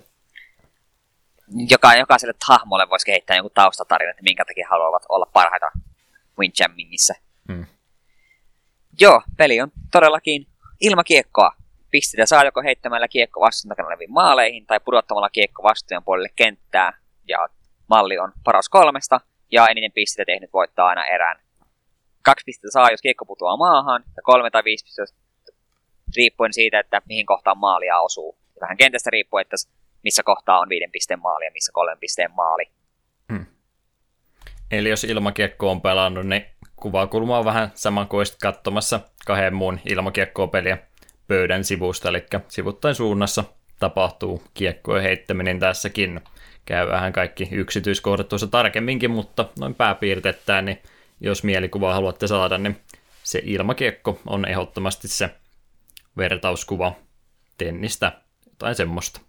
Joka, jokaiselle hahmolle voisi kehittää joku taustatarina, että minkä takia haluavat olla parhaita Windjammingissä. Hmm. Joo, peli on todellakin ilmakiekkoa. Pisteitä saa joko heittämällä kiekko vastuun takana oleviin maaleihin tai pudottamalla kiekko vastuun puolelle kenttää. Ja malli on paras kolmesta ja eniten pisteitä tehnyt voittaa aina erään. Kaksi pistettä saa, jos kiekko putoaa maahan, ja kolme tai viisi pistettä riippuen siitä, että mihin kohtaan maalia osuu. Ja vähän kentästä riippuu, että missä kohtaa on viiden pisteen maali ja missä kolmen pisteen maali. Hmm. Eli jos ilmakiekko on pelannut, niin kuvakulma on vähän sama kuin katsomassa kahden muun ilmakiekko-peliä pöydän sivusta, eli sivuttain suunnassa tapahtuu kiekkojen heittäminen tässäkin. Käy vähän kaikki yksityiskohdat tuossa tarkemminkin, mutta noin pääpiirtettään, niin jos mielikuva haluatte saada, niin se ilmakiekko on ehdottomasti se vertauskuva tennistä, jotain semmoista.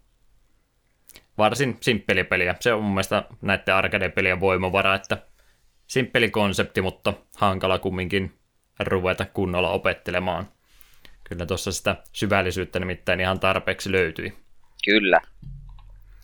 Varsin simppeli peliä. Se on mun mielestä näiden arcade-pelien voimavara, että simppeli konsepti, mutta hankala kumminkin ruveta kunnolla opettelemaan. Kyllä tuossa sitä syvällisyyttä nimittäin ihan tarpeeksi löytyi. Kyllä.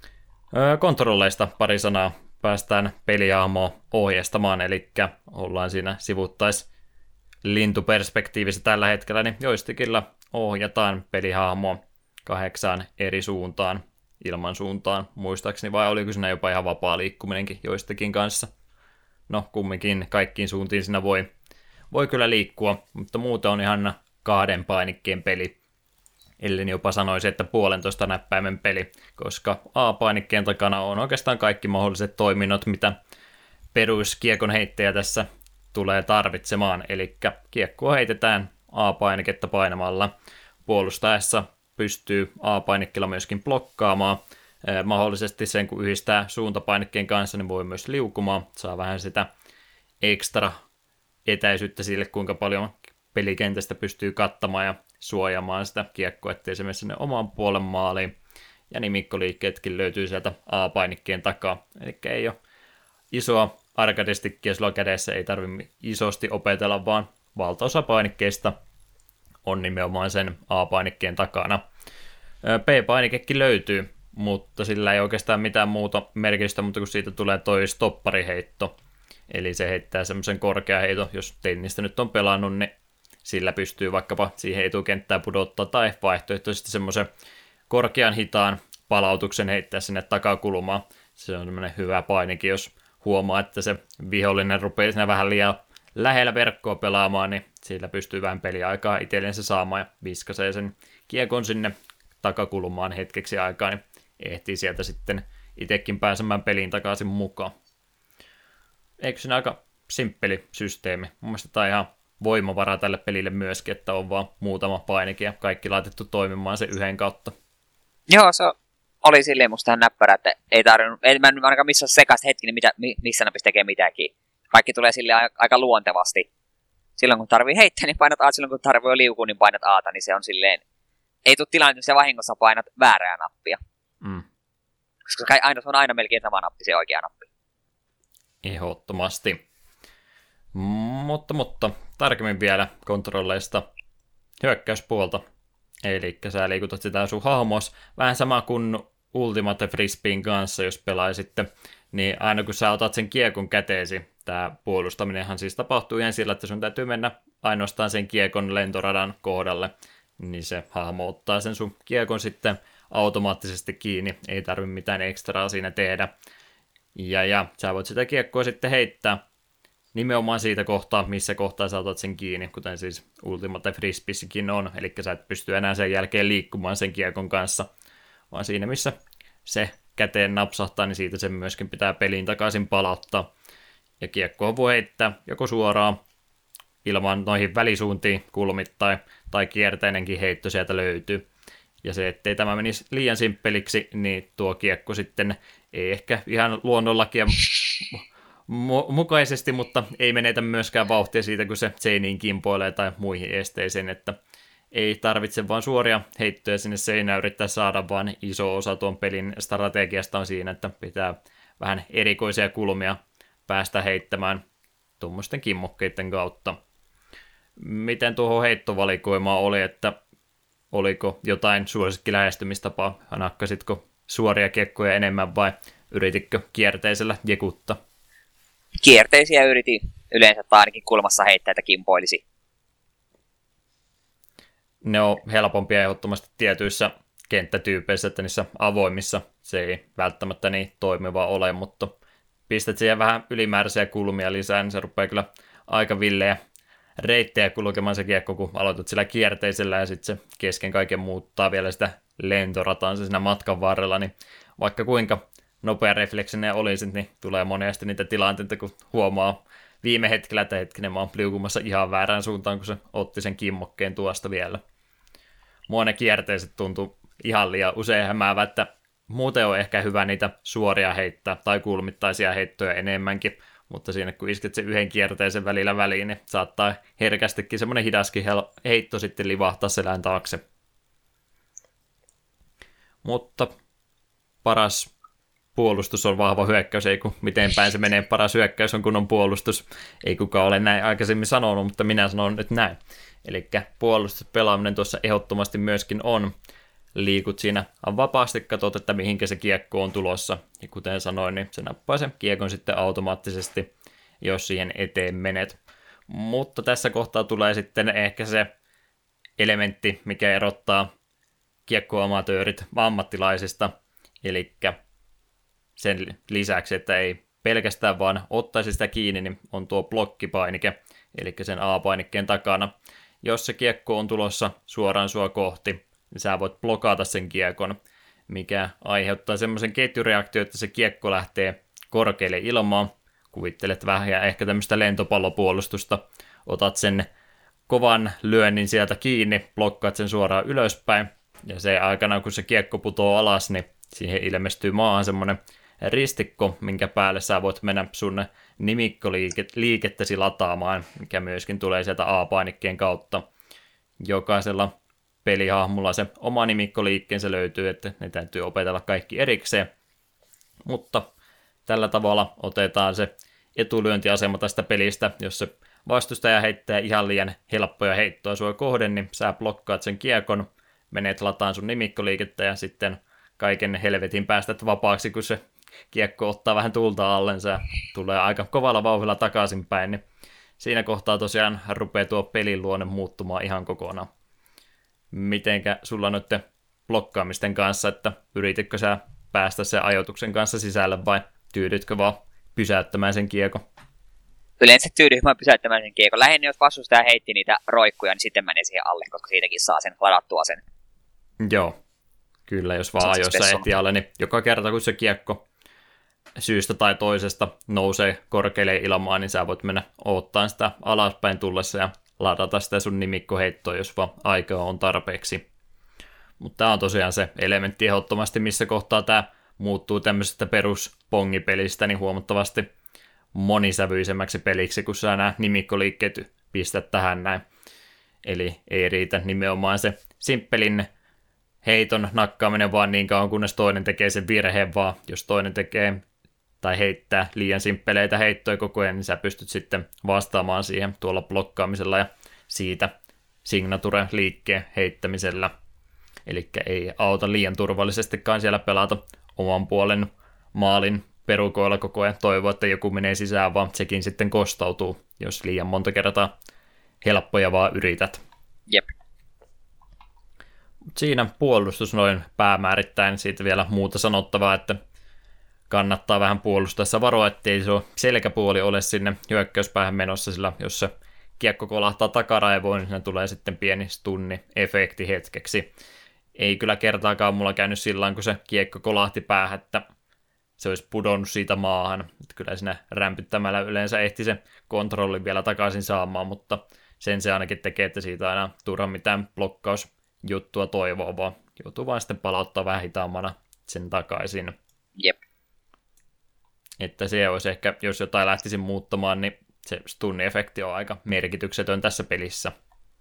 Öö, kontrolleista pari sanaa. Päästään peliaamoa ohjeistamaan, eli ollaan siinä sivuttais lintuperspektiivissä tällä hetkellä, niin joistikilla ohjataan pelihahmoa kahdeksaan eri suuntaan, ilman suuntaan muistaakseni, vai oliko siinä jopa ihan vapaa liikkuminenkin joistakin kanssa. No kumminkin kaikkiin suuntiin siinä voi, voi kyllä liikkua, mutta muuten on ihan kahden painikkeen peli. Ellei jopa sanoisi, että puolentoista näppäimen peli, koska A-painikkeen takana on oikeastaan kaikki mahdolliset toiminnot, mitä peruskiekon heittäjä tässä tulee tarvitsemaan. Eli kiekkoa heitetään A-painiketta painamalla. Puolustaessa pystyy A-painikkeella myöskin blokkaamaan. Mahdollisesti sen, kun yhdistää suuntapainikkeen kanssa, niin voi myös liukumaan. Saa vähän sitä ekstra etäisyyttä sille, kuinka paljon pelikentästä pystyy kattamaan ja suojaamaan sitä kiekkoa, ettei se mene sinne oman puolen maaliin. Ja nimikkoliikkeetkin löytyy sieltä A-painikkeen takaa. Eli ei ole isoa arcade-stickia sulla kädessä, ei tarvitse isosti opetella, vaan valtaosa painikkeista on nimenomaan sen A-painikkeen takana. P-painikekin löytyy, mutta sillä ei oikeastaan mitään muuta merkitystä, mutta kun siitä tulee toi stoppariheitto, eli se heittää semmoisen korkeaheiton, jos tennistä nyt on pelannut, niin sillä pystyy vaikkapa siihen etukenttään pudottaa tai vaihtoehtoisesti semmoisen korkean hitaan palautuksen heittää sinne takakulmaan. Se on semmoinen hyvä painikin, jos huomaa, että se vihollinen rupeaa siinä vähän liian lähellä verkkoa pelaamaan, niin sillä pystyy vähän peliaikaa itsellensä saamaan ja viskasee sen kiekon sinne takakulmaan hetkeksi aikaa, niin ehtii sieltä sitten itsekin pääsemään peliin takaisin mukaan. Eikö siinä aika simppeli systeemi? Mun mielestä tämä on ihan voimavara tälle pelille myöskin, että on vaan muutama painike ja kaikki laitettu toimimaan sen yhden kautta. Joo, se oli silleen musta ihan näppärä, että ei tarvinnut, ei mä ainakaan missään sekaista hetki, niin mitä, missä napisi tekee mitäkin. Kaikki tulee sille aika luontevasti. Silloin kun tarvii heittää, niin painat A, silloin kun tarvii liukua, niin painat A:ta, niin se on silleen, ei tule tilanne, että vahingossa painat väärää nappia. Mm. Koska aina, se on aina melkein sama nappi, se oikea nappi. Ehdottomasti. Mutta, mutta tarkemmin vielä kontrolleista hyökkäyspuolta. Eli sä liikutat sitä sun hahmos. Vähän sama kuin Ultimate Frisbeen kanssa, jos pelaisitte. Niin aina kun sä otat sen kiekon käteesi, tää puolustaminenhan siis tapahtuu ihan sillä, että sun täytyy mennä ainoastaan sen kiekon lentoradan kohdalle. Niin se hahmo ottaa sen sun kiekon sitten automaattisesti kiinni. Ei tarvitse mitään ekstraa siinä tehdä. Ja, ja sä voit sitä kiekkoa sitten heittää nimenomaan siitä kohtaa, missä kohtaa sä otat sen kiinni, kuten siis Ultimate Frisbeessäkin on, eli sä et pysty enää sen jälkeen liikkumaan sen kiekon kanssa, vaan siinä missä se käteen napsahtaa, niin siitä sen myöskin pitää peliin takaisin palauttaa. Ja kiekkoa voi heittää joko suoraan ilman noihin välisuuntiin kulmittain, tai kierteinenkin heitto sieltä löytyy. Ja se, ettei tämä menisi liian simppeliksi, niin tuo kiekko sitten ei ehkä ihan luonnonlakia mukaisesti, mutta ei menetä myöskään vauhtia siitä, kun se seiniin kimpoilee tai muihin esteisiin, että ei tarvitse vaan suoria heittoja sinne seinään yrittää saada, vaan iso osa tuon pelin strategiasta on siinä, että pitää vähän erikoisia kulmia päästä heittämään tuommoisten kimmokkeiden kautta. Miten tuohon heittovalikoimaan oli, että oliko jotain suosikkilähestymistapaa, nakkasitko suoria kiekkoja enemmän vai yrititkö kierteisellä jekutta? Kierteisiä yritin yleensä tai ainakin kulmassa heittää, että kimpoilisi. Ne on helpompia ehdottomasti tietyissä kenttätyypeissä, että niissä avoimissa se ei välttämättä niin toimiva ole, mutta pistät siihen vähän ylimääräisiä kulmia lisää, niin se rupeaa kyllä aika villejä reittejä kulkemaan se kiekko, kun aloitat sillä kierteisellä ja sitten se kesken kaiken muuttaa vielä sitä lentoratansa siinä matkan varrella, niin vaikka kuinka nopea refleksinen olisit, niin tulee monesti niitä tilanteita, kun huomaa viime hetkellä, että hetkinen mä oon liukumassa ihan väärään suuntaan, kun se otti sen kimmokkeen tuosta vielä. Mua ne kierteiset tuntuu ihan liian usein hämäävä, että muuten on ehkä hyvä niitä suoria heittää tai kulmittaisia heittoja enemmänkin, mutta siinä kun isket sen yhden kierteisen välillä väliin, niin saattaa herkästikin semmoinen hidaskin heitto sitten livahtaa selän taakse. Mutta paras puolustus on vahva hyökkäys, ei kun miten päin se menee, paras hyökkäys on kunnon puolustus. Ei kukaan ole näin aikaisemmin sanonut, mutta minä sanon nyt näin. Eli puolustuspelaaminen tuossa ehdottomasti myöskin on liikut siinä vapaasti, katsot, että mihinkä se kiekko on tulossa. Ja kuten sanoin, niin se nappaa sen kiekon sitten automaattisesti, jos siihen eteen menet. Mutta tässä kohtaa tulee sitten ehkä se elementti, mikä erottaa kiekkoamatöörit ammattilaisista. Eli sen lisäksi, että ei pelkästään vaan ottaisi sitä kiinni, niin on tuo blokkipainike, eli sen A-painikkeen takana. Jos se kiekko on tulossa suoraan sua kohti, niin sä voit blokata sen kiekon, mikä aiheuttaa semmoisen ketjureaktion, että se kiekko lähtee korkealle ilmaan. Kuvittelet vähän ja ehkä tämmöistä lentopallopuolustusta. Otat sen kovan lyönnin sieltä kiinni, blokkaat sen suoraan ylöspäin, ja se aikana, kun se kiekko putoo alas, niin siihen ilmestyy maahan semmoinen ristikko, minkä päälle sä voit mennä sun nimikkoliikettäsi lataamaan, mikä myöskin tulee sieltä A-painikkeen kautta. Jokaisella pelihahmolla se oma nimikkoliikkeensä löytyy, että ne täytyy opetella kaikki erikseen. Mutta tällä tavalla otetaan se etulyöntiasema tästä pelistä, jos se vastustaja heittää ihan liian helppoja heittoa sua kohden, niin sä blokkaat sen kiekon, menet lataan sun nimikkoliikettä ja sitten kaiken helvetin päästät vapaaksi, kun se kiekko ottaa vähän tulta allensa ja tulee aika kovalla vauhdilla takaisinpäin, niin siinä kohtaa tosiaan rupeaa tuo pelin luonne muuttumaan ihan kokonaan. Mitenkä sulla noiden blokkaamisten kanssa, että yrititkö sä päästä sen ajoituksen kanssa sisälle vai tyydytkö vaan pysäyttämään sen kiekon? Yleensä tyydyin vaan pysäyttämään sen kiekon. Lähinnä jos vastustaja heitti niitä roikkuja, niin sitten menee siihen alle, koska siitäkin saa sen ladattua sen. Joo, kyllä jos vaan ajoissa ehti alle, niin joka kerta kun se kiekko syystä tai toisesta nousee korkealle ilmaan, niin sä voit mennä odottaa sitä alaspäin tullessa ja ladata sitä sun nimikkoheittoa, jos vaan aikaa on tarpeeksi. Mutta tämä on tosiaan se elementti ehdottomasti, missä kohtaa tämä muuttuu tämmöisestä peruspongipelistä niin huomattavasti monisävyisemmäksi peliksi, kun sä nämä nimikkoliikkeet pistät tähän näin. Eli ei riitä nimenomaan se simppelin heiton nakkaaminen vaan niin kauan, kunnes toinen tekee sen virheen, vaan jos toinen tekee tai heittää liian simppeleitä heittoja koko ajan, niin sä pystyt sitten vastaamaan siihen tuolla blokkaamisella ja siitä signature-liikkeen heittämisellä. Eli ei auta liian turvallisestikaan siellä pelata oman puolen maalin perukoilla koko ajan toivoa, että joku menee sisään, vaan sekin sitten kostautuu, jos liian monta kertaa helppoja vaan yrität. Jep. Siinä puolustus noin päämäärittäin, siitä vielä muuta sanottavaa, että kannattaa vähän puolustaessa varoa, ettei se selkäpuoli ole sinne hyökkäyspäähän menossa, sillä jos se kiekko kolahtaa takaraivoon, niin siinä tulee sitten pieni stunni-efekti hetkeksi. Ei kyllä kertaakaan mulla käynyt sillä kun se kiekko kolahti päähän, että se olisi pudonnut siitä maahan. Että kyllä siinä rämpyttämällä yleensä ehti se kontrolli vielä takaisin saamaan, mutta sen se ainakin tekee, että siitä aina turha mitään blokkausjuttua toivoa, vaan joutuu vain sitten palauttaa vähän hitaammana sen takaisin. Jep. Että se olisi ehkä, jos jotain lähtisin muuttamaan, niin se stun-efekti on aika merkityksetön tässä pelissä.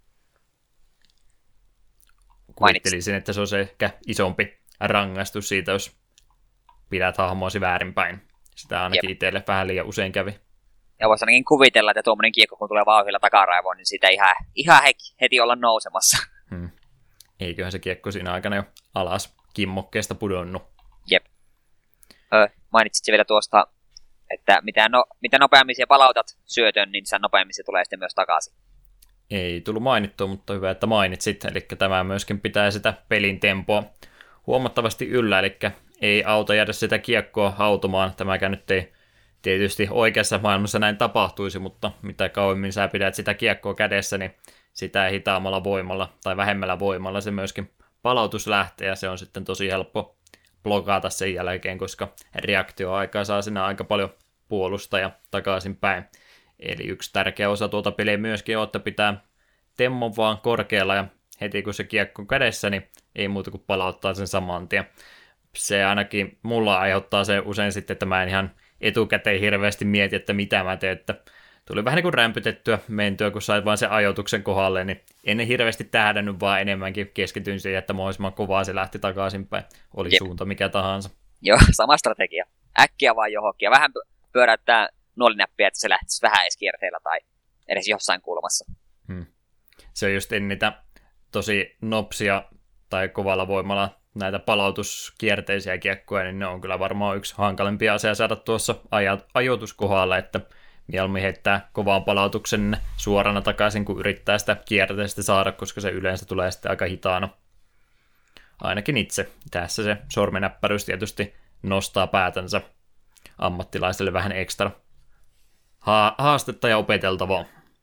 Kuvittelisin, että se on se ehkä isompi rangaistus siitä, jos pidät hahmoasi väärinpäin. Sitä ainakin itselle vähän liian usein kävi. Ja voisi ainakin kuvitella, että tuommoinen kiekko, kun tulee vauhdilla takaraivoon, niin sitä ihan, ihan heti olla nousemassa. Hmm. Eiköhän se kiekko siinä aikana jo alas kimmokkeesta pudonnut. Jep. Ö, mainitsit vielä tuosta, että mitä, no, mitä nopeammin siellä palautat syötön, niin sen nopeammin se tulee sitten myös takaisin. Ei tullut mainittua, mutta hyvä, että mainitsit. Eli tämä myöskin pitää sitä pelin tempoa huomattavasti yllä, eli ei auta jäädä sitä kiekkoa hautumaan. Tämäkään nyt ei tietysti oikeassa maailmassa näin tapahtuisi, mutta mitä kauemmin sä pidät sitä kiekkoa kädessä, niin sitä hitaammalla voimalla tai vähemmällä voimalla se myöskin palautus lähtee, ja se on sitten tosi helppo blokata sen jälkeen, koska reaktioaikaa saa siinä aika paljon puolustaja takaisin päin. Eli yksi tärkeä osa tuota peliä myöskin on, että pitää temmon vaan korkealla, ja heti kun se kiekko on kädessä, niin ei muuta kuin palauttaa sen saman tien. Se ainakin mulla aiheuttaa se usein sitten, että mä en ihan etukäteen hirveästi mieti, että mitä mä teen, että tuli vähän niin kuin rämpytettyä mentyä, kun sait vaan sen ajoituksen kohdalle, niin en hirveästi tähdännyt, vaan enemmänkin keskityin siihen, että mahdollisimman kovaa se lähti takaisinpäin, oli Jep. suunta mikä tahansa. Joo, sama strategia. Äkkiä vaan johonkin ja vähän pyöräyttää nuolinäppiä, että se lähtisi vähän edes kierteellä tai edes jossain kulmassa. Hmm. Se on just niitä tosi nopsia tai kovalla voimalla näitä palautuskierteisiä kiekkoja, niin ne on kyllä varmaan yksi hankalimpia asia saada tuossa aj- ajoituskohdalla, että mieluummin heittää kovaan palautuksen suorana takaisin, kun yrittää sitä kierteistä saada, koska se yleensä tulee sitten aika hitaana. Ainakin itse. Tässä se sormenäppäryys tietysti nostaa päätänsä ammattilaiselle vähän ekstra ha- haastetta ja opeteltavaa.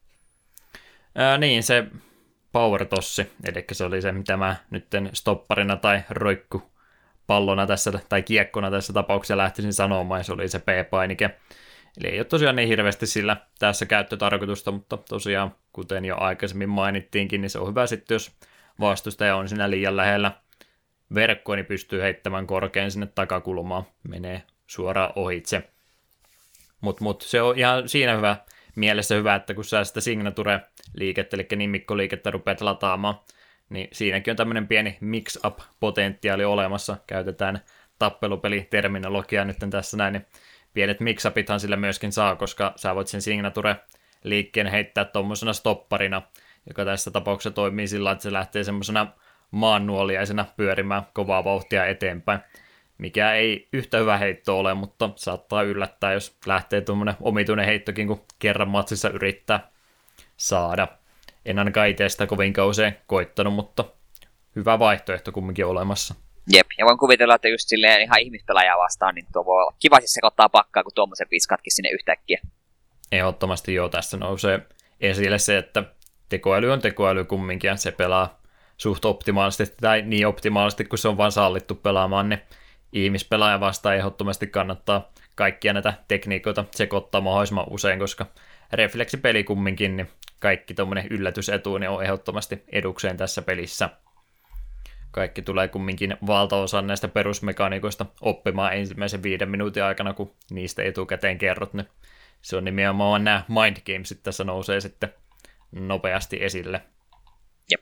Ää, niin, se power tossi, eli se oli se, mitä mä nytten stopparina tai roikkupallona tässä, tai kiekkona tässä tapauksessa lähtisin sanomaan, ja se oli se P-painike. Eli ei ole tosiaan niin hirveästi sillä tässä käyttötarkoitusta, mutta tosiaan, kuten jo aikaisemmin mainittiinkin, niin se on hyvä sitten, jos vastustaja on siinä liian lähellä verkkoa, niin pystyy heittämään korkein sinne takakulmaan, menee suoraan ohitse. Mutta mut, se on ihan siinä hyvä, mielessä hyvä, että kun sä sitä signature-liikettä, eli nimikkoliikettä rupeat lataamaan, niin siinäkin on tämmöinen pieni mix-up-potentiaali olemassa. Käytetään tappelupeliterminologiaa nyt tässä näin, niin pienet mix-upithan sillä myöskin saa, koska sä voit sen signature-liikkeen heittää tuommoisena stopparina, joka tässä tapauksessa toimii sillä, että se lähtee semmoisena maannuoliaisena pyörimään kovaa vauhtia eteenpäin, mikä ei yhtä hyvä heitto ole, mutta saattaa yllättää, jos lähtee tuommoinen omituinen heittokin, kun kerran matsissa yrittää saada. En ainakaan itse sitä kovinkaan usein koittanut, mutta hyvä vaihtoehto kumminkin olemassa. Jep, ja voin kuvitella, että just silleen ihan ihmispelaajaa vastaan, niin tuo voi olla kiva siis sekoittaa pakkaa, kun tuommoisen viskatkin sinne yhtäkkiä. Ehdottomasti joo, tässä nousee esille se, että tekoäly on tekoäly kumminkin, ja se pelaa suht optimaalisesti, tai niin optimaalisesti, kun se on vaan sallittu pelaamaan, niin ihmispelaaja vastaan ehdottomasti kannattaa kaikkia näitä tekniikoita sekoittaa mahdollisimman usein, koska refleksipeli kumminkin, niin kaikki tuommoinen yllätysetu niin on ehdottomasti edukseen tässä pelissä. Kaikki tulee kumminkin valtaosan näistä perusmekaniikoista oppimaan ensimmäisen viiden minuutin aikana, kun niistä etukäteen kerrot. Niin se on nimenomaan nämä mind gamesit tässä nousee sitten nopeasti esille. Jep.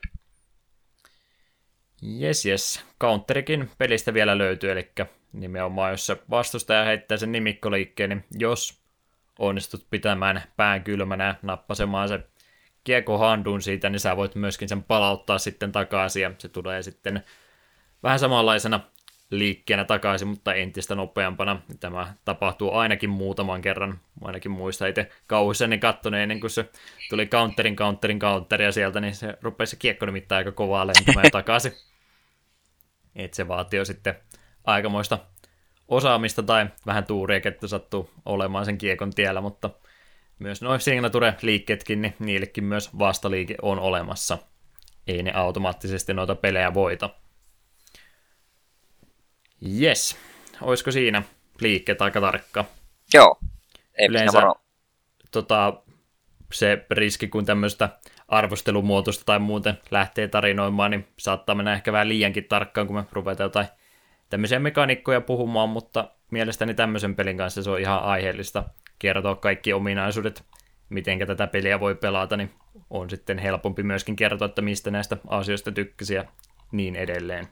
Jes, jes. Counterikin pelistä vielä löytyy, eli nimenomaan jos se vastustaja heittää sen nimikkoliikkeen, niin jos onnistut pitämään pään kylmänä ja nappasemaan se kiekko handuun siitä, niin sä voit myöskin sen palauttaa sitten takaisin, ja se tulee sitten vähän samanlaisena liikkeenä takaisin, mutta entistä nopeampana. Tämä tapahtuu ainakin muutaman kerran, ainakin muista itse kauhuissani kattoneen, ennen kuin se tuli counterin, counterin, counteria sieltä, niin se rupesi se kiekko nimittäin aika kovaa lentämään takaisin. Et se vaatii jo sitten aikamoista osaamista tai vähän tuuria, että sattuu olemaan sen kiekon tiellä, mutta myös nuo signature-liikkeetkin, niin niillekin myös vastaliike on olemassa. Ei ne automaattisesti noita pelejä voita. Jes, olisiko siinä liikkeet aika tarkka? Joo, ei yleensä tota, se riski, kun tämmöistä arvostelumuotoista tai muuten lähtee tarinoimaan, niin saattaa mennä ehkä vähän liiankin tarkkaan, kun me ruvetaan jotain tämmöisiä mekaniikkoja puhumaan, mutta mielestäni tämmöisen pelin kanssa se on ihan aiheellista kertoa kaikki ominaisuudet, miten tätä peliä voi pelata, niin on sitten helpompi myöskin kertoa, että mistä näistä asioista tykkäsi ja niin edelleen.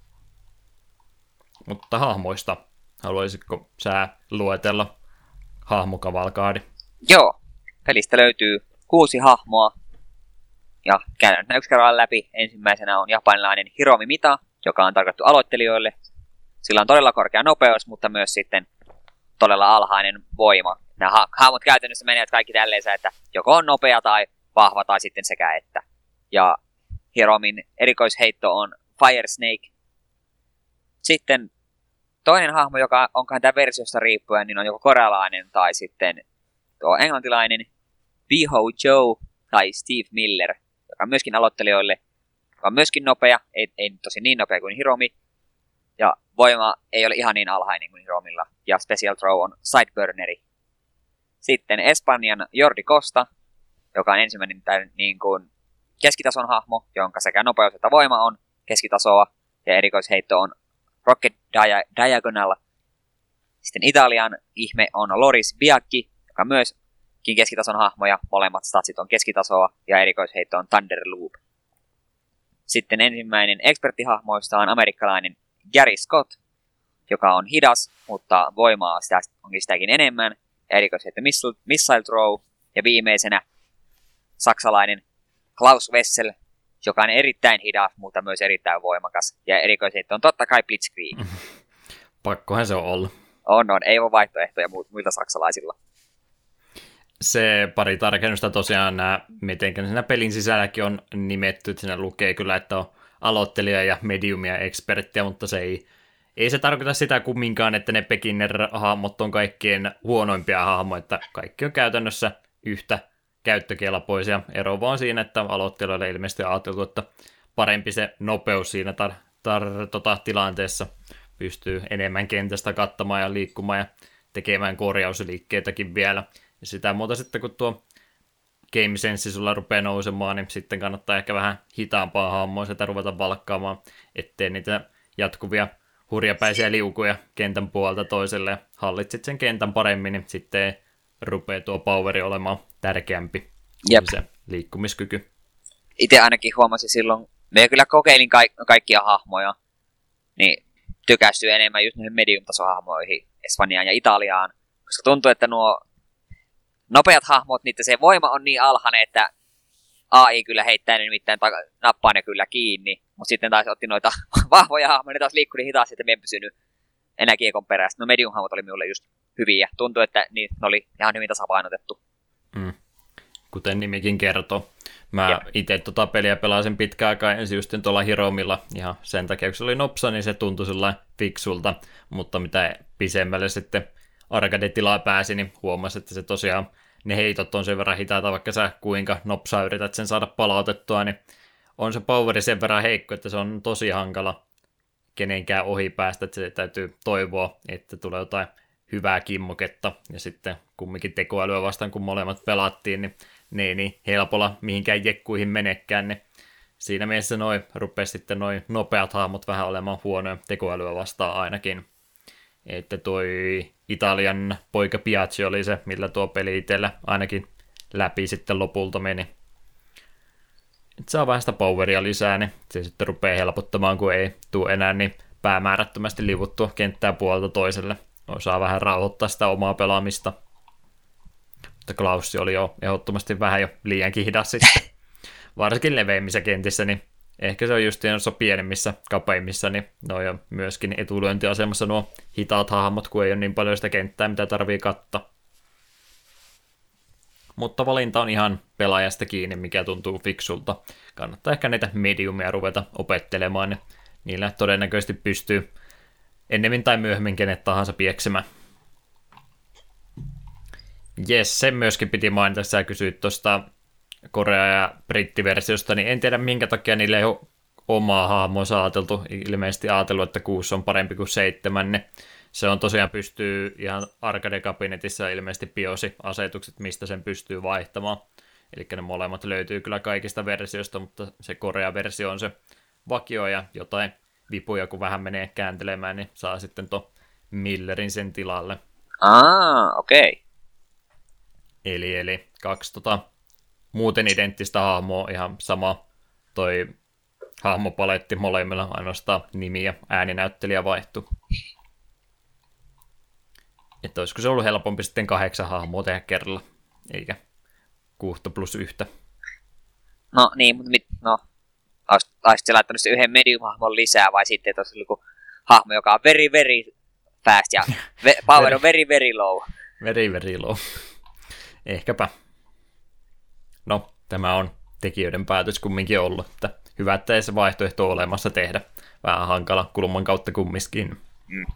Mutta hahmoista, haluaisitko sä luetella hahmokavalkaadi? Joo, pelistä löytyy kuusi hahmoa, ja käydään yksi kerralla läpi. Ensimmäisenä on japanilainen Hiromi Mita, joka on tarkoitettu aloittelijoille. Sillä on todella korkea nopeus, mutta myös sitten todella alhainen voima. Nämä ha- hahmot käytännössä menevät kaikki tälleen, että joko on nopea tai vahva tai sitten sekä että. Ja Hiromin erikoisheitto on Fire Snake. Sitten toinen hahmo, joka onkaan tämä versiosta riippuen, niin on joko korealainen tai sitten tuo englantilainen Biho Joe tai Steve Miller, joka on myöskin aloittelijoille, joka on myöskin nopea, ei, ei tosi niin nopea kuin Hiromi, ja voima ei ole ihan niin alhainen kuin Hiromilla, ja Special Throw on Sideburneri. Sitten Espanjan Jordi Costa, joka on ensimmäinen tämän, niin kuin keskitason hahmo, jonka sekä nopeus että voima on keskitasoa, ja erikoisheitto on Rocket Dia- Diagonal. Sitten Italian ihme on Loris Biacchi, joka on myöskin keskitason hahmo, ja molemmat statsit on keskitasoa, ja erikoisheitto on Thunder Loop. Sitten ensimmäinen eksperttihahmoista on amerikkalainen Gary Scott, joka on hidas, mutta voimaa sitä, onkin sitäkin enemmän, ja erikoisheitto Missile, Missile Throw, ja viimeisenä saksalainen Klaus Wessel, jokainen erittäin hidas, mutta myös erittäin voimakas. Ja erikoisesti on totta kai Blitzkrieg. Pakkohan se on ollut. On, on. Ei ole vaihtoehtoja muilta saksalaisilla. Se pari tarkennusta tosiaan nämä, miten siinä pelin sisälläkin on nimetty, että siinä lukee kyllä, että on aloittelija ja medium ja eksperttiä, mutta se ei, ei se tarkoita sitä kumminkaan, että ne beginner-hahmot on kaikkien huonoimpia hahmoja, että kaikki on käytännössä yhtä käyttökelpoisia. Ero vaan siinä, että aloittelijoille ilmeisesti on ajateltu, että parempi se nopeus siinä tar- tar- tota, tilanteessa pystyy enemmän kentästä kattamaan ja liikkumaan ja tekemään korjausliikkeitäkin vielä. Ja sitä muuta sitten, kun tuo game sense sulla rupeaa nousemaan, niin sitten kannattaa ehkä vähän hitaampaa hahmoa sitä ruveta valkkaamaan, ettei niitä jatkuvia hurjapäisiä liukuja kentän puolelta toiselle ja hallitsit sen kentän paremmin, niin sitten rupeaa tuo poweri olemaan tärkeämpi. Jep. Se liikkumiskyky. Itse ainakin huomasin silloin, me kyllä kokeilin ka- kaikkia hahmoja, niin tykästyi enemmän just noihin medium-tasohahmoihin, Espanjaan ja Italiaan, koska tuntuu, että nuo nopeat hahmot, niitä se voima on niin alhainen, että A I kyllä heittää ne nimittäin ta- nappaa ne kyllä kiinni, mutta sitten taas otti noita vahvoja hahmoja, ne taas liikkui niin hitaasti, että me en pysynyt enää kiekon perässä. No medium-hahmot oli minulle just hyviä. Tuntui, että niin, ne oli ihan hyvin tasapainotettu. Mm. Kuten nimikin kertoo. Mä itse tota peliä pelasin pitkään aikaa ensin just tuolla Hiromilla. Ihan sen takia, kun se oli nopsa, niin se tuntui sellainen fiksulta. Mutta mitä pisemmälle sitten arcade-tilaa pääsi, niin huomasi, että se tosiaan ne heitot on sen verran hitaita, vaikka sä kuinka nopsaa yrität sen saada palautettua, niin on se poweri sen verran heikko, että se on tosi hankala kenenkään ohi päästä, että se täytyy toivoa, että tulee jotain hyvää kimmoketta, ja sitten kumminkin tekoälyä vastaan, kun molemmat pelattiin, niin ne ei niin helpolla mihinkään jekkuihin menekään, niin siinä mielessä noi rupesi sitten noi nopeat hahmot vähän olemaan huonoja tekoälyä vastaan ainakin. Että toi Italian poika Piazzi oli se, millä tuo peli itsellä ainakin läpi sitten lopulta meni. Et saa vähän sitä poweria lisää, niin se sitten rupeaa helpottamaan, kun ei tule enää niin päämäärättömästi livuttua kenttää puolelta toiselle. Osaa vähän rauhoittaa sitä omaa pelaamista. Mutta Klaussi oli jo ehdottomasti vähän jo liiankin hidas sitten. Varsinkin leveimmissä kentissä, niin ehkä se on just noissa pienemmissä, kapeimmissa, niin ne on jo myöskin etulyöntiasemassa nuo hitaat hahmot, kun ei ole niin paljon sitä kenttää, mitä tarvii kattaa. Mutta valinta on ihan pelaajasta kiinni, mikä tuntuu fiksulta. Kannattaa ehkä näitä mediumia ruveta opettelemaan, niin niillä todennäköisesti pystyy ennemmin tai myöhemmin kenet tahansa pieksemään. Jes, sen myöskin piti mainita, että sä kysyit tuosta Korea- ja brittiversiosta, niin en tiedä minkä takia niille ei ole omaa hahmoa saateltu. Ilmeisesti ajatellut, että kuusi on parempi kuin seitsemän. Niin se on tosiaan pystyy ihan arcade-kabinetissa ilmeisesti BIOS-asetukset, mistä sen pystyy vaihtamaan. Eli ne molemmat löytyy kyllä kaikista versioista, mutta se Korea-versio on se vakio ja jotain vipuja, kun vähän menee kääntelemään, niin saa sitten tuon Millerin sen tilalle. Ah, okei. Okay. Eli, eli kaksi tota, muuten identtistä hahmoa, ihan sama toi hahmopaletti molemmilla, ainoastaan nimi ja ääninäyttelijä vaihtui. Että olisiko se ollut helpompi sitten kahdeksan hahmoa tehdä kerralla, eikä kuutta plus yhtä. No niin, mutta mit, no, olisit laittanut se yhden medium-hahmon lisää, vai sitten, että olisi joku hahmo, joka on very, very fast ja ve- power on very, very low. Very, very low. Ehkäpä. No, tämä on tekijöiden päätös kumminkin ollut, että hyvä, että ei se vaihtoehto ole olemassa tehdä. Vähän hankala kulman kautta kumminkin. Mm.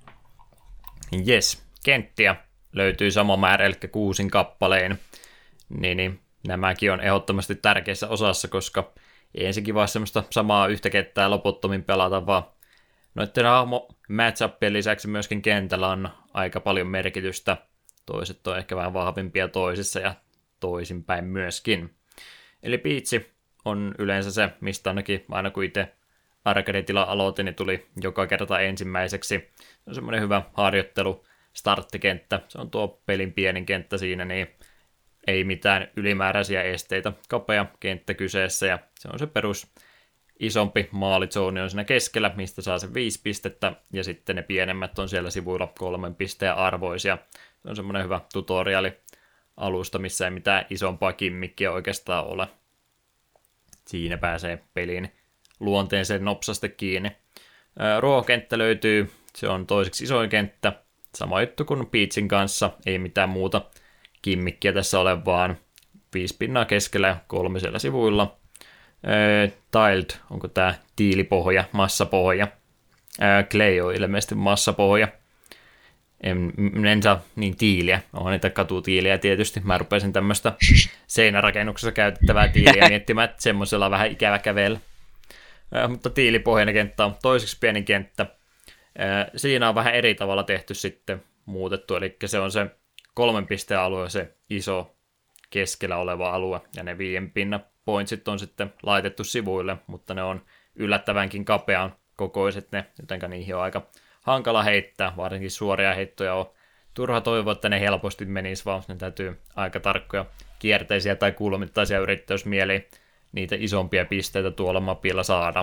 Jes, kenttiä löytyy sama määrä, eli kuusin kappaleen. Niin, niin nämäkin on ehdottomasti tärkeässä osassa, koska ei ensinnäkin vaan semmoista samaa yhtä kenttää loputtomin pelata, vaan noiden hahmo match-upien lisäksi myöskin kentällä on aika paljon merkitystä. Toiset on ehkä vähän vahvimpia toisissa ja toisinpäin myöskin. Eli piitsi on yleensä se, mistä ainakin aina kun itse arcade-tila aloitin, niin tuli joka kerta ensimmäiseksi. Se on semmoinen hyvä harjoittelu, starttikenttä. Se on tuo pelin pienin kenttä siinä, niin ei mitään ylimääräisiä esteitä. Kapea kenttä kyseessä ja se on se perus isompi maalizooni on siinä keskellä, mistä saa se viisi pistettä ja sitten ne pienemmät on siellä sivuilla kolmen pisteen arvoisia. Se on semmoinen hyvä tutoriali alusta, missä ei mitään isompaa kimmikkiä oikeastaan ole. siinä pääsee pelin luonteeseen nopsasti kiinni. Ruohokenttä löytyy, se on toiseksi isoin kenttä, sama juttu kuin Peachin kanssa, ei mitään muuta kimmikkiä tässä ole, vaan viisi pinnaa keskellä ja kolme siellä sivuilla. Tiled, onko tämä tiilipohja, massapohja. Clay on ilmeisesti massapohja. En, en saa niin tiiliä, on niitä katutiiliä tietysti. Mä rupesin tämmöistä seinärakennuksessa käytettävää tiiliä miettimään, että semmoisella on vähän ikävä kävellä. Äh, mutta tiilipohjainen kenttä on toiseksi pieni kenttä. Äh, siinä on vähän eri tavalla tehty sitten muutettu, eli se on se kolmen pisteen alue, se iso keskellä oleva alue, ja ne viien pinnan pointsit on sitten laitettu sivuille, mutta ne on yllättävänkin kapean kokoiset ne, jotenka niihin on aika hankala heittää, varsinkin suoria heittoja on turha toivoa, että ne helposti menis, vaan ne täytyy aika tarkkoja kierteisiä tai kulmittaisia yrittää, jos mieli niitä isompia pisteitä tuolla mapilla saada.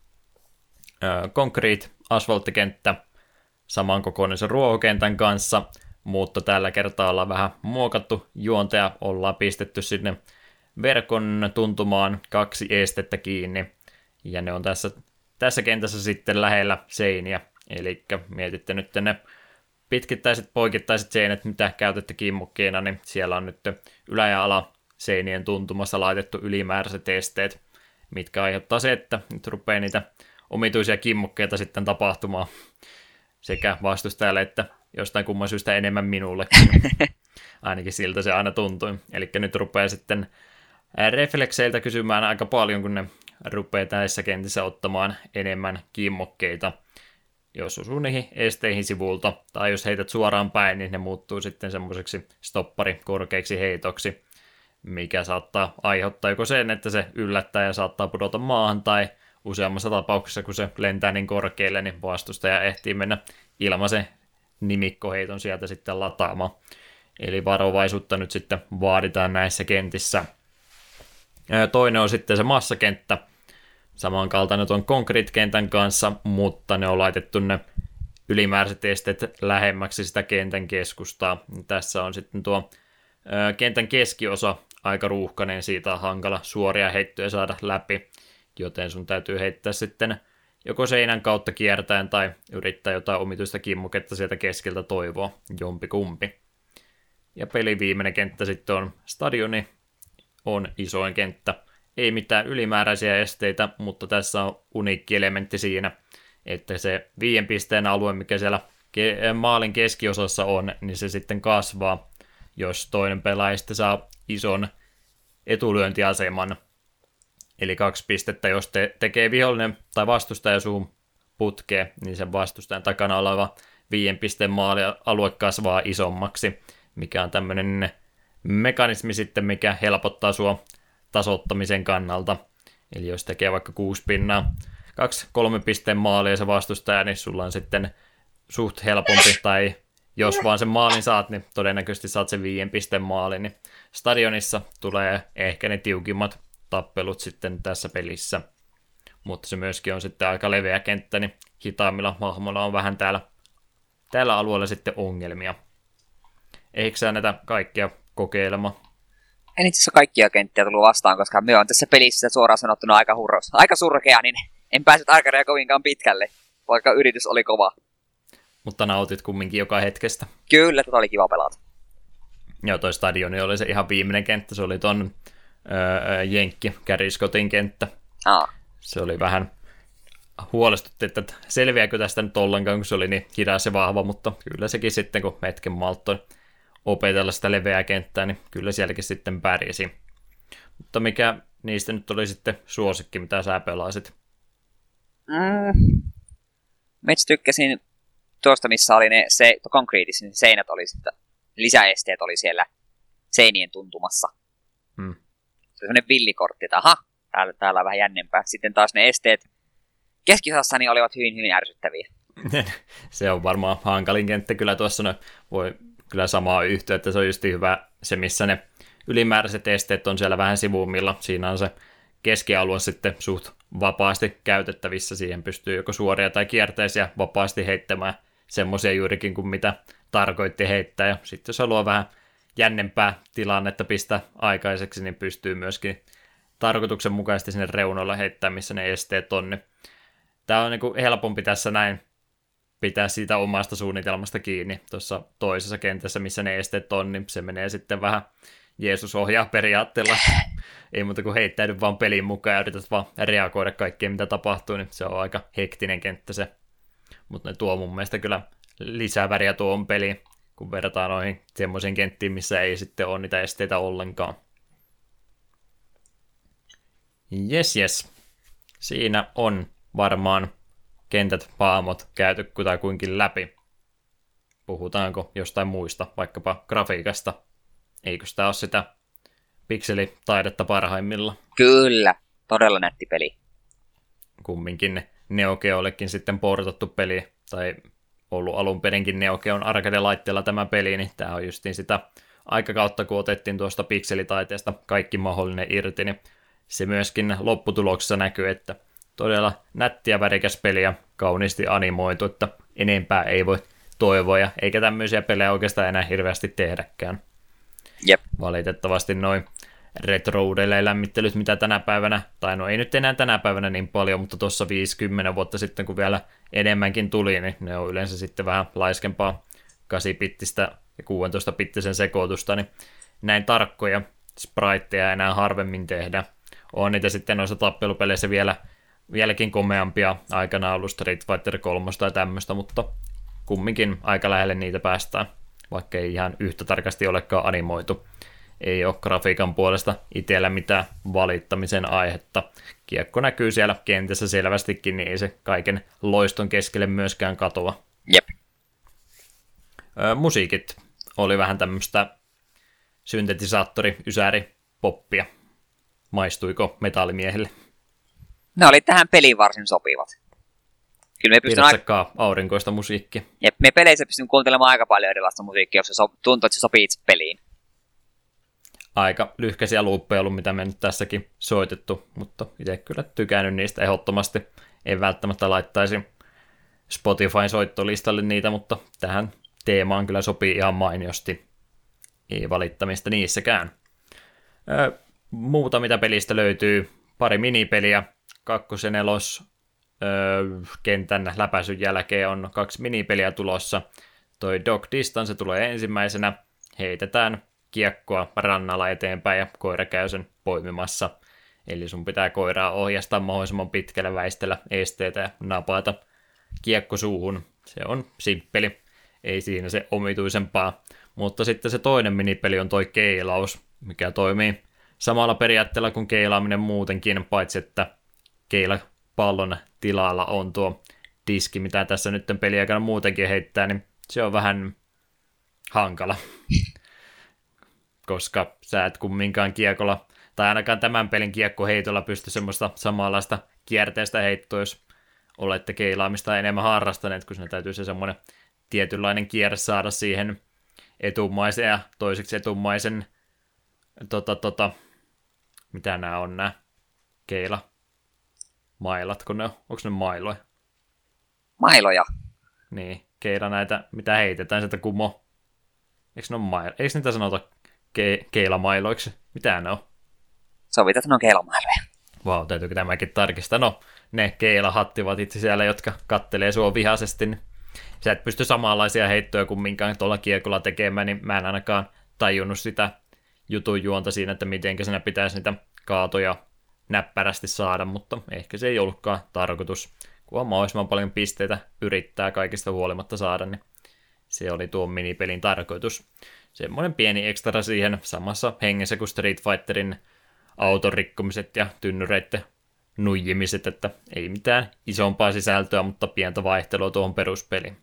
Concrete, asfalttikenttä, samankokoinen sen ruohokentän kanssa, mutta tällä kertaa ollaan vähän muokattu juonteja, ollaan pistetty sinne verkon tuntumaan kaksi estettä kiinni, ja ne on tässä, tässä kentässä sitten lähellä seiniä, eli mietitte nyt ne pitkittäiset poikittaiset seinät, mitä käytätte kimmukkeina, niin siellä on nyt ylä- ja ala seinien tuntumassa laitettu ylimääräiset esteet, mitkä aiheuttaa se, että nyt rupeaa niitä omituisia kimmukkeita sitten tapahtumaan sekä vastustajalle että jostain kumman syystä enemmän minulle. Ainakin siltä se aina tuntui. Eli nyt rupeaa sitten reflekseiltä kysymään aika paljon, kun ne rupeaa näissä kentissä ottamaan enemmän kimmokkeita. Jos osuu niihin esteihin sivulta, tai jos heität suoraan päin, niin ne muuttuu sitten semmoiseksi stoppari korkeiksi heitoksi, mikä saattaa aiheuttaa joko sen, että se yllättää ja saattaa pudota maahan, tai useammassa tapauksessa, kun se lentää niin korkealle, niin vastustaja ehtii mennä ilmaisen nimikkoheiton sieltä sitten lataamaan. Eli varovaisuutta nyt sitten vaaditaan näissä kentissä. Toinen on sitten se massakenttä, samankaltainen tuon concrete-kentän kanssa, mutta ne on laitettu ne ylimääräiset esteet lähemmäksi sitä kentän keskustaa. Tässä on sitten tuo kentän keskiosa aika ruuhkainen, siitä on hankala suoria heittoja saada läpi, joten sun täytyy heittää sitten joko seinän kautta kiertäen tai yrittää jotain omituista kimmuketta sieltä keskeltä toivoa, jompi kumpi. Ja pelin viimeinen kenttä sitten on stadioni, on isoin kenttä. Ei mitään ylimääräisiä esteitä, mutta tässä on uniikki elementti siinä, että se viiden pisteen alue, mikä siellä maalin keskiosassa on, niin se sitten kasvaa, jos toinen pelaaja sitten saa ison etulyöntiaseman. Eli kaksi pistettä, jos te- tekee vihollinen tai vastustaja suun putkeen, niin sen vastustajan takana oleva viiden pisteen maalialue kasvaa isommaksi, mikä on tämmöinen mekanismi sitten, mikä helpottaa sua tasoittamisen kannalta. Eli jos tekee vaikka kuusi pinnaa, kaksi kolme pisteen maalia se vastustaja, niin sulla on sitten suht helpompi, tai jos vaan sen maalin saat, niin todennäköisesti saat sen viiden pisteen maalin, niin stadionissa tulee ehkä ne tiukimmat tappelut sitten tässä pelissä. Mutta se myöskin on sitten aika leveä kenttä, niin hitaimmilla hahmoilla on vähän täällä, täällä alueella sitten ongelmia. Eikö sä näitä kaikkia kokeilemaan? En itse asiassa kaikkia kenttiä tullut vastaan, koska me on tässä pelissä suoraan sanottuna aika hurros. Aika surkea, niin en päässyt arkareja kovinkaan pitkälle, vaikka yritys oli kova. Mutta nautit kumminkin joka hetkestä. Kyllä, tätä oli kiva pelata. Joo, toi stadioni oli se ihan viimeinen kenttä, se oli ton öö, Jenkki Cariscottin kenttä. Aa. Se oli vähän huolestutti, että selviääkö tästä nyt ollenkaan, kun se oli niin hidas ja vahva, mutta kyllä sekin sitten, kun hetken malttoi opetella sitä leveää kenttää, niin kyllä sielläkin sitten pärjäsi. Mutta mikä niistä nyt oli sitten suosikki, mitä sä pelasit? Mm. Mä itse tykkäsin tuosta, missä oli ne se, konkreettiset seinät oli sitten, lisäesteet oli siellä seinien tuntumassa. Hmm. Se oli semmoinen villikortti, että aha, täällä, täällä on vähän jännempää. Sitten taas ne esteet keskiosassa niin olivat hyvin, hyvin ärsyttäviä. Se on varmaan hankalin kenttä kyllä tuossa, no, voi kyllä samaa yhtyä, että se on just hyvä se, missä ne ylimääräiset esteet on siellä vähän sivuummilla. Siinä on se keskialue sitten suht vapaasti käytettävissä, siihen pystyy joko suoria tai kierteisiä vapaasti heittämään semmoisia juurikin kuin mitä tarkoitti heittää, ja sitten jos haluaa vähän jännempää tilannetta pistää aikaiseksi, niin pystyy myöskin tarkoituksenmukaisesti sinne reunoille heittää, missä ne esteet on. Niin tämä on niin kuin helpompi tässä näin pitää siitä omasta suunnitelmasta kiinni. Tuossa toisessa kentässä, missä ne esteet on, niin se menee sitten vähän Jeesus ohjaa periaatteella. Ei muuta kuin heittäydy vaan pelin mukaan ja yrität vaan reagoida kaikkeen, mitä tapahtuu, niin se on aika hektinen kenttä se. Mutta ne tuo mun mielestä kyllä lisää väriä tuohon peliin, kun verrataan noihin semmoisiin kenttiin, missä ei sitten ole niitä esteitä ollenkaan. Jes, jes. Siinä on varmaan kentät, paamot käyty kutakuinkin läpi. Puhutaanko jostain muista, vaikkapa grafiikasta? Eikö sitä ole sitä pikselitaidetta parhaimmilla? Kyllä, todella nätti peli. Kumminkin Neo Geollekin sitten portattu peli, tai ollut alun perinkin Neo Geon arcade-laitteella tämä peli, niin tämä on justiin sitä aikakautta, kun otettiin tuosta pikselitaiteesta kaikki mahdollinen irti, niin se myöskin lopputuloksessa näkyy, että todella nättiä värikäs peli ja kauniisti animoitu, että enempää ei voi toivoa, ja eikä tämmöisiä pelejä oikeastaan enää hirveästi tehdäkään. Jep. Valitettavasti noin retro-uudelleen lämmittelyt, mitä tänä päivänä, tai no ei nyt enää tänä päivänä niin paljon, mutta tuossa viisikymmentä vuotta sitten, kun vielä enemmänkin tuli, niin ne on yleensä sitten vähän laiskempaa kahdeksan-bittistä ja kuusitoista-bittisen sekoitusta, niin näin tarkkoja spriteja enää harvemmin tehdä. On niitä sitten noissa tappelupeleissä vielä, vieläkin komeampia aikana ollut Street Fighter kolme tai tämmöistä, mutta kumminkin aika lähelle niitä päästään, vaikka ei ihan yhtä tarkasti olekaan animoitu. Ei ole grafiikan puolesta itsellä mitään valittamisen aihetta. Kiekko näkyy siellä kentässä selvästikin, niin ei se kaiken loiston keskelle myöskään katoa. Jep. Ö, musiikit oli vähän tämmöistä syntetisaattori, ysäri, poppia. Maistuiko metallimiehille? Ne oli tähän peliin varsin sopivat. Kyllä me pystyn aika... aurinkoista musiikkia. Jep, me peleissä pystyn kuuntelemaan aika paljon erilaista musiikkia, jos se so... tuntuu, että se sopii itse peliin. Aika lyhkäisiä luuppeja ollut, mitä me nyt tässäkin soitettu, mutta itse kyllä tykännyt niistä ehdottomasti. En välttämättä laittaisi Spotifyn soittolistalle niitä, mutta tähän teemaan kyllä sopii ihan mainiosti. Ei valittamista niissäkään. Öö, muuta, mitä pelistä löytyy, pari minipeliä, kakkosen nelos öö, kentän läpäisyn jälkeen on kaksi minipeliä tulossa. Toi Dog Distance tulee ensimmäisenä, heitetään kiekkoa rannalla eteenpäin ja koira käy sen poimimassa. Eli sun pitää koiraa ohjastaa mahdollisimman pitkälle, väistellä esteitä ja napata kiekko suuhun. Se on simppeli, ei siinä se omituisempaa. Mutta sitten se toinen minipeli on toi keilaus, mikä toimii samalla periaatteella kuin keilaaminen muutenkin, paitsi että keilapallon tilalla on tuo diski, mitä tässä nyt pelin aikana muutenkin heittää, niin se on vähän hankala. Koska sä et kumminkaan kiekolla, tai ainakaan tämän pelin kiekkoheitolla pysty semmoista samanlaista kierteistä heittoa, jos olette keilaamista enemmän harrastaneet, kun sinne täytyy se semmoinen tietynlainen kierre saada siihen etumaisen ja toiseksi etumaisen, tota, tota, mitä nämä on nämä keila mailat, kun ne on, onko ne mailoja? Mailoja. Niin, keila näitä, mitä heitetään sieltä kumo. Eikö ne ole mailo? Eikö niitä sanota ke- keilamailoiksi? Mitä ne on? Sovitaan, että ne on keilamailoja. Vau, wow, täytyykö tämäkin tarkistaa? No, ne keilahattivat itse siellä, jotka kattelee sua vihaisesti, niin sä et pysty samanlaisia heittoja kuin minkään tuolla kiekolla tekemään, niin mä en ainakaan tajunnut sitä jutun juonta siinä, että mitenkä siinä pitäisi niitä kaatoja näppärästi saada, mutta ehkä se ei ollutkaan tarkoitus. Kunhan mahdollisimman paljon pisteitä yrittää kaikista huolimatta saada, niin se oli tuon minipelin tarkoitus. Semmoinen pieni ekstra siihen samassa hengessä kuin Street Fighterin autorikkomiset ja tynnyreiden nuijimiset, että ei mitään isompaa sisältöä, mutta pientä vaihtelua tuohon peruspeliin.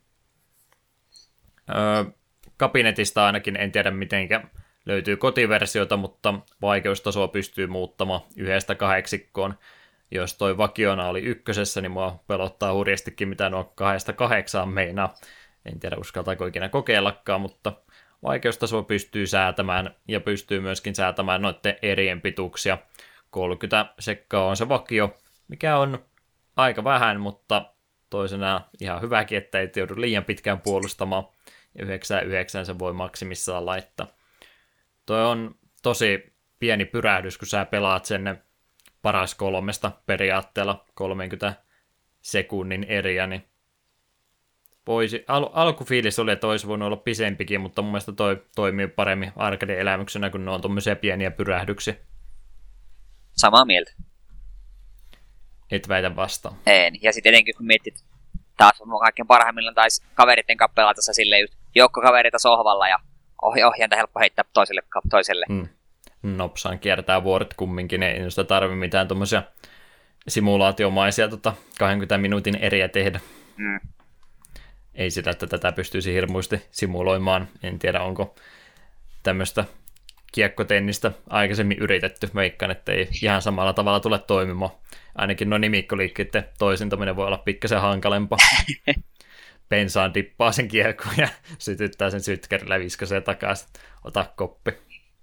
Öö, kabinetista ainakin en tiedä mitenkä löytyy kotiversiota, mutta vaikeustasoa pystyy muuttamaan yhdestä kahdeksikkoon. Jos toi vakiona oli ykkösessä, niin mua pelottaa hurjastikin, mitä nuo kahdesta kahdeksaan meinaa. En tiedä uskaltaako ikinä kokeillakaan, mutta vaikeustasoa pystyy säätämään ja pystyy myöskin säätämään noiden erien pituuksia. kolmekymmentä sekkaa on se vakio, mikä on aika vähän, mutta toisena ihan hyväkin, että ei joudu liian pitkään puolustamaan. Ja yhdeksän yhdeksän se voi maksimissaan laittaa. Toi on tosi pieni pyrähdys, kun sä pelaat sen paras kolmesta periaatteella kolmekymmentä sekunnin eriä, niin voisi, al- alkufiilis oli, että olisi voinut olla pisempikin, mutta mun mielestä toi toimii paremmin arcade-elämyksenä, kun ne on tuommoisia pieniä pyrähdyksiä. Samaa mieltä. Et väitä vastaan. En. Ja sitten etenkin kun mietit, taas kaikkein parhaimmillaan taisi kaveritten kanssa pelata tässä silleen just joukkokavereita sohvalla ja ohi- ohjainta helppo heittää toiselle. toiselle. Mm. Nopsaan kiertää vuoret kumminkin, ei sitä tarvitse mitään tuommoisia simulaatiomaisia tota, kaksikymmentä minuutin eriä tehdä. Mm. Ei sitä, että tätä pystyisi hirmuisesti simuloimaan. En tiedä, onko tämmöistä kiekkotennistä aikaisemmin yritetty. Veikkaan, että ei ihan samalla tavalla tule toimimaan. Ainakin nuo nimikkoliikkeiden toisintaminen voi olla pikkasen hankalempaa. Pensaan dippaa sen kiekon ja sytyttää sen sytkerillä ja viskasee takaisin. Ota koppi.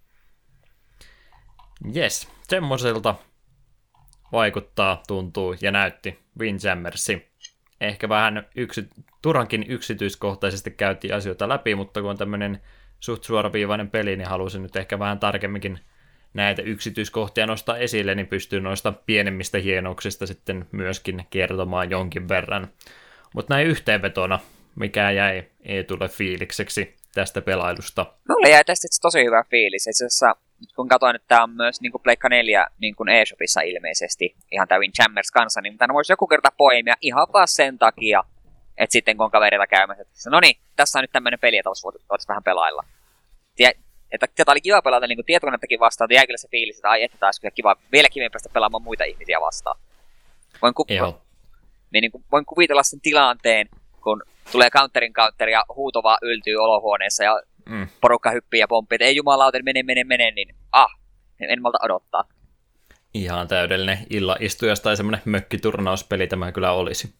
Jes, semmoiselta vaikuttaa, tuntuu ja näytti Windjammersi. Ehkä vähän yksi, turhankin yksityiskohtaisesti käytiin asioita läpi, mutta kun on tämmöinen suht suoraviivainen peli, niin halusin nyt ehkä vähän tarkemminkin näitä yksityiskohtia nostaa esille, niin pystyy noista pienemmistä hienouksista sitten myöskin kertomaan jonkin verran. Mutta näin yhteenvetona, mikä jäi Eetulle fiilikseksi tästä pelailusta? Mulle jäi tästä tosi hyvä fiilis. Itse asiassa, kun katsoin, että tämä on myös niin kuin Pleikka neljä niin kuin eShopissa ilmeisesti, ihan tämä Windjammers kanssa, niin tämän voisi joku kerta poimia ihan vaan sen takia, että sitten kun on kavereita käymässä, että no niin, tässä on nyt tämmöinen peli, että voitaisiin vähän pelailla. Tie, että tätä oli kiva pelata niin kuin tietokonettakin vastaan, että jäi kyllä se fiilis, että ai, että taas kyllä kiva, vielä kivemmin päästä pelaamaan muita ihmisiä vastaan. Voin, ku, niin, niin kuin, voin kuvitella sen tilanteen, kun tulee counterin counteri ja huuto vaan yltyy olohuoneessa ja mm. porukka hyppii ja pomppii, että ei jumalauta, mene, mene, mene, niin ah, en malta odottaa. Ihan täydellinen illaistujas tai semmoinen mökkiturnauspeli tämä kyllä olisi.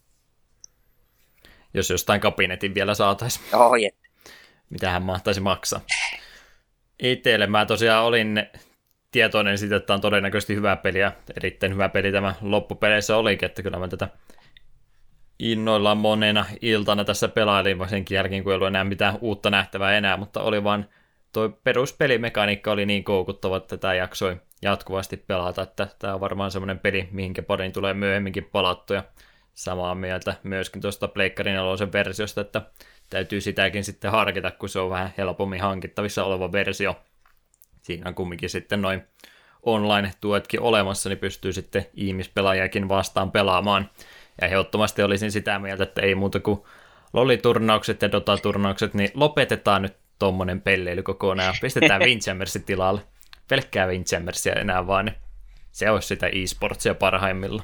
Jos jostain kabinetin vielä saataisiin. Oh, jet. Mitähän mahtaisi maksaa. Itselle mä tosiaan olin tietoinen siitä, että tämä on todennäköisesti hyvä peli ja erittäin hyvä peli tämä loppupeleissä olikin, että kyllä mä tätä innoillaan monena iltana tässä pelailin, senkin jälkeen kun ei ollut enää mitään uutta nähtävää enää, mutta oli vaan tuo peruspelimekaniikka oli niin koukuttava, että tämä jaksoi jatkuvasti pelata, että tämä on varmaan semmoinen peli, mihinkä pariin tulee myöhemminkin palattu ja samaa mieltä myöskin tuosta Pleikkarin nelosen versiosta, että täytyy sitäkin sitten harkita, kun se on vähän helpommin hankittavissa oleva versio. Siinä on kumminkin sitten noin online-tuetkin olemassa, niin pystyy sitten ihmispelaajakin vastaan pelaamaan. Ja ehdottomasti olisin sitä mieltä, että ei muuta kuin loliturnaukset ja Dota-turnaukset, niin lopetetaan nyt tommonen pelleily kokonaan. Pistetään Windjammersin tilalle. Pelkkää Windjammersia enää vaan, niin se olisi sitä e-sportsia parhaimmilla.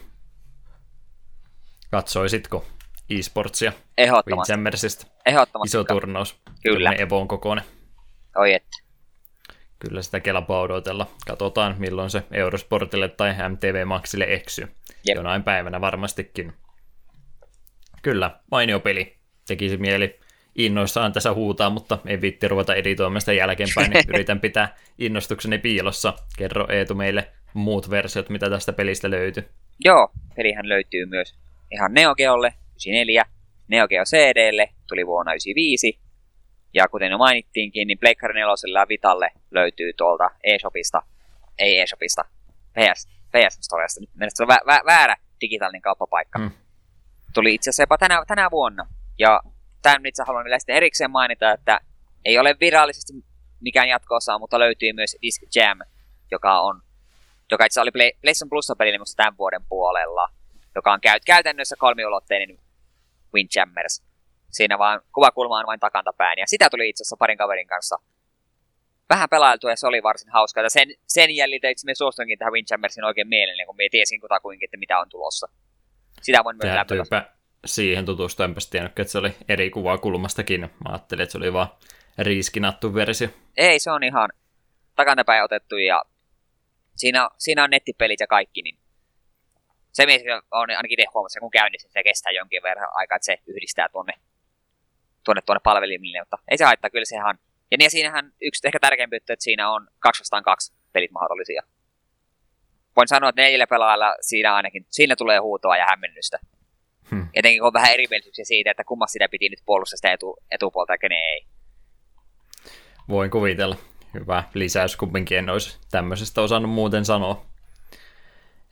Katsoisitko e-sportsia Ehdottomasti. Windjammersista? Ehdottomasti. Iso turnaus. Kyllä. Evon kokoinen. Oi et. Kyllä sitä kelpaa odotella. Katsotaan, milloin se Eurosportille tai M T V Maxille eksyy. Jep. Jonain päivänä varmastikin. Kyllä, mainio peli. Tekisi mieli innoissaan tässä huutaa, mutta en viitti ruveta editoimaan sitä jälkeenpäin, niin yritän pitää innostukseni piilossa. Kerro Eetu meille muut versiot, mitä tästä pelistä löytyy. Joo, pelihän löytyy myös ihan Neo Geolle, yhdeksänkymmentäneljä, Neo Geo C D:lle, tuli vuonna yhdeksänkymmentäviisi, ja kuten jo mainittiinkin, niin Pleikkari nelosella ja Vitalle löytyy tuolta eShopista, ei eShopista, P S, P S Storesta, nyt mielestäni se on vä- vä- väärä digitaalinen kauppapaikka. Hmm. Tuli itse asiassa jopa tänä, tänä vuonna, ja tämän itse haluan vielä sitten erikseen mainita, että ei ole virallisesti mikään jatko-osa, mutta löytyy myös Disc Jam, joka on, joka itse oli Play, PlayStation Plus-pelillä musta tämän vuoden puolella, joka on käyt, käytännössä kolmiulotteinen Windjammers. Siinä vaan kuvakulma on vain takantapään, ja sitä tuli itse asiassa parin kaverin kanssa vähän pelailtua, ja se oli varsin hauskaa. Ja sen, sen jäljiltä itse me suostunkin tähän Windjammersin oikein mielelläni, kun me tiesin kutakuinkin, että mitä on tulossa. Sitä voin myös lämpöllä. Siihen tutustua, enpäs tiennyt, että se oli eri kuvakulmastakin. Mä ajattelin, että se oli vaan riiskinattu versio. Ei, se on ihan takantapäin otettu, ja siinä, siinä on nettipelit ja kaikki, niin se mies on ainakin itse huomassa, kun käynnissä, se kestää jonkin verran aikaa, että se yhdistää tuonne, tuonne, tuonne palvelimille, mutta ei se haittaa, kyllä sehän. Ja niin, siinähän yksi ehkä tärkeämpi juttu, että siinä on kaksi vastaan kaksi pelit mahdollisia. Voin sanoa, että neljällä pelaajalla siinä ainakin, siinä tulee huutoa ja hämmennystä. Hmm. Etenkin kun on vähän erimielisyyksiä siitä, että kummassa sitä piti nyt puolustaa sitä etu, etupuolta ja kenen ei. Voin kuvitella. Hyvä lisäys kumminkin, en olisi tämmöisestä osannut muuten sanoa.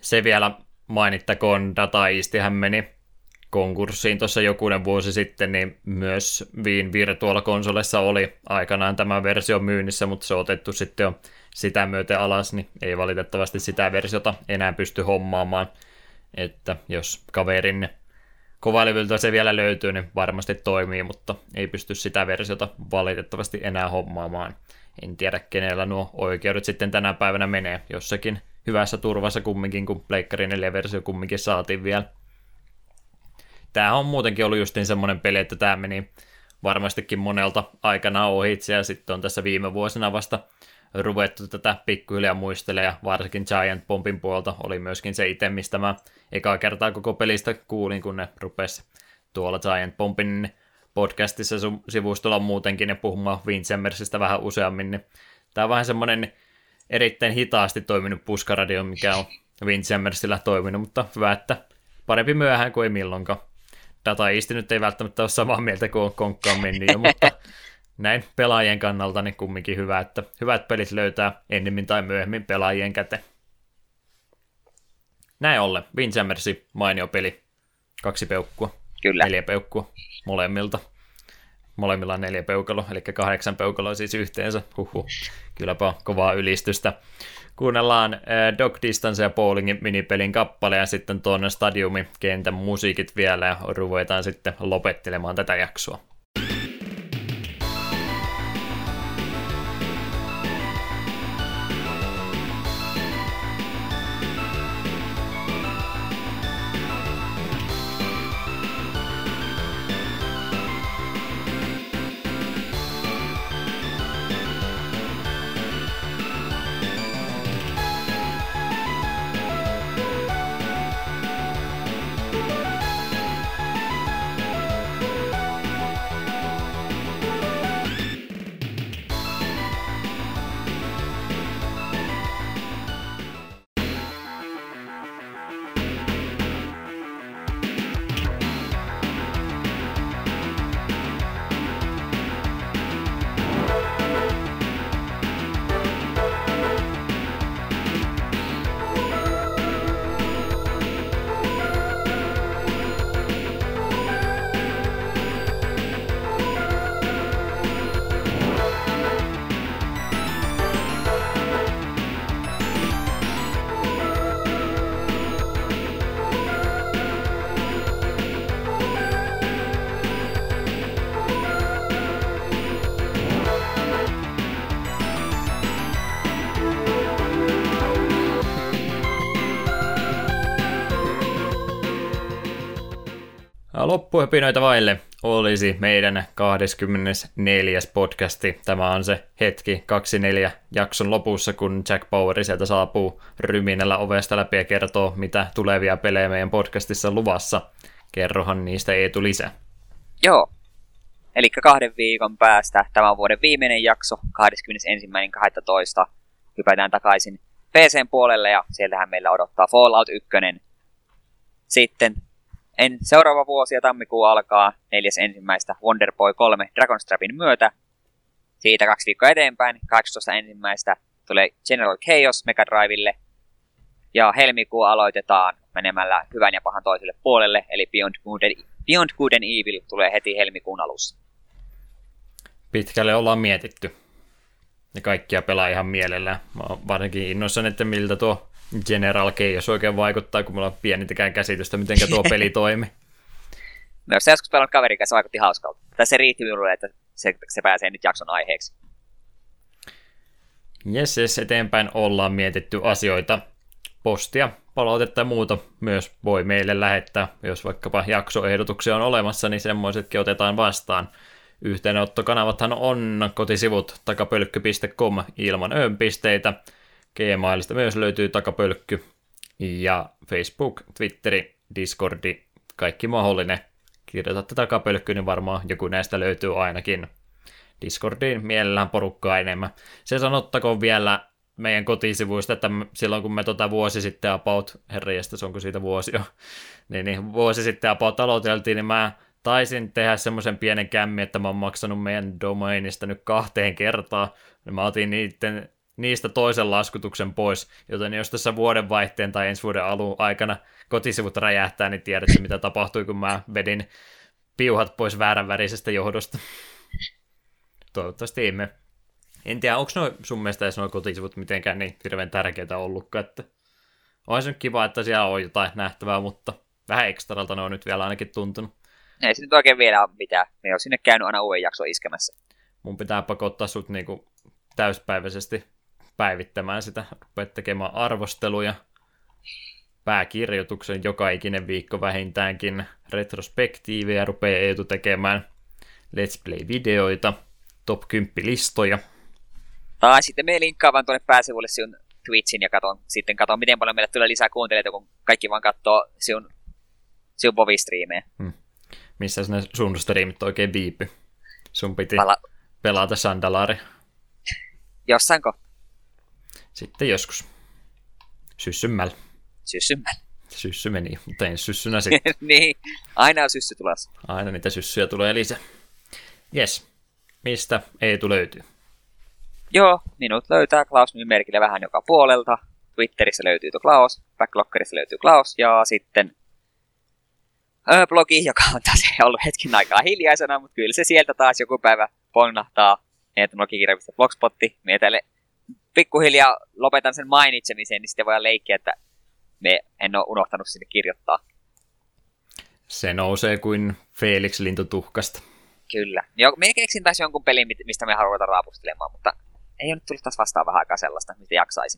Se vielä mainittakoon, Data Eastihän meni konkurssiin tuossa jokunen vuosi sitten, niin myös Wien Virtual Consolessa oli aikanaan tämä versio myynnissä, mutta se on otettu sitten jo sitä myöten alas, niin ei valitettavasti sitä versiota enää pysty hommaamaan, että jos kaverin kovalevyltä se vielä löytyy, niin varmasti toimii, mutta ei pysty sitä versiota valitettavasti enää hommaamaan. En tiedä, kenellä nuo oikeudet sitten tänä päivänä menee, jossakin hyvässä turvassa kumminkin, kun Pleikkari neljä-versio kumminkin saatiin vielä. Tämähän on muutenkin ollut justiin semmoinen peli, että tämä meni varmastikin monelta aikana ohitse, ja sitten on tässä viime vuosina vasta ruvettu tätä pikkuhiljaa muistelemaan, ja varsinkin Giant Bombin puolta oli myöskin se itse, mistä mä ekaa kertaa koko pelistä kuulin, kun ne rupesi tuolla Giant Bombin podcastissa sivustolla muutenkin ja puhumaan Windjammersista vähän useammin, niin tämä on vähän semmoinen erittäin hitaasti toiminut puskaradio, mikä on Windjammersillä toiminut, mutta hyvä, että parempi myöhään kuin ei milloinkaan. Data East nyt ei välttämättä ole samaa mieltä kuin on konkkaan mennyt jo, mutta näin pelaajien kannalta niin kumminkin hyvä, että hyvät pelit löytää ennemmin tai myöhemmin pelaajien käteen. Näin ollen, Windjammersi, mainio peli, kaksi peukkua, Kyllä. neljä peukkua molemmilta. Molemmilla on neljä peukaloa, eli kahdeksan peukaloa siis yhteensä. Huhhuh, kylläpä kovaa ylistystä. Kuunnellaan äh, Dog Distance ja Bowlingin minipelin kappale ja sitten tuonne Stadiumin kentän musiikit vielä ja ruvetaan sitten lopettelemaan tätä jaksoa. Loppuhöpinöitä vaille olisi meidän kahdeskymmenesneljäs podcasti. Tämä on se hetki kaksikymmentäneljä jakson lopussa, kun Jack Bauer sieltä saapuu ryminällä ovesta läpi ja kertoo, mitä tulevia pelejä meidän podcastissa on luvassa. Kerrohan niistä Eetu lisää. Joo. Eli kahden viikon päästä tämän vuoden viimeinen jakso, kahdeskymmenesensimmäinen kahdestoista hypätään takaisin P C:n puolelle ja sieltähän meillä odottaa Fallout yksi. Sitten En, seuraava vuosi ja tammikuu alkaa neljäs ensimmäistä Wonder Boy kolme Dragonstrapin myötä. Siitä kaksi viikkoa eteenpäin, kahdeksastoista ensimmäistä tulee General Chaos Mega Drivelle. Ja helmikuu aloitetaan menemällä hyvän ja pahan toiselle puolelle, eli Beyond Good and, Beyond Good and Evil tulee heti helmikuun alussa. Pitkälle ollaan mietitty. Ja kaikkia pelaa ihan mielellään. Mä oon varsinkin innoissani, että miltä tuo General Chaos oikein vaikuttaa, kun mulla on pienintäkään käsitystä, miten tuo peli toimi. No, jos joskus pelannut kaverin kanssa, vaikutti hauskalta. Tai se riitti minulle, että se, se pääsee nyt jakson aiheeksi. Jes, jes, eteenpäin ollaan mietitty asioita. Postia, palautetta ja muuta myös voi meille lähettää. Jos vaikkapa jaksoehdotuksia on olemassa, niin semmoisetkin otetaan vastaan. Yhteydenottokanavathan on kotisivut takapölkky piste com ilman öönpisteitä. Gmailista myös löytyy takapölkky. Ja Facebook, Twitteri, Discordi, kaikki mahdollinen. Kirjoitatte takapölkky, niin varmaan joku näistä löytyy ainakin. Discordiin mielellään porukkaa enemmän. Se sanottakoon vielä meidän kotisivuista, että silloin kun me tota vuosi sitten about, herranjestas, onko siitä vuosi jo, niin, niin vuosi sitten about aloiteltiin, niin mä taisin tehdä semmoisen pienen kämmin, että mä oon maksanut meidän domainista nyt kahteen kertaan. Mä otin niiden niistä toisen laskutuksen pois, joten jos tässä vuodenvaihteen tai ensi vuoden alun aikana kotisivut räjähtää, niin tiedätkö, mitä tapahtui, kun mä vedin piuhat pois vääränvärisestä johdosta. Toivottavasti emme. En tiedä, onko noi sun mielestä edes nuo kotisivut mitenkään niin hirveän tärkeitä ollutkaan, että olisi nyt kiva, että siellä on jotain nähtävää, mutta vähän ekstralta ne on nyt vielä ainakin tuntunut. Ei se nyt oikein vielä ole mitään. Me on sinne käynyt aina uuden jakson iskemässä. Mun pitää pakottaa sut niinku täyspäiväisesti päivittämään sitä, rupeat tekemään arvosteluja, pääkirjoituksen joka ikinen viikko vähintäänkin, retrospektiivejä rupeaa Eetu tekemään, Let's Play-videoita, top kymmenen listoja. Tai sitten me linkkaavan tuonne pääsivulle sinun Twitchin ja katon, sitten katon, miten paljon meille tulee lisää kuuntelijoita, kun kaikki vaan katsoo sinun, sinun Bovi-striimejä. Hmm. Missä ne sun striimit oikein viipy? Sun piti Pala- pelata Sandalaari. Jossain kohtaa. Sitten joskus. Syssymällä. Syssymällä. Syssy meni, mutta en syssynä sitten. Niin, aina on syssy tulossa. Aina niitä syssyjä tulee lisää. Jes, mistä Eetu löytyy? Joo, minut löytää Klaus nimimerkillä vähän joka puolelta. Twitterissä löytyy tuo Klaus, Backloggerissa löytyy Klaus ja sitten öö, blogi, joka on taas ollut hetken aikaa hiljaisena, mutta kyllä se sieltä taas joku päivä ponnahtaa. Etnologikirja piste blogspotti. Mie tälle pikkuhiljaa lopetan sen mainitsemisen, niin sitten voidaan leikkiä, että me en ole unohtanut sinne kirjoittaa. Se nousee kuin Felix lintutuhkasta. Kyllä. Jo, me keksin taas jonkun pelin, mistä me halutaan raapustelemaan, mutta ei ole nyt tullut taas vastaan vähän aikaa sellaista, mistä jaksaisin.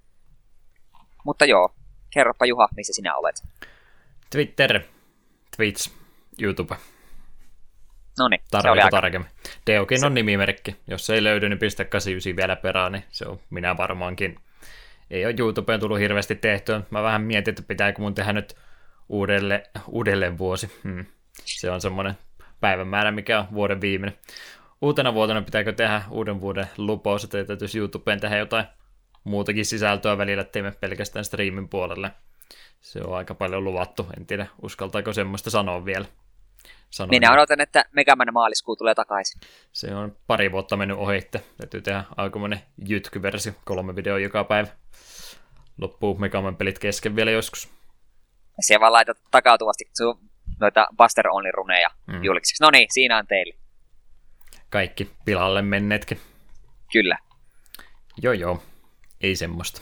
Mutta joo, kerropa Juha, missä sinä olet. Twitter, Twitch, YouTube. Noniin, se oli aika tarkemmin. Deokin se on nimimerkki. Jos se ei löydy, niin pistä kahdeksankymmentäyhdeksän vielä perään, niin se on minä varmaankin. Ei ole YouTubeen tullut hirveästi tehtyä. Mä vähän mietin, että pitääkö mun tehdä nyt uudelle, uudelleen vuosi. Hmm. Se on semmoinen päivämäärä, mikä on vuoden viimeinen. Uutena vuotena pitääkö tehdä uuden vuoden lupaus, että täytyisi YouTubeen tehdä jotain muutakin sisältöä välillä, ettei me pelkästään striimin puolelle. Se on aika paljon luvattu. En tiedä, uskaltaako semmoista sanoa vielä. Sanoin, Minä odotan, että Megaman maaliskuu tulee takaisin. Se on pari vuotta mennyt ohi, että täytyy tehdä aikamoinen jytkyversio, kolme videoa joka päivä. Loppuu Megaman pelit kesken vielä joskus. Siellä vaan laitat takautuvasti noita Buster Only runeja mm. julkiseksi. No niin, siinä on teille. Kaikki pilalle menneetkin. Kyllä. Joo joo, ei semmoista.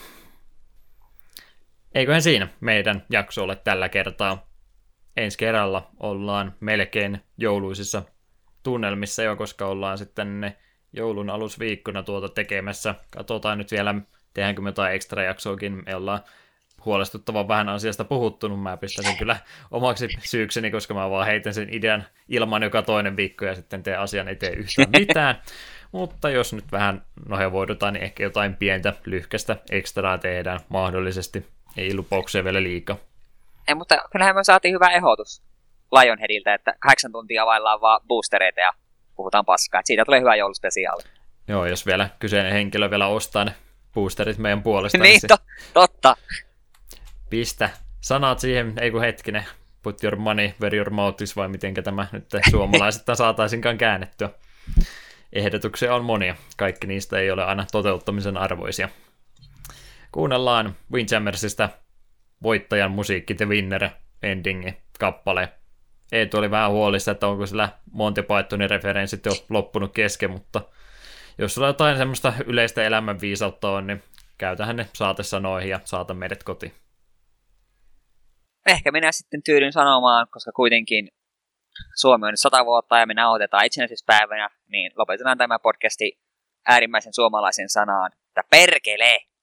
Eiköhän siinä meidän jakso ole tällä kertaa. Ensi kerralla ollaan melkein jouluisissa tunnelmissa jo, koska ollaan sitten ne joulun alusviikkona tuota tekemässä. Katsotaan nyt vielä, tehdäänkö me jotain ekstra jaksoakin. Me ollaan huolestuttavan vähän asiasta puhuttunut. Mä pistän sen kyllä omaksi syykseni, koska mä vaan heitän sen idean ilman joka toinen viikko ja sitten tee asian ei tee yhtään mitään. Mutta jos nyt vähän nohevoidutaan, niin ehkä jotain pientä lyhkästä ekstraa tehdään mahdollisesti. Ei lupauksia vielä liikaa. Ei, mutta kyllähän me saatiin hyvä ehdotus Lionheadiltä, että kahdeksan tuntia availlaan vaan boostereita ja puhutaan paskaa. Että siitä tulee hyvä jouluspesiaali. Joo, jos vielä kyseinen henkilö vielä ostaa ne boosterit meidän puolesta. niin, se... to- totta. Pistä sanat siihen, ei kun hetkinen, put your money where your mouth is, vai mitenkä tämä nyt suomalaisesta saataisinkaan käännettyä. Ehdotuksia on monia, kaikki niistä ei ole aina toteuttamisen arvoisia. Kuunnellaan Windjammersista voittajan musiikki, The Winner, endingi, kappale. Eetu oli vähän huolissa, että onko sillä Monty Pythonin referenssit jo loppunut kesken, mutta jos sulla jotain semmoista yleistä elämänviisautta on, niin käytähän ne saatesanoihin ja saata meidät kotiin. Ehkä minä sitten tyydyn sanomaan, koska kuitenkin Suomi on nyt sata vuotta ja me nauhoitetaan itsenäisyyspäivänä, niin lopetetaan tämä podcasti äärimmäisen suomalaisen sanaan, että perkele!